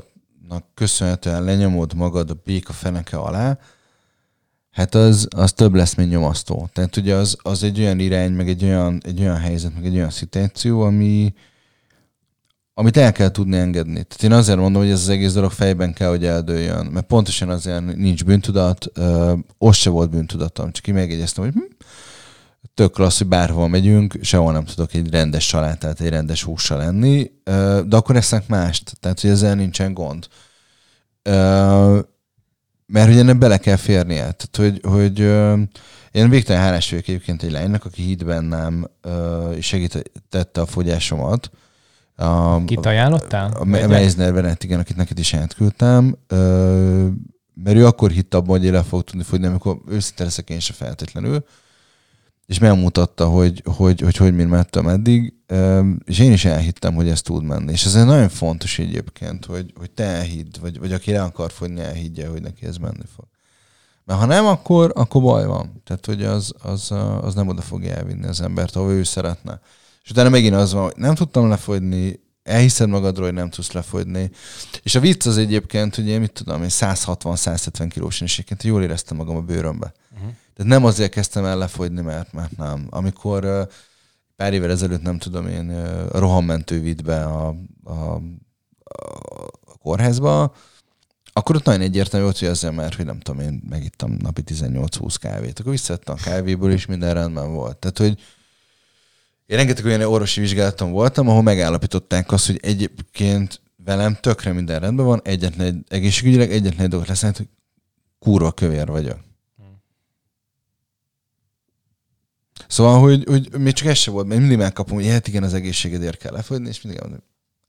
köszönhetően lenyomod magad a béka feneke alá, hát az, az több lesz, mint nyomasztó. Tehát ugye az, az egy olyan irány, meg egy olyan, egy olyan helyzet, meg egy olyan szituáció, ami, amit el kell tudni engedni. Tehát én azért mondom, hogy ez az egész dolog fejben kell, hogy eldőljön. Mert pontosan azért nincs bűntudat, ö, ott se volt bűntudatom. Csak én megjegyeztem, hogy hm, tök klassz, hogy bárhol megyünk, sehol nem tudok egy rendes salátát, egy rendes hússal enni, ö, de akkor esznek mást. Tehát, hogy ezzel nincsen gond. Ö, mert hogy ennek bele kell férnie. Tehát, hogy, hogy ö, én végtelen hálás vagyok egyébként egy lánynak, aki hitt bennem, ö, és segítette a fogyásomat. A, Kit ajánlottál? A, a Meisner Benett, igen, akit neked is átküldtem, ö, mert ő akkor hitt abban, hogy én le fog tudni fogyni, amikor őszinte leszek én se feltétlenül, és megmutatta, hogy hogy, hogy, hogy miért mentem eddig, ö, és én is elhittem, hogy ez tud menni. És ez nagyon fontos egyébként, hogy, hogy te elhidd, vagy, vagy aki le akar fogyni, elhiggye, hogy neki ez menni fog. Mert ha nem, akkor, akkor baj van. Tehát, hogy az, az, az nem oda fogja elvinni az embert, ahol ő szeretne. És utána megint az van, hogy nem tudtam lefogyni, elhiszed magadról, hogy nem tudsz lefogyni. És a vicc az egyébként, hogy én mit tudom, én száz hatvan száz hetven kilós, és egyébként jól éreztem magam a bőrömbe. Uh-huh. Tehát nem azért kezdtem el lefogyni, mert, mert nem. Amikor uh, pár évvel ezelőtt, nem tudom én, uh, a rohammentő vitt be a, a, a kórházba, akkor ott nagyon egyértelmű volt, hogy azért már, hogy nem tudom én, megittam napi tizennyolc-húsz kávét. Akkor visszaadtam a kávéból, és minden rendben volt. Tehát, hogy én rengeteg olyan orvosi vizsgálaton voltam, ahol megállapították azt, hogy egyébként velem tökre minden rendben van, egyetlen egészségügyileg egyetlen egy dolgot lesz, hogy kurva kövér vagyok. Hmm. Szóval, hogy, hogy még csak ez sem volt, mert mindig megkapom, hogy hát igen, az egészségedért kell lefogyni, és mindig mondom,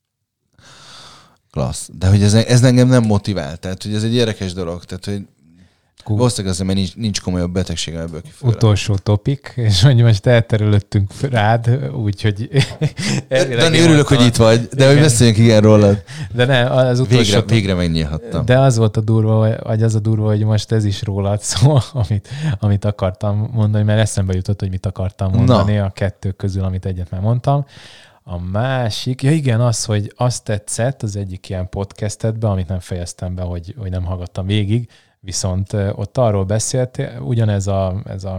klassz. De hogy ez, ez engem nem motivál, tehát hogy ez egy érdekes dolog, tehát hogy valószínűleg azért, mert nincs, nincs komolyabb betegségem ebből kifőleg. Utolsó topik, és hogy most elterülöttünk rád, úgyhogy... Dani, örülök, hogy itt vagy, de igen. Hogy beszéljünk igen rólad. De ne, az utolsó... Végre, végre megnyílhattam. De az volt a durva, vagy az a durva, hogy most ez is rólad szól, amit, amit akartam mondani, mert eszembe jutott, hogy mit akartam mondani Na. a kettő közül, amit egyet már mondtam. A másik, ja igen, az, hogy azt tetszett az egyik ilyen podcastedben, amit nem fejeztem be, hogy, hogy nem hallgattam végig, viszont ott arról beszéltél, ugyanez a, ez a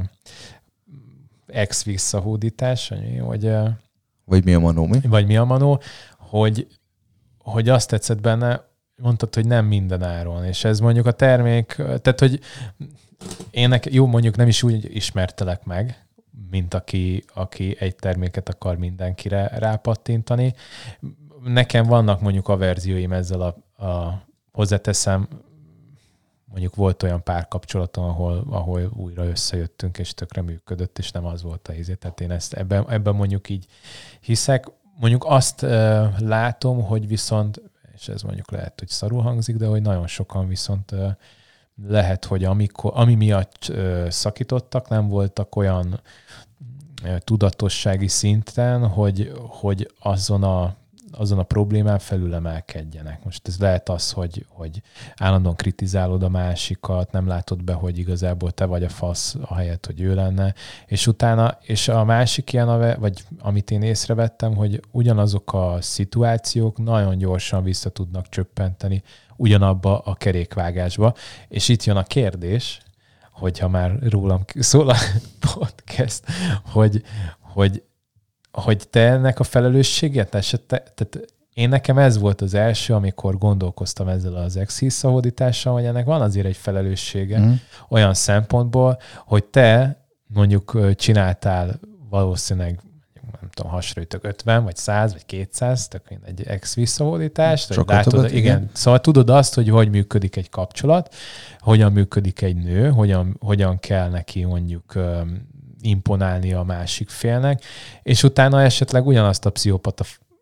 ex-visszahódítás, hogy... Vagy mi a manó, mi? Vagy mi a manó, hogy, hogy azt tetszett benne, mondtad, hogy nem minden áron, és ez mondjuk a termék, tehát, hogy én jó, mondjuk nem is úgy ismertelek meg, mint aki, aki egy terméket akar mindenkire rápattintani. Nekem vannak mondjuk averzióim ezzel a, a hozzáteszem, mondjuk volt olyan párkapcsolatom, ahol, ahol újra összejöttünk, és tökre működött, és nem az volt a ízé. Tehát én ezt ebben, ebben mondjuk így hiszek. Mondjuk azt uh, látom, hogy viszont, és ez mondjuk lehet, hogy szarul hangzik, de hogy nagyon sokan viszont uh, lehet, hogy amikor, ami miatt uh, szakítottak, nem voltak olyan uh, tudatossági szinten, hogy, hogy azon a azon a problémán felülemelkedjenek. Most ez lehet az, hogy, hogy állandóan kritizálod a másikat, nem látod be, hogy igazából te vagy a fasz, ahelyett, hogy ő lenne, és utána, és a másik ilyen, vagy amit én észrevettem, hogy ugyanazok a szituációk nagyon gyorsan vissza tudnak csöppenteni ugyanabba a kerékvágásba, és itt jön a kérdés, hogyha már rólam szól a podcast, hogy, hogy hogy te ennek a felelősséget esette, tehát én nekem ez volt az első, amikor gondolkoztam ezzel az ex-visszahódítással, hogy ennek van azért egy felelőssége mm. olyan szempontból, hogy te mondjuk csináltál valószínűleg, nem tudom, hasraütök ötven, vagy száz, vagy kétszáz, tök egy ex-visszahódítást. Látod, többet, igen. igen. Szóval tudod azt, hogy hogy működik egy kapcsolat, hogyan működik egy nő, hogyan, hogyan kell neki mondjuk imponálni a másik félnek, és utána esetleg ugyanazt a pszichopata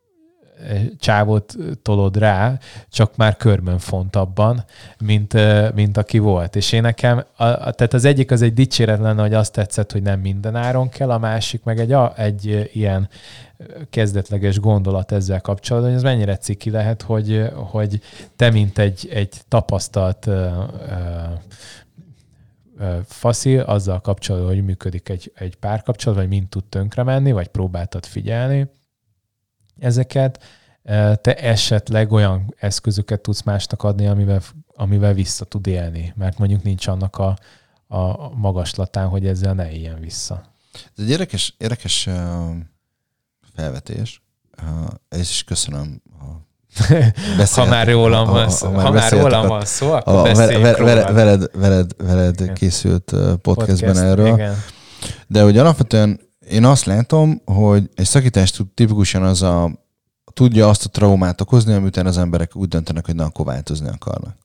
csávot tolod rá, csak már körmön fontabban, mint, mint aki volt. És én nekem, a, tehát az egyik az egy dicséret lenne, hogy azt tetszett, hogy nem minden áron kell, a másik meg egy, egy ilyen kezdetleges gondolat ezzel kapcsolatban, hogy ez mennyire ciki lehet, hogy, hogy te, mint egy, egy tapasztalt faszi, azzal kapcsolatban, hogy működik egy, egy párkapcsolat, vagy mind tud tönkre menni, vagy próbáltad figyelni ezeket. te esetleg olyan eszközöket tudsz másnak adni, amivel, amivel vissza tud élni, mert mondjuk nincs annak a, a magaslatán, hogy ezzel ne éljen vissza. Ez egy érdekes, érdekes felvetés. Ez is köszönöm. Ha már rólam van szó, ha már rólam van szó, akkor beszéljünk veled, veled, veled, veled készült podcastben Podcast, erről. Igen. De hogy alapvetően én azt látom, hogy egy szakítás tipikusan az a tudja azt a traumát okozni, amitán az emberek úgy döntenek, hogy na, akkor változni akarnak.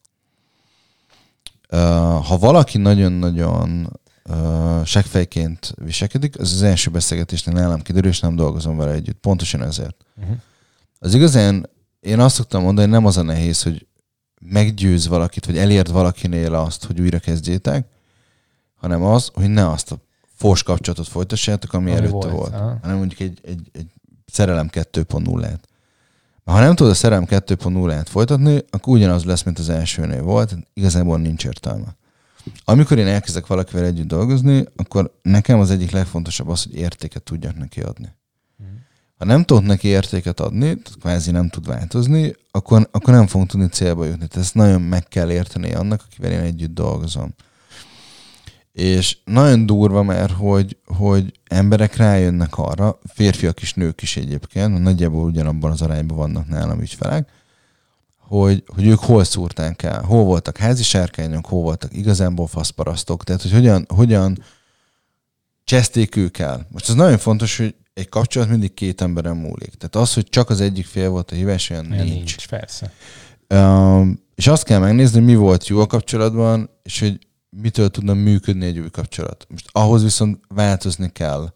Ha valaki nagyon-nagyon uh, seggfejként viselkedik, az az első beszélgetésnél nálam kiderül, és nem dolgozom vele együtt. Pontosan ezért. Uh-huh. Az igazán, én azt szoktam mondani, hogy nem az a nehéz, hogy meggyőz valakit, vagy elérd valakinél azt, hogy újra kezdjétek, hanem az, hogy ne azt a fors kapcsolatot folytassátok, ami, ami előtte volt, volt hanem mondjuk egy, egy, egy szerelem kettő pont nullát. Ha nem tudod a szerelem kettő pont nullát folytatni, akkor ugyanaz lesz, mint az elsőnél volt, igazából nincs értelme. Amikor én elkezdek valakivel együtt dolgozni, akkor nekem az egyik legfontosabb az, hogy értéket tudjak neki adni. Ha nem tudok neki értéket adni, kvázi nem tud változni, akkor, akkor nem fogunk tudni célba jutni. Tehát ezt nagyon meg kell érteni annak, akivel én együtt dolgozom. És nagyon durva, mert hogy, hogy emberek rájönnek arra, férfiak is, nők is egyébként, nagyjából ugyanabban az arányban vannak nálam ügyfelek, hogy, hogy ők hol szúrták el, hol voltak házi sárkányok, hol voltak igazából faszparasztok, tehát hogy hogyan, hogyan cseszték ők el. Most ez nagyon fontos, hogy egy kapcsolat mindig két emberen múlik. Tehát az, hogy csak az egyik fél volt a hívás, olyan nincs. nincs. Persze. Um, és azt kell megnézni, mi volt jó a kapcsolatban, és hogy mitől tudna működni egy új kapcsolat. Most ahhoz viszont változni kell.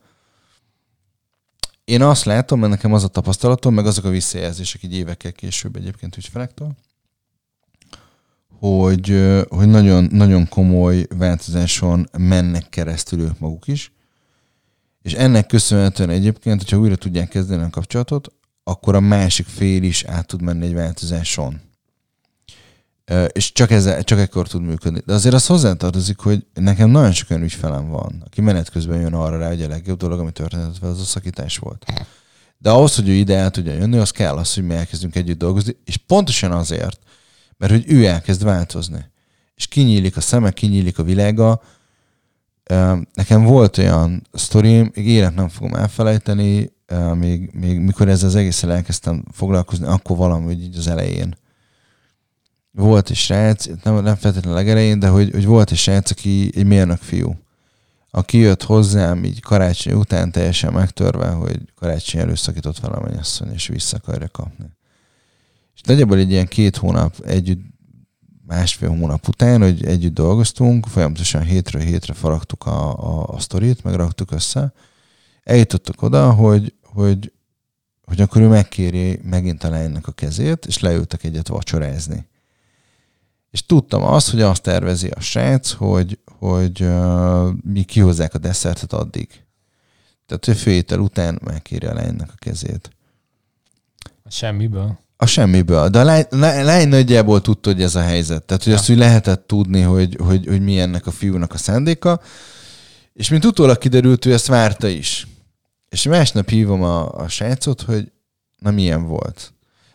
Én azt látom, mert nekem az a tapasztalatom, meg azok a visszajelzések így évekkel később egyébként ügyfelektől, hogy, hogy nagyon, nagyon komoly változáson mennek keresztül ők maguk is, és ennek köszönhetően egyébként, hogyha újra tudják kezdeni a kapcsolatot, akkor a másik fél is át tud menni egy változáson. És csak, ezzel, csak ekkor tud működni. De azért az hozzátartozik, hogy nekem nagyon sok olyan ügyfelem van, aki menet közben jön arra rá, hogy a legjobb dolog, ami történt vele, az a szakítás volt. De ahhoz, hogy ő ide el tudja jönni, az kell az, hogy mi elkezdünk együtt dolgozni, és pontosan azért, mert hogy ő elkezd változni. És kinyílik a szeme, kinyílik a világa. Nekem volt olyan sztorim, még élet nem fogom elfelejteni, még, még mikor ezzel az egészen elkezdtem foglalkozni, akkor valahogy így az elején. Volt egy srác, nem, nem feltétlenül a legelején, de hogy, hogy volt egy srác, aki egy mérnök fiú, aki jött hozzám így karácsony után teljesen megtörve, hogy karácsony előtt szakított vele a mennyasszony, és vissza akarja kapni. És nagyjából egy ilyen két hónap együtt, másfél hónap után, hogy együtt dolgoztunk, folyamatosan hétről hétre faragtuk a, a, a sztorit, meg raktuk össze. Eljutottuk oda, hogy, hogy, hogy akkor ő megkéri megint a lánynak a kezét, és leültek egyet vacsorázni. És tudtam azt, hogy azt tervezi a srác, hogy, hogy uh, mi kihozzák a desszertet addig. Tehát ő főétel után megkéri a lánynak a kezét. A semmiből? A semmiből. De a lány, lány nagyjából tudta, hogy ez a helyzet. Tehát, hogy ja. azt úgy lehetett tudni, hogy, hogy, hogy mi ennek a fiúnak a szándéka. És mint utólag kiderült, ő ezt várta is. És másnap hívom a, a srácot, hogy na milyen volt.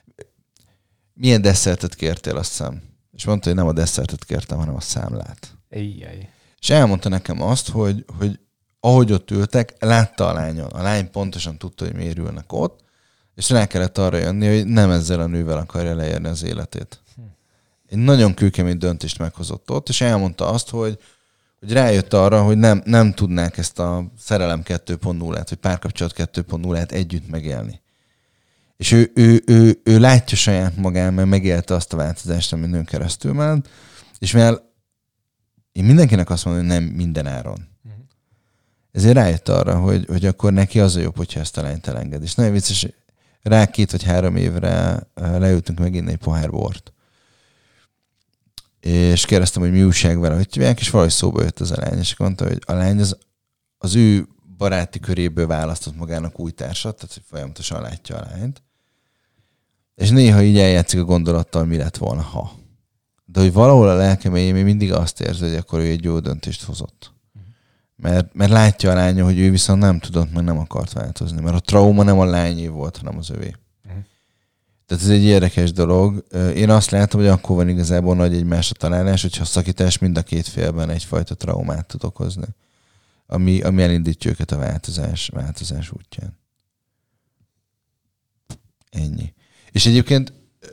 Milyen desszertet kértél, azt hiszem. És mondta, hogy nem a desszertet kértem, hanem a számlát. Ejjjj. És elmondta nekem azt, hogy, hogy ahogy ott ültek, látta a lányon. A lány pontosan tudta, hogy miért ülnek ott, és rá kellett arra jönni, hogy nem ezzel a nővel akarja leérni az életét. Hm. Egy nagyon kőkemény döntést meghozott ott, és elmondta azt, hogy, hogy rájött arra, hogy nem, nem tudnák ezt a szerelem kettő pont nullát, vagy párkapcsolat kettő pont nullát együtt megélni. És ő, ő, ő, ő látja saját magán, mert megélte azt a változást, amit nőn keresztül ment, és mivel én mindenkinek azt mondom, hogy nem minden áron. Uh-huh. Ezért rájött arra, hogy, hogy akkor neki az a jobb, hogyha ezt a lányt elenged. És nagyon vicces, rá két vagy három évre leültünk megint egy pohár bort. És kérdeztem, hogy mi újság vele, hogy hívják, és valahogy szóba jött az a lány, és mondta, hogy a lány az, az ő baráti köréből választott magának új társat, tehát hogy folyamatosan látja a lányt. És néha így eljátszik a gondolattal, mi lett volna, ha. De hogy valahol a lelkeméjén még mindig azt érzi, hogy akkor ő egy jó döntést hozott. Mert, mert látja a lánya, hogy ő viszont nem tudott, meg nem akart változni. Mert a trauma nem a lányé volt, hanem az övé. Uh-huh. Tehát ez egy érdekes dolog. Én azt látom, hogy akkor van igazából nagy egymásra találás, hogyha a szakítás mind a két félben egyfajta traumát tud okozni, ami, ami elindítja őket a változás, változás útján. Ennyi. És egyébként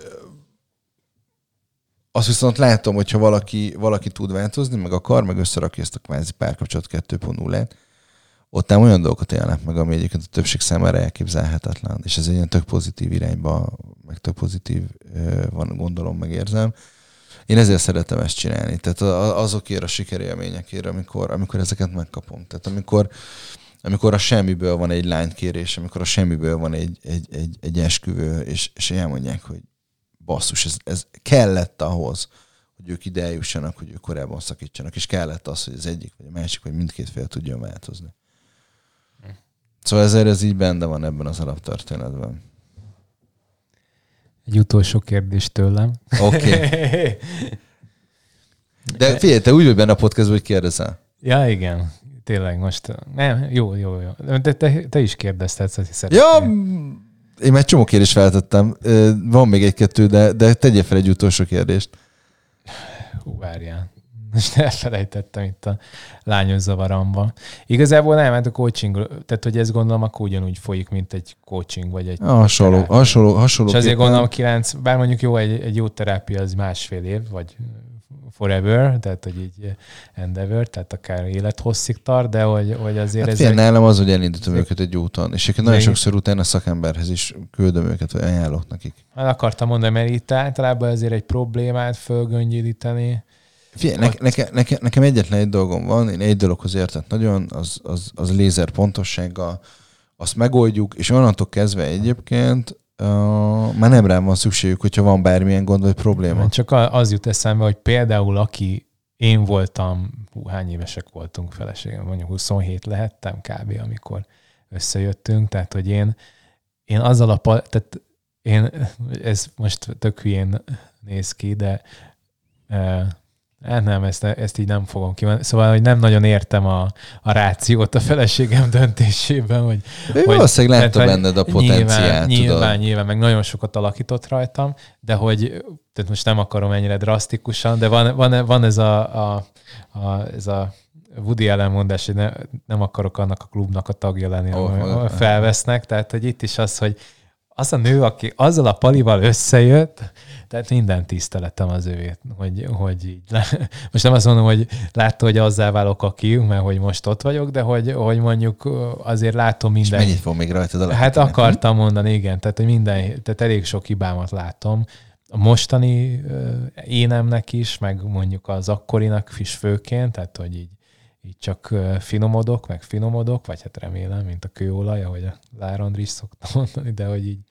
azt viszont látom, hogyha valaki, valaki tud változni, meg akar, meg összerakja ezt a kvázi párkapcsolat kettő pont nullát, ott nem olyan dolgokat élnek meg, ami egyébként a többség számára elképzelhetetlen. És ez egy ilyen tök pozitív irányba, meg tök pozitív van, gondolom, megérzem. Én ezért szeretem ezt csinálni. Tehát azokért a sikerélményekért, amikor, amikor ezeket megkapom. Tehát amikor, amikor a semmiből van egy lánykérés, amikor a semmiből van egy, egy, egy, egy esküvő, és, és elmondják, hogy basszus, ez, ez kellett ahhoz, hogy ők ide eljussanak, hogy ők korábban szakítsanak, és kellett az, hogy az egyik, vagy a másik, vagy mindkét fél tudjon változni. Hm. Szóval ezért ez így benne van ebben az alaptörténetben. Egy utolsó kérdés tőlem. Oké. Okay. De figyelj, te úgy vagy benne a podcastban, hogy kérdezel. Ja, igen. Tényleg most... Nem, jó, jó, jó. De te, te is kérdezted, hogy szeretnél. Ja, én már egy csomó kérdést feltettem. Van még egy-kettő, de, de tegyél fel egy utolsó kérdést. Hú, várjál. Most elfelejtettem itt a lányos zavaramba. Igazából nem, hát a coaching, tehát hogy ezt gondolom, akkor ugyanúgy folyik, mint egy coaching, vagy egy... Hasonló, hasonló, hasonló. És azért gondolom kilenc, bár mondjuk jó, egy, egy jó terápia az másfél év, vagy forever, tehát hogy így endeavor, tehát akár élethosszig tart, de hogy, hogy azért hát ez... Fél, egy... nálam az, hogy elindítom ezek... őket egy úton, és nagyon még... sokszor utána a szakemberhez is küldöm őket, vagy ajánlok nekik. Hát akartam mondani, mert itt általában azért egy problémát fölgöngyölíteni. Figyelj, ne, neke, neke, nekem egyetlen egy dolgom van, én egy dologhoz értek nagyon, az, az, az lézer pontossággal, azt megoldjuk, és onnantól kezdve egyébként uh, már nem rám van szükségük, hogyha van bármilyen gond vagy probléma. Csak az jut eszembe, hogy például aki én voltam, hú, hány évesek voltunk feleségem, mondjuk huszonhét lehettem kb. Amikor összejöttünk, tehát hogy én, én azzal a, tehát én, ez most tök hülyén néz ki, de uh, Hát nem, ezt, ezt így nem fogom kívánni. Szóval, hogy nem nagyon értem a, a rációt a feleségem döntésében, hogy... Ő valószínűleg látta benned a potenciált, nyilván, nyilván, nyilván, meg nagyon sokat alakított rajtam, de hogy, tehát most nem akarom ennyire drasztikusan, de van, van, van ez a, a, a, ez a Woody Allen mondás, hogy ne, nem akarok annak a klubnak a tagja lenni, oh, ahol felvesznek, tehát hogy itt is az, hogy az a nő, aki azzal a palival összejött, tehát minden tiszteletem az ővét, hogy, hogy így. Most nem azt mondom, hogy látta, hogy azzá válok aki, mert hogy most ott vagyok, de hogy, hogy mondjuk azért látom minden. És mennyit fog még rajtad a Hát akartam mondani, igen, tehát, hogy minden, tehát elég sok hibámat látom. A mostani énemnek is, meg mondjuk az akkorinak is főként, tehát hogy így, így csak finomodok, meg finomodok, vagy hát remélem, mint a kőolaj, ahogy a Lár Andris szokta mondani, de hogy így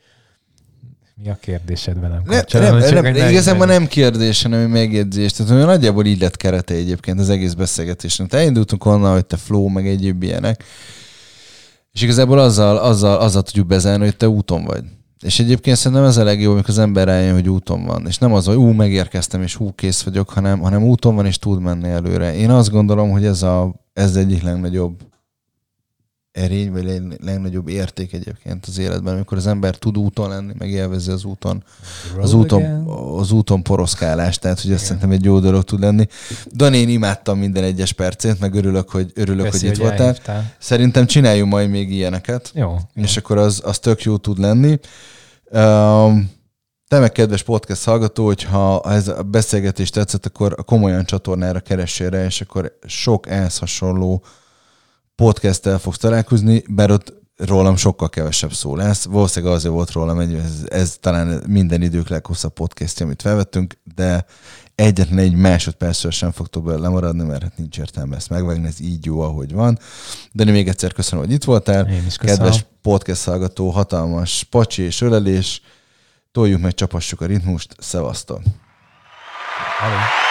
mi a kérdésed velem? Ne, nem, nem, nem, igazából nem kérdés, hanem megjegyzés. Tehát nagyjából így lett kerete egyébként az egész beszélgetésnek. Tehát elindultunk onnan, hogy te flow, meg egyéb ilyenek. És igazából azzal, azzal, azzal tudjuk bezárni, hogy te úton vagy. És egyébként szerintem ez a legjobb, amikor az ember rájön, hogy úton van. És nem az, hogy ú, megérkeztem, és hú, kész vagyok, hanem, hanem úton van, és tud menni előre. Én azt gondolom, hogy ez, a, ez egyik legnagyobb erény, vagy legnagyobb érték egyébként az életben, amikor az ember tud úton lenni, meg élvezi az úton, az úton, az úton poroszkálást, tehát hogy azt szerintem egy jó dolog tud lenni. Dani, én imádtam minden egyes percét, meg örülök, hogy, örülök, Köszi, hogy itt hogy voltál. Elhívtál. Szerintem csináljunk majd még ilyeneket, jó, és jó. akkor az, az tök jó tud lenni. Um, te meg kedves podcast hallgató, hogyha ez a beszélgetés tetszett, akkor komolyan csatornára keressél rá, és akkor sok ehhez hasonló podcasttel fogsz találkozni, bár ott rólam sokkal kevesebb szó lesz. Valószínűleg azért volt rólam, egy, ez, ez talán minden idők leghosszabb podcastja, amit felvettünk, de egyetlen egy másodpercről sem fogtok belőle lemaradni, mert hát nincs értelme ezt megvágni, ez így jó, ahogy van. De még egyszer köszönöm, hogy itt voltál. Én is köszönöm. Kedves podcast hallgató, hatalmas pacsi és ölelés. Toljuk meg, csapassuk a ritmust. Szevasztok! Hello.